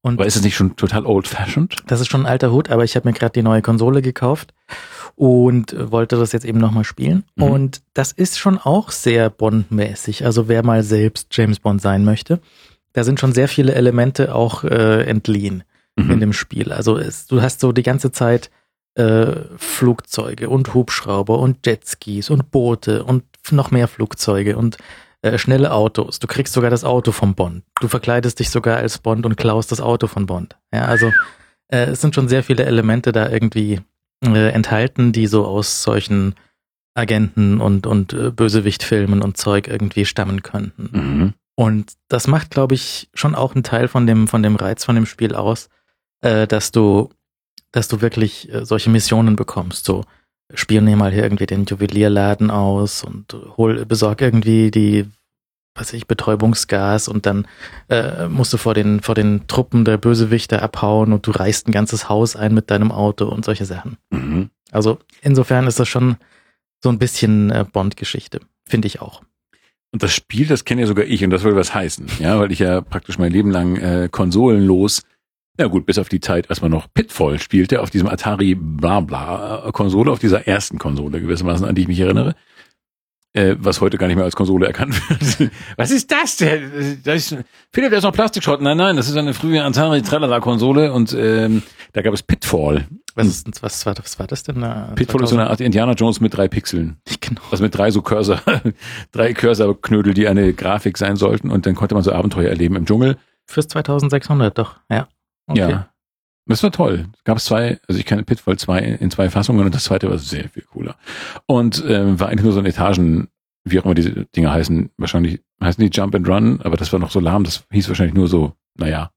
Und aber ist es nicht schon total old-fashioned? das ist schon ein alter Hut, aber ich habe mir gerade die neue Konsole gekauft und wollte das jetzt eben nochmal spielen. Mhm. Und das ist schon auch sehr Bond-mäßig. Also wer mal selbst James Bond sein möchte, da sind schon sehr viele Elemente auch äh, entliehen mhm. in dem Spiel. Also es, du hast so die ganze Zeit äh, Flugzeuge und Hubschrauber und Jetskis und Boote und noch mehr Flugzeuge und Äh, schnelle Autos. Du kriegst sogar das Auto von Bond. Du verkleidest dich sogar als Bond und klaust das Auto von Bond. Ja, also äh, es sind schon sehr viele Elemente da irgendwie äh, enthalten, die so aus solchen Agenten und und äh, Bösewichtfilmen und Zeug irgendwie stammen könnten. Mhm. Und das macht, glaube ich, schon auch einen Teil von dem von dem Reiz von dem Spiel aus, äh, dass du dass du wirklich äh, solche Missionen bekommst. So spionier mal hier irgendwie den Juwelierladen aus und hol, besorg irgendwie die, was weiß ich, Betäubungsgas und dann äh, musst du vor den, vor den Truppen der Bösewichte abhauen und du reißt ein ganzes Haus ein mit deinem Auto und solche Sachen. Mhm. Also insofern ist das schon so ein bisschen äh, Bond-Geschichte, finde ich auch. Und das Spiel, das kenne ja sogar ich und das will was heißen, ja, weil ich ja praktisch mein Leben lang äh, konsolenlos, ja gut, bis auf die Zeit, als man noch Pitfall spielte, auf diesem Atari Blabla Konsole, auf dieser ersten Konsole gewissermaßen, an die ich mich erinnere, äh, was heute gar nicht mehr als Konsole erkannt wird. Was ist das denn? Das ist, Philipp, da ist noch Plastikschrott. Nein, nein, das ist eine frühe Atari Tralala Konsole und ähm, da gab es Pitfall. Was, ist, was, war, was war das denn? Na, Pitfall ist so eine Art Indiana Jones mit drei Pixeln. Genau. Also mit drei so Cursor, drei Cursor-Knödel, die eine Grafik sein sollten und dann konnte man so Abenteuer erleben im Dschungel. Fürs zweitausendsechshundert doch, ja. Okay. Ja, das war toll. Es gab zwei, also ich kenne Pitfall zwei in zwei Fassungen und das zweite war sehr viel cooler. Und ähm, war eigentlich nur so ein Etagen, wie auch immer diese Dinge heißen, wahrscheinlich heißen die Jump and Run, aber das war noch so lahm, das hieß wahrscheinlich nur so, naja.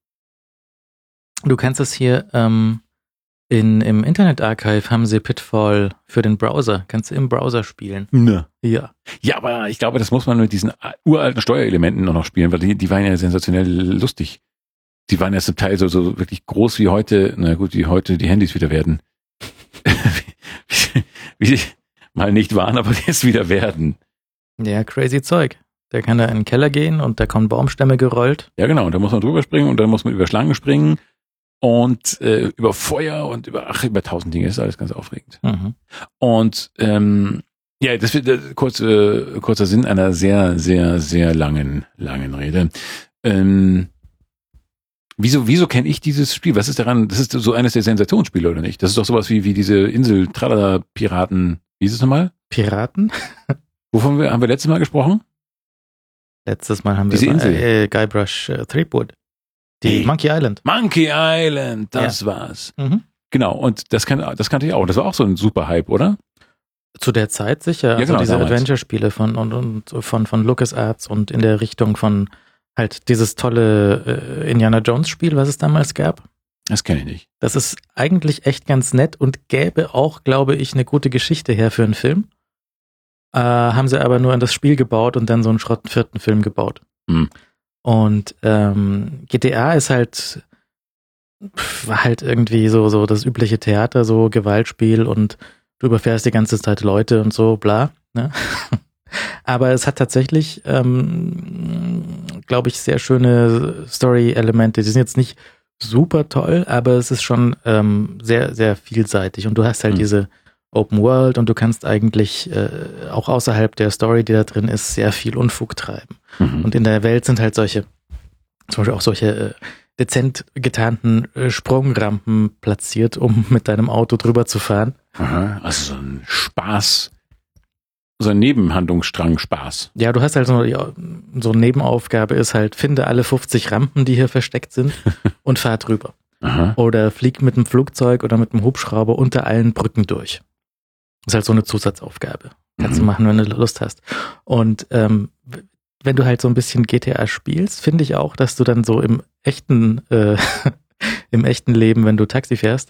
Du kannst es hier ähm, in, im Internet Archive haben sie Pitfall für den Browser. Kannst du im Browser spielen. Ne. Ja. Ja, aber ich glaube, das muss man mit diesen uralten Steuerelementen noch, noch spielen, weil die, die waren ja sensationell lustig. Die waren ja zum Teil so, so wirklich groß wie heute, na gut, wie heute die Handys wieder werden. wie, wie die mal nicht waren, aber jetzt wieder werden. Ja, crazy Zeug. Der kann da in den Keller gehen und da kommen Baumstämme gerollt. Ja, genau. Und da muss man drüber springen und dann muss man über Schlangen springen und äh, über Feuer und über, ach, über tausend Dinge. Das ist alles ganz aufregend. Mhm. Und ähm, ja, das wird äh, kurz, äh, kurzer Sinn einer sehr, sehr, sehr langen, langen Rede. Ähm, Wieso, wieso kenne ich dieses Spiel? Was ist daran? Das ist so eines der Sensationsspiele, oder nicht? Das ist doch sowas wie, wie diese Insel Tralala Piraten. Wie ist es nochmal? Piraten? Wovon wir, haben wir letztes Mal gesprochen? Letztes Mal haben diese wir Insel. Äh, Guybrush äh, Threepwood. Die hey. Monkey Island. Monkey Island, das ja. war's. Mhm. Genau, und das, kann, das kannte ich auch. Das war auch so ein super Hype, oder? Zu der Zeit sicher. Ja, also genau, diese damals. Adventure-Spiele von, und, und, von, von LucasArts und in der Richtung von halt dieses tolle äh, Indiana Jones-Spiel, was es damals gab. Das kenne ich nicht. Das ist eigentlich echt ganz nett und gäbe auch, glaube ich, eine gute Geschichte her für einen Film. Äh, haben sie aber nur an das Spiel gebaut und dann so einen schrotten vierten Film gebaut. Hm. Und ähm, G T A ist halt, war halt irgendwie so, so das übliche Theater, so Gewaltspiel und du überfährst die ganze Zeit Leute und so, bla. Ne? Aber es hat tatsächlich, ähm, glaube ich, sehr schöne Story-Elemente. Die sind jetzt nicht super toll, aber es ist schon ähm, sehr, sehr vielseitig. Und du hast halt mhm. diese Open World und du kannst eigentlich äh, auch außerhalb der Story, die da drin ist, sehr viel Unfug treiben. Mhm. Und in der Welt sind halt solche, zum Beispiel auch solche äh, dezent getarnten äh, Sprungrampen platziert, um mit deinem Auto drüber zu fahren. Aha, also so ein Spaß. So ein Nebenhandlungsstrang Spaß. Ja, du hast halt so, ja, so eine Nebenaufgabe ist halt, finde alle fünfzig Rampen, die hier versteckt sind und fahr drüber. Aha. Oder flieg mit einem Flugzeug oder mit einem Hubschrauber unter allen Brücken durch. Das ist halt so eine Zusatzaufgabe. Kannst mhm. du machen, wenn du Lust hast. Und ähm, wenn du halt so ein bisschen G T A spielst, finde ich auch, dass du dann so im echten äh, im echten Leben, wenn du Taxi fährst.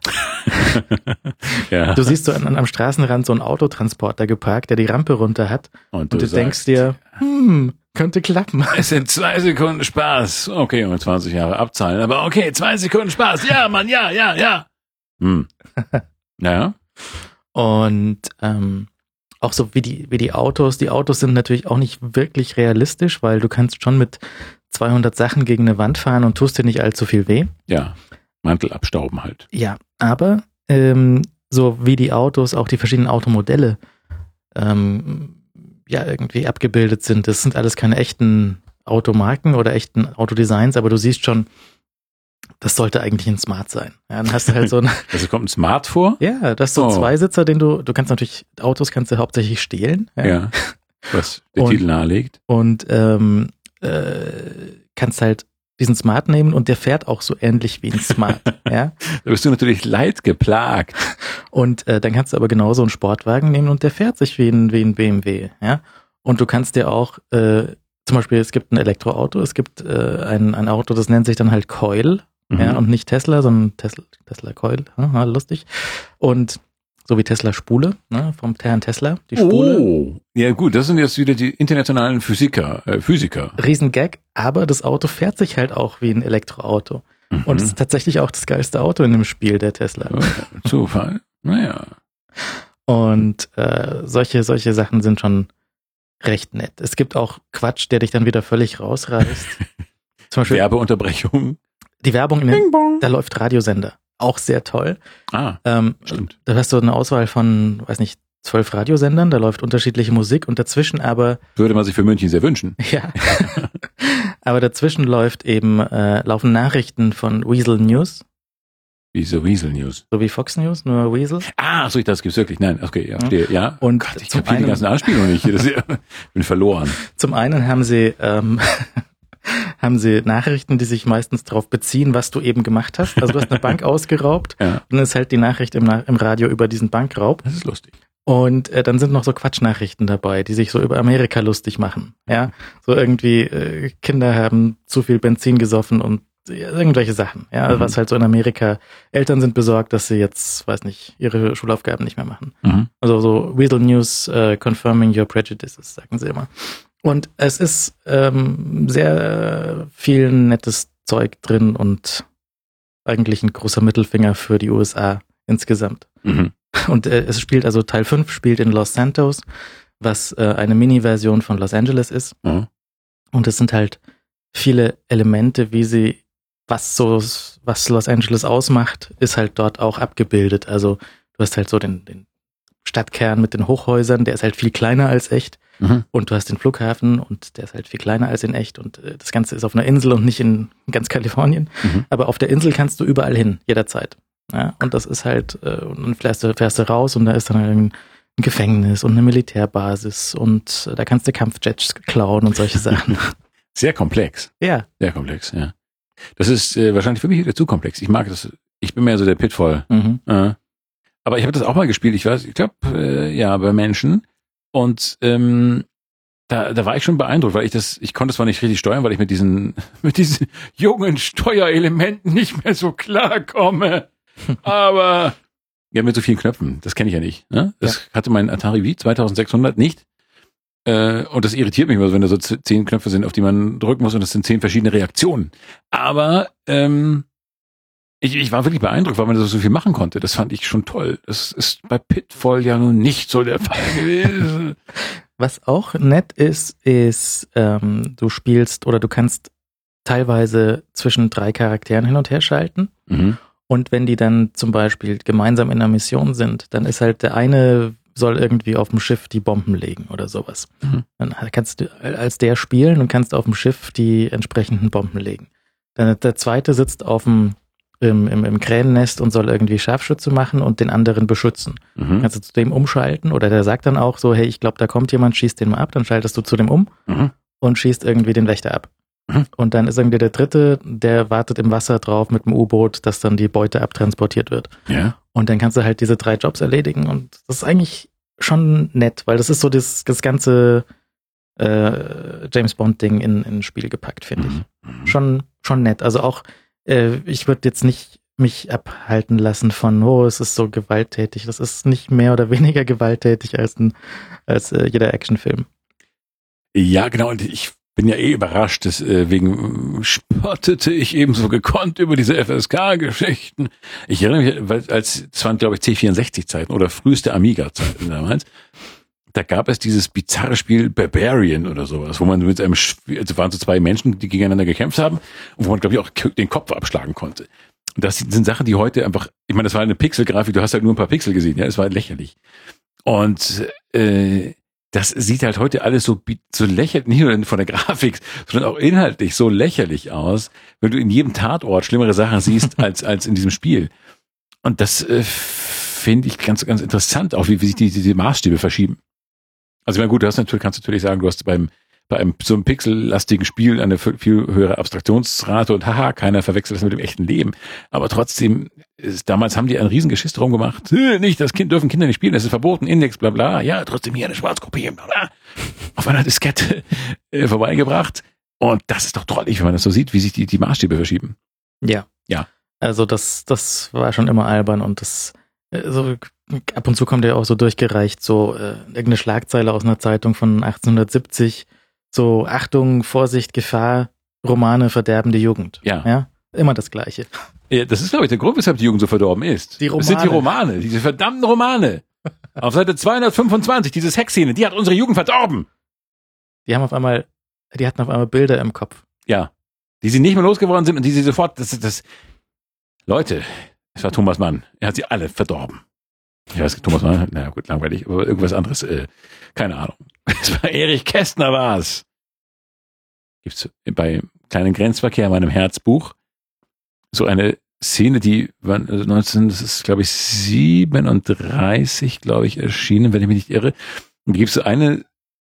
ja. Du siehst so an, am Straßenrand so einen Autotransporter geparkt, der die Rampe runter hat. Und du, und du sagst, denkst dir, hm, könnte klappen. Es sind zwei Sekunden Spaß. Okay, und zwanzig Jahre abzahlen. Aber okay, zwei Sekunden Spaß. Ja, Mann, ja, ja, ja. Hm. Naja. Und ähm, auch so wie die, wie die Autos. Die Autos sind natürlich auch nicht wirklich realistisch, weil du kannst schon mit zweihundert Sachen gegen eine Wand fahren und tust dir nicht allzu viel weh. Ja, Mantel abstauben halt. Ja, aber ähm, so wie die Autos, auch die verschiedenen Automodelle ähm, ja irgendwie abgebildet sind. Das sind alles keine echten Automarken oder echten Autodesigns, aber du siehst schon, das sollte eigentlich ein Smart sein. Ja, dann hast du halt so ein Also kommt ein Smart vor? Ja, das ist so ein Oh. Zweisitzer, den du, du kannst natürlich, Autos kannst du hauptsächlich stehlen. Ja. Ja, was der Und- Titel nahelegt. Und ähm, äh, kannst halt diesen Smart nehmen und der fährt auch so ähnlich wie ein Smart. Ja. Da bist du natürlich leidgeplagt. Und äh, dann kannst du aber genauso einen Sportwagen nehmen und der fährt sich wie ein, wie ein B M W. Ja. Und du kannst dir auch, äh, zum Beispiel, es gibt ein Elektroauto, es gibt äh, ein, ein Auto, das nennt sich dann halt Coil. Mhm. Ja, und nicht Tesla, sondern Tesla, Tesla Coil. Aha, lustig. Und so wie Tesla Spule, ne, vom Herrn Tesla, die Spule. Oh, ja gut, das sind jetzt wieder die internationalen Physiker, äh, Physiker. Riesengag, aber das Auto fährt sich halt auch wie ein Elektroauto. Mhm. Und es ist tatsächlich auch das geilste Auto in dem Spiel, der Tesla. Oh, Zufall. Naja. Und äh, solche, solche Sachen sind schon recht nett. Es gibt auch Quatsch, der dich dann wieder völlig rausreißt. Zum Beispiel Werbeunterbrechung. die Werbung, in den, Bing bong. da läuft Radiosender. Auch sehr toll. Ah, Ähm, stimmt. Da hast du eine Auswahl von, weiß nicht, zwölf Radiosendern, da läuft unterschiedliche Musik und dazwischen aber, Würde man sich für München sehr wünschen. ja, aber dazwischen läuft eben, äh, laufen Nachrichten von Weasel News, Wie so Weasel News. so wie Fox News, nur Weasel. Ah, so, das gibt's wirklich. Nein, okay, ja, verstehe. Ja. Und Gott, ich zum kapiere die einen- ganzen Anspielungen nicht. Das ist, bin verloren. Zum einen haben sie, ähm, haben sie Nachrichten, die sich meistens darauf beziehen, was du eben gemacht hast. Also du hast eine Bank ausgeraubt Ja, und dann ist halt die Nachricht im, Na- im Radio über diesen Bankraub. das ist lustig. Und äh, dann sind noch so Quatschnachrichten dabei, die sich so über Amerika lustig machen. Ja, so irgendwie äh, Kinder haben zu viel Benzin gesoffen und ja, irgendwelche Sachen. Ja, Mhm. was halt so in Amerika. Eltern sind besorgt, dass sie jetzt, weiß nicht, ihre Schulaufgaben nicht mehr machen. Mhm. Also so Weasel News uh, confirming your prejudices, sagen sie immer. Und es ist ähm, sehr viel nettes Zeug drin und eigentlich ein großer Mittelfinger für die U S A insgesamt. Mhm. Und äh, es spielt also Teil fünf spielt in Los Santos, was äh, eine Mini-Version von Los Angeles ist. Ja. Und es sind halt viele Elemente, wie sie, was so, was Los Angeles ausmacht, ist halt dort auch abgebildet. Also du hast halt so den, den Stadtkern mit den Hochhäusern, der ist halt viel kleiner als echt. Mhm. Und du hast den Flughafen und der ist halt viel kleiner als in echt. Und äh, das Ganze ist auf einer Insel und nicht in ganz Kalifornien. Mhm. Aber auf der Insel kannst du überall hin, jederzeit. Ja, und das ist halt, äh, und dann fährst du, fährst du raus und da ist dann halt ein, ein Gefängnis und eine Militärbasis und äh, da kannst du Kampfjets klauen und solche Sachen. Sehr komplex. Ja. Sehr komplex, ja. Das ist äh, wahrscheinlich für mich wieder zu komplex. Ich mag das. Ich bin mehr so der Pitfall. Mhm. Äh, aber ich habe das auch mal gespielt. Ich weiß, ich glaube, äh, ja, bei Menschen. Und ähm, da, da war ich schon beeindruckt, weil ich das, ich konnte es zwar nicht richtig steuern, weil ich mit diesen, mit diesen jungen Steuerelementen nicht mehr so klarkomme. Aber ja, mit so vielen Knöpfen, das kenne ich ja nicht. Ne? Das hatte mein Atari V zweitausendsechshundert nicht. Äh, und das irritiert mich immer, wenn da so z- zehn Knöpfe sind, auf die man drücken muss und das sind zehn verschiedene Reaktionen. Aber ähm, ich, ich war wirklich beeindruckt, weil man so viel machen konnte. Das fand ich schon toll. Das ist bei Pitfall ja nun nicht so der Fall gewesen. Was auch nett ist, ist, ähm, du spielst oder du kannst teilweise zwischen drei Charakteren hin und her schalten. Mhm. Und wenn die dann zum Beispiel gemeinsam in einer Mission sind, dann ist halt der eine soll irgendwie auf dem Schiff die Bomben legen oder sowas. Mhm. Dann kannst du als der spielen und kannst auf dem Schiff die entsprechenden Bomben legen. Dann der zweite sitzt auf dem im, im, im Kränennest und soll irgendwie Scharfschütze machen und den anderen beschützen. Mhm. Kannst du zu dem umschalten oder der sagt dann auch so, hey, ich glaube, da kommt jemand, schießt den mal ab, dann schaltest du zu dem um Mhm. und schießt irgendwie den Wächter ab. Mhm. Und dann ist irgendwie der dritte, der wartet im Wasser drauf mit dem U-Boot, dass dann die Beute abtransportiert wird. Ja. Und dann kannst du halt diese drei Jobs erledigen und das ist eigentlich schon nett, weil das ist so das, das ganze äh, James Bond-Ding in, in ein Spiel gepackt, finde ich. Mhm. Schon, schon nett. Also auch, äh, ich würde jetzt nicht mich abhalten lassen von, oh, es ist so gewalttätig. Das ist nicht mehr oder weniger gewalttätig als, ein, als äh, jeder Actionfilm. Ja, genau. Und ich bin ja eh überrascht, deswegen spottete ich eben so gekonnt über diese F S K-Geschichten. Ich erinnere mich, weil als, das waren, glaube ich, C vierundsechzig-Zeiten oder früheste Amiga-Zeiten damals. da gab es dieses bizarre Spiel Barbarian oder sowas, wo man mit einem, also waren so zwei Menschen, die gegeneinander gekämpft haben und wo man, glaube ich, auch den Kopf abschlagen konnte. Und das sind Sachen, die heute einfach, ich meine, das war eine Pixelgrafik, du hast halt nur ein paar Pixel gesehen, ja, es war lächerlich. Und äh, das sieht halt heute alles so, so lächerlich, nicht nur von der Grafik, sondern auch inhaltlich so lächerlich aus, wenn du in jedem Tatort schlimmere Sachen siehst als als in diesem Spiel. Und das äh, finde ich ganz ganz interessant, auch wie, wie sich die, die Maßstäbe verschieben. Also ich meine, gut, du hast natürlich, kannst natürlich sagen, du hast beim bei einem so einem pixellastigen Spiel eine viel höhere Abstraktionsrate und haha, keiner verwechselt das mit dem echten Leben. Aber trotzdem, ist, damals haben die einen riesen Geschiss drum gemacht. Nicht, das Kind dürfen Kinder nicht spielen, das ist verboten, Index, bla bla. Ja, trotzdem hier eine Schwarzkopie, bla bla. Auf einer Diskette äh, vorbeigebracht. Und das ist doch drollig, wenn man das so sieht, wie sich die, die Maßstäbe verschieben. Ja. Ja. Also das, das war schon immer albern und das, also ab und zu kommt ja auch so durchgereicht, so äh, irgendeine Schlagzeile aus einer Zeitung von achtzehnhundertsiebzig, so Achtung, Vorsicht, Gefahr, Romane verderben die Jugend. Ja. Ja, immer das Gleiche. Ja, das ist, glaube ich, der Grund, weshalb die Jugend so verdorben ist. Die Romane. Das sind die Romane, diese verdammten Romane. Auf Seite zweihundertfünfundzwanzig, diese Sexszene, die hat unsere Jugend verdorben. Die haben auf einmal, die hatten auf einmal Bilder im Kopf. Ja. Die sie nicht mehr losgeworden sind und die sie sofort, das, das, Leute, es war Thomas Mann, er hat sie alle verdorben. Ich weiß, Thomas Mann, naja gut, langweilig, aber irgendwas anderes, äh, keine Ahnung. Es war Erich Kästner war's. Gibt's bei Kleinen Grenzverkehr, meinem Herzbuch, so eine Szene, die war neunzehn, das ist glaube ich siebenunddreißig, glaube ich, erschienen, wenn ich mich nicht irre. Und da gibt's so eine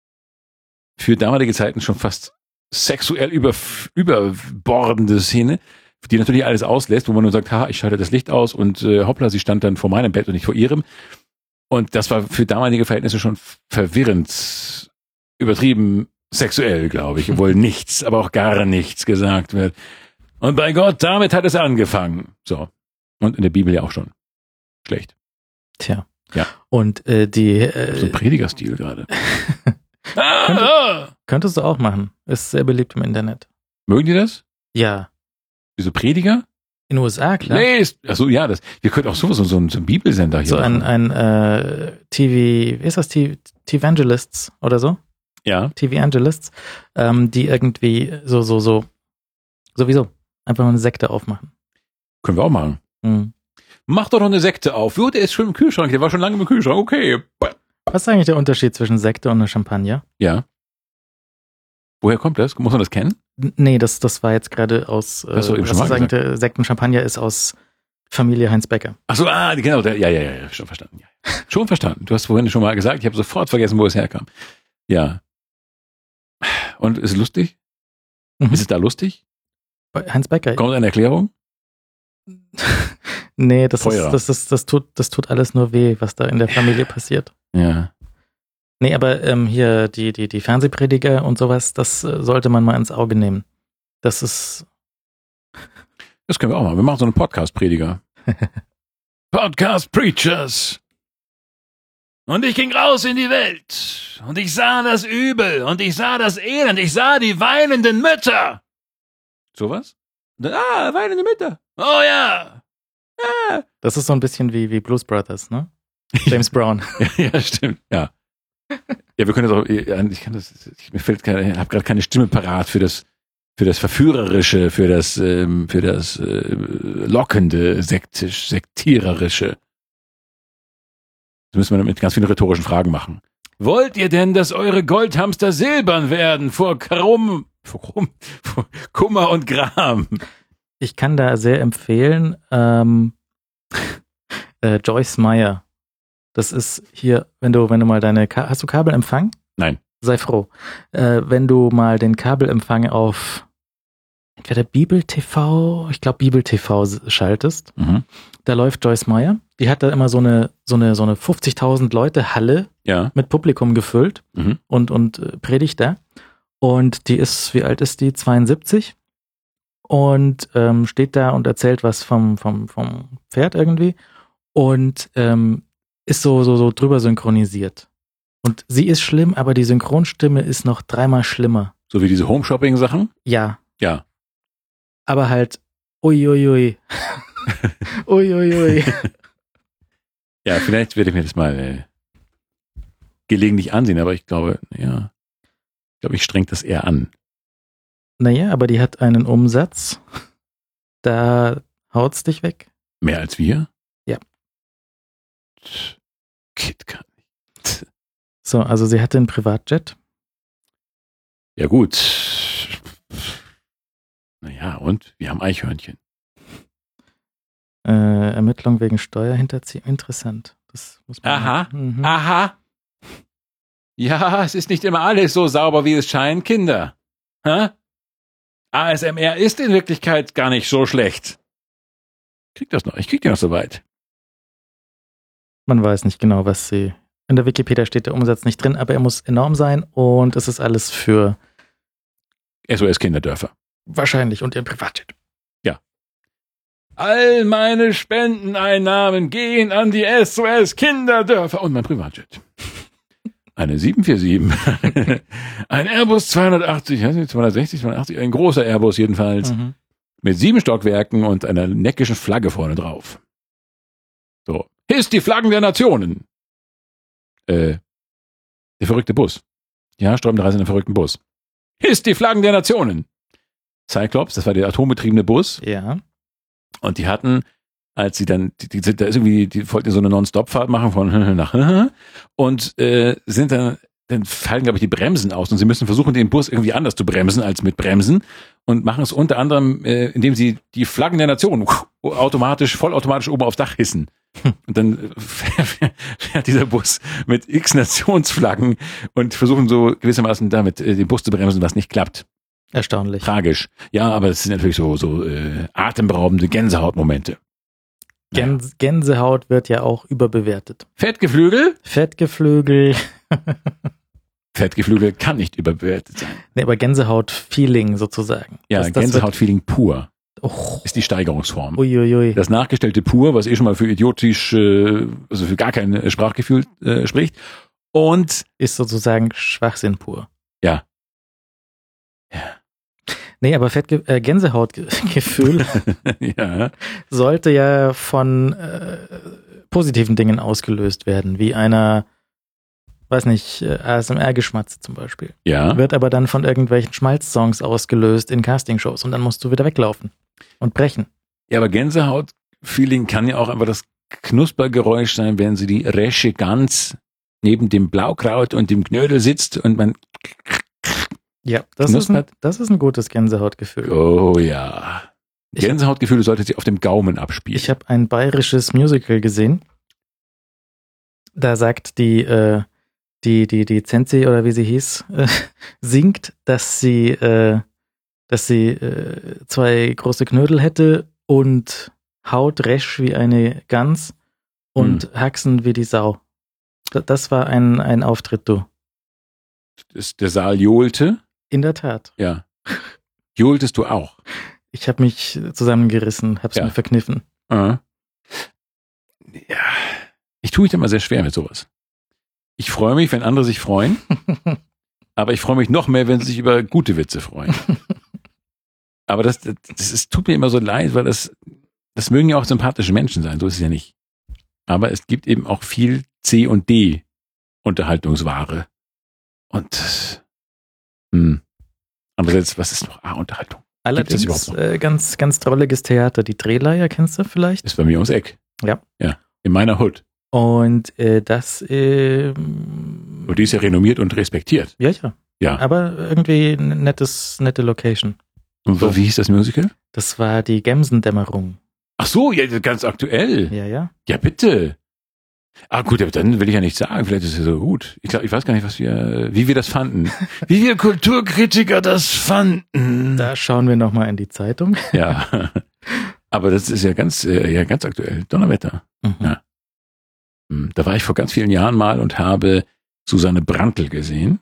für damalige Zeiten schon fast sexuell über, überbordende Szene, die natürlich alles auslässt, wo man nur sagt, ha, ich schalte das Licht aus und äh, hoppla, sie stand dann vor meinem Bett und nicht vor ihrem. Und das war für damalige Verhältnisse schon verwirrend, übertrieben sexuell, glaube ich, obwohl nichts, aber auch gar nichts gesagt wird. Und bei Gott, damit hat es angefangen. So. Und in der Bibel ja auch schon. Schlecht. Tja. Ja. Und äh, die... Äh, so ein Predigerstil gerade. ah, Könnt, ah. Könntest du auch machen. Ist sehr beliebt im Internet. Mögen die das? Ja. Diese Prediger? In den U S A, klar. Nee, ist, achso, ja, das, wir könnten auch sowas, so, so, ein, so ein Bibelsender hier So ein, machen. ein äh, T V, wie ist das, T V-Evangelists oder so? Ja. T V-Evangelists, ähm, die irgendwie so, so, so, sowieso einfach mal eine Sekte aufmachen. Können wir auch machen. Mhm. Mach doch noch eine Sekte auf. Jo, der ist schon im Kühlschrank, der war schon lange im Kühlschrank, okay. Was ist eigentlich der Unterschied zwischen Sekte und einer Champagner? Ja. Woher kommt das? Muss man das kennen? N- Nee, das, das war jetzt gerade aus, äh, Das hast du eben was schon mal ist eigentlich der Sekt und Champagner ist aus Familie Heinz Becker. Ach so, ah, genau, der, ja, ja, ja, ja, schon verstanden. Ja. Schon verstanden. Du hast vorhin schon mal gesagt, ich habe sofort vergessen, wo es herkam. Ja. Und ist es lustig? Mhm. Ist es da lustig? Bei Heinz Becker? Kommt eine Erklärung? Nee, das, ist, Teurer. das, ist, das, tut, das tut alles nur weh, was da in der Familie passiert. Ja. Nee, aber ähm, hier die, die, die Fernsehprediger und sowas, das äh, sollte man mal ins Auge nehmen. Das ist... Das können wir auch machen. Wir machen so einen Podcast-Prediger. Podcast-Preachers. Und ich ging raus in die Welt. Und ich sah das Übel. Und ich sah das Elend. Ich sah die weinenden Mütter. Sowas? Und dann, ah, weinende Mütter. Oh ja. Ja. Das ist so ein bisschen wie, wie Blues Brothers, ne? James Brown. Ja, ja, stimmt. Ja. Ja, wir können das auch, ich kann das, ich, mir fällt keine, ich habe gerade keine Stimme parat für das, für das Verführerische, für das, ähm, für das äh, Lockende, sektisch, sektiererische. Das müssen wir mit ganz vielen rhetorischen Fragen machen. Wollt ihr denn, dass eure Goldhamster silbern werden vor Krumm, vor Krumm, vor Kummer und Gram? Ich kann da sehr empfehlen, ähm, äh, Joyce Meyer. Das ist hier, wenn du, wenn du mal deine, Ka- hast du Kabelempfang? Nein. Sei froh. Äh, wenn du mal den Kabelempfang auf entweder Bibel T V, ich glaube Bibel T V schaltest, Mhm. da läuft Joyce Meyer. Die hat da immer so eine, so eine, so eine fünfzigtausend Leute Halle Ja. mit Publikum gefüllt Mhm. und, und äh, predigt da. Und die ist, wie alt ist die? zweiundsiebzig. Und ähm, steht da und erzählt was vom, vom, vom Pferd irgendwie. Und ähm, ist so, so, so drüber synchronisiert. Und sie ist schlimm, aber die Synchronstimme ist noch dreimal schlimmer. So wie diese Home-Shopping-Sachen? Ja. Ja. Aber halt, uiuiui. Uiuiui. Ja, vielleicht werde ich mir das mal, äh, gelegentlich ansehen, aber ich glaube, ja, ich glaube, ich streng das eher an. Naja, aber die hat einen Umsatz, da haut's dich weg. Mehr als wir? Ja. Geht gar nicht. So, also sie hatte einen Privatjet. Ja gut. Naja, und? Wir haben Eichhörnchen. Äh, Ermittlung wegen Steuerhinterziehung. Interessant. Das muss man Aha, mhm. aha. Ja, es ist nicht immer alles so sauber, wie es scheint, Kinder. Hä? A S M R ist in Wirklichkeit gar nicht so schlecht. Krieg das noch, ich krieg die noch so weit. Man weiß nicht genau, was sie... In der Wikipedia steht der Umsatz nicht drin, aber er muss enorm sein und es ist alles für... S O S-Kinderdörfer. Wahrscheinlich und ihren Privatjet. Ja. All meine Spendeneinnahmen gehen an die S O S-Kinderdörfer und mein Privatjet. Eine sieben vier sieben. Ein Airbus zweihundertachtzig, zweihundertsechzig, zweihundertachtzig, ein großer Airbus jedenfalls. Mhm. Mit sieben Stockwerken und einer neckischen Flagge vorne drauf. So. Hisst die Flaggen der Nationen. Äh, der verrückte Bus. Ja, Sträubende Reise in einem verrückten Bus. Hisst die Flaggen der Nationen. Cyclops, das war der atombetriebene Bus. Ja. Und die hatten, als sie dann, die, die, da ist irgendwie, die wollten so eine Non-Stop-Fahrt machen von nach und äh, sind dann, dann fallen, glaube ich, die Bremsen aus und sie müssen versuchen, den Bus irgendwie anders zu bremsen als mit Bremsen und machen es unter anderem, äh, indem sie die Flaggen der Nation automatisch, vollautomatisch oben aufs Dach hissen. Und dann fährt dieser Bus mit x Nationsflaggen und versuchen so gewissermaßen damit äh, den Bus zu bremsen, was nicht klappt. Erstaunlich. Tragisch. Ja, aber es sind natürlich so, so äh, atemberaubende Gänsehautmomente. Gänse, Gänsehaut wird ja auch überbewertet. Fettgeflügel? Fettgeflügel. Fettgeflügel kann nicht überbewertet sein. Nee, aber Gänsehaut-Feeling sozusagen. Ja, das, das Gänsehaut-Feeling pur oh. ist die Steigerungsform. Uiuiui. Das nachgestellte pur, was eh schon mal für idiotisch, äh, also für gar kein Sprachgefühl äh, spricht. Und ist sozusagen Schwachsinn pur. Ja. Ja. Nee, aber Fettge äh, Gänsehautgefühl ja. sollte ja von äh, positiven Dingen ausgelöst werden, wie einer, weiß nicht, äh, A S M R-Geschmatze zum Beispiel. Ja. Wird aber dann von irgendwelchen Schmalzsongs ausgelöst in Castingshows und dann musst du wieder weglaufen und brechen. Ja, aber Gänsehaut-Feeling kann ja auch einfach das Knuspergeräusch sein, wenn sie die Resche Gans neben dem Blaukraut und dem Knödel sitzt und man Ja, das ist, ein, das ist ein gutes Gänsehautgefühl. Oh ja. Gänsehautgefühle sollte sie auf dem Gaumen abspielen. Ich habe ein bayerisches Musical gesehen. Da sagt die, äh, die, die, die Zenzi oder wie sie hieß, äh, singt, dass sie, äh, dass sie äh, zwei große Knödel hätte und Haut resch wie eine Gans und hm. Haxen wie die Sau. Das war ein, ein Auftritt, du. Das, der Saal johlte? In der Tat. Ja. Johltest du auch? Ich habe mich zusammengerissen, hab's ja. mir verkniffen. Uh. Ja. Ich tue mich immer sehr schwer mit sowas. Ich freue mich, wenn andere sich freuen, aber ich freue mich noch mehr, wenn sie sich über gute Witze freuen. Aber das, das, das ist, tut mir immer so leid, weil das, das mögen ja auch sympathische Menschen sein, so ist es ja nicht. Aber es gibt eben auch viel C und D Unterhaltungsware. Und hm. andererseits, was ist noch A-Unterhaltung? Allerdings äh, ganz, ganz drolliges Theater. Die Drehleier kennst du vielleicht? Ist bei mir ums Eck. Ja. Ja, in meiner Hood. Und äh, das äh, und die ist ja renommiert und respektiert. Ja, ja. Ja. Aber irgendwie ein nettes, nette Location. Und so. Wie hieß das Musical? Das war die Gemsendämmerung. Ach so, ja, ganz aktuell. Ja, ja. Ja, bitte. Ah gut, aber dann will ich ja nicht sagen, vielleicht ist es ja so gut. Ich glaube, ich weiß gar nicht, was wir, wie wir das fanden. Wie wir Kulturkritiker das fanden. Da schauen wir nochmal in die Zeitung. Ja. Aber das ist ja ganz, ja, ganz aktuell. Donnerwetter. Mhm. Ja. Da war ich vor ganz vielen Jahren mal und habe Susanne Brandl gesehen.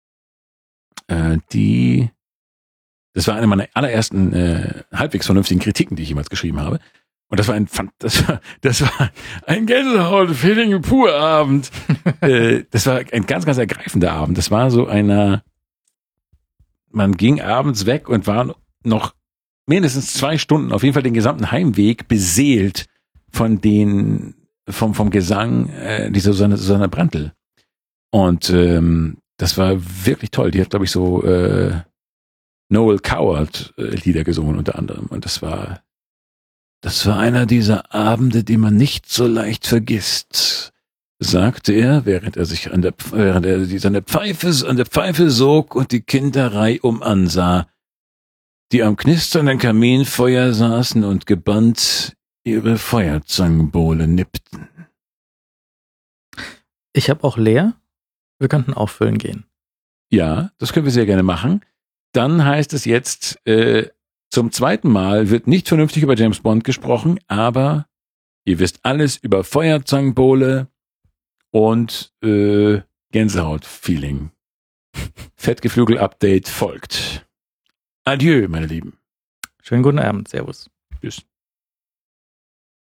Äh, die, das war eine meiner allerersten äh, halbwegs vernünftigen Kritiken, die ich jemals geschrieben habe. Und das war ein, das war, das war ein Gänsehaut-Feeling pur Abend. äh, das war ein ganz, ganz ergreifender Abend. Das war so einer, man ging abends weg und war noch mindestens zwei Stunden, auf jeden Fall den gesamten Heimweg beseelt von den, vom, vom Gesang äh, dieser Susanne, Susanne Brandl. Und ähm, das war wirklich toll. Die hat, glaube ich, so äh, Noel Coward äh, Lieder gesungen unter anderem. Und das war, das war einer dieser Abende, die man nicht so leicht vergisst, sagte er, während er sich an der, während er sich an der Pfeife, an der Pfeife sog und die Kinder reihum ansah, die am knisternden Kaminfeuer saßen und gebannt ihre Feuerzangenbowle nippten. Ich habe auch leer. Wir könnten auffüllen gehen. Ja, das können wir sehr gerne machen. Dann heißt es jetzt, äh, zum zweiten Mal wird nicht vernünftig über James Bond gesprochen, aber ihr wisst alles über Feuerzangenbowle und äh, Gänsehaut-Feeling. Fettgeflügel-Update folgt. Adieu, meine Lieben. Schönen guten Abend. Servus. Tschüss.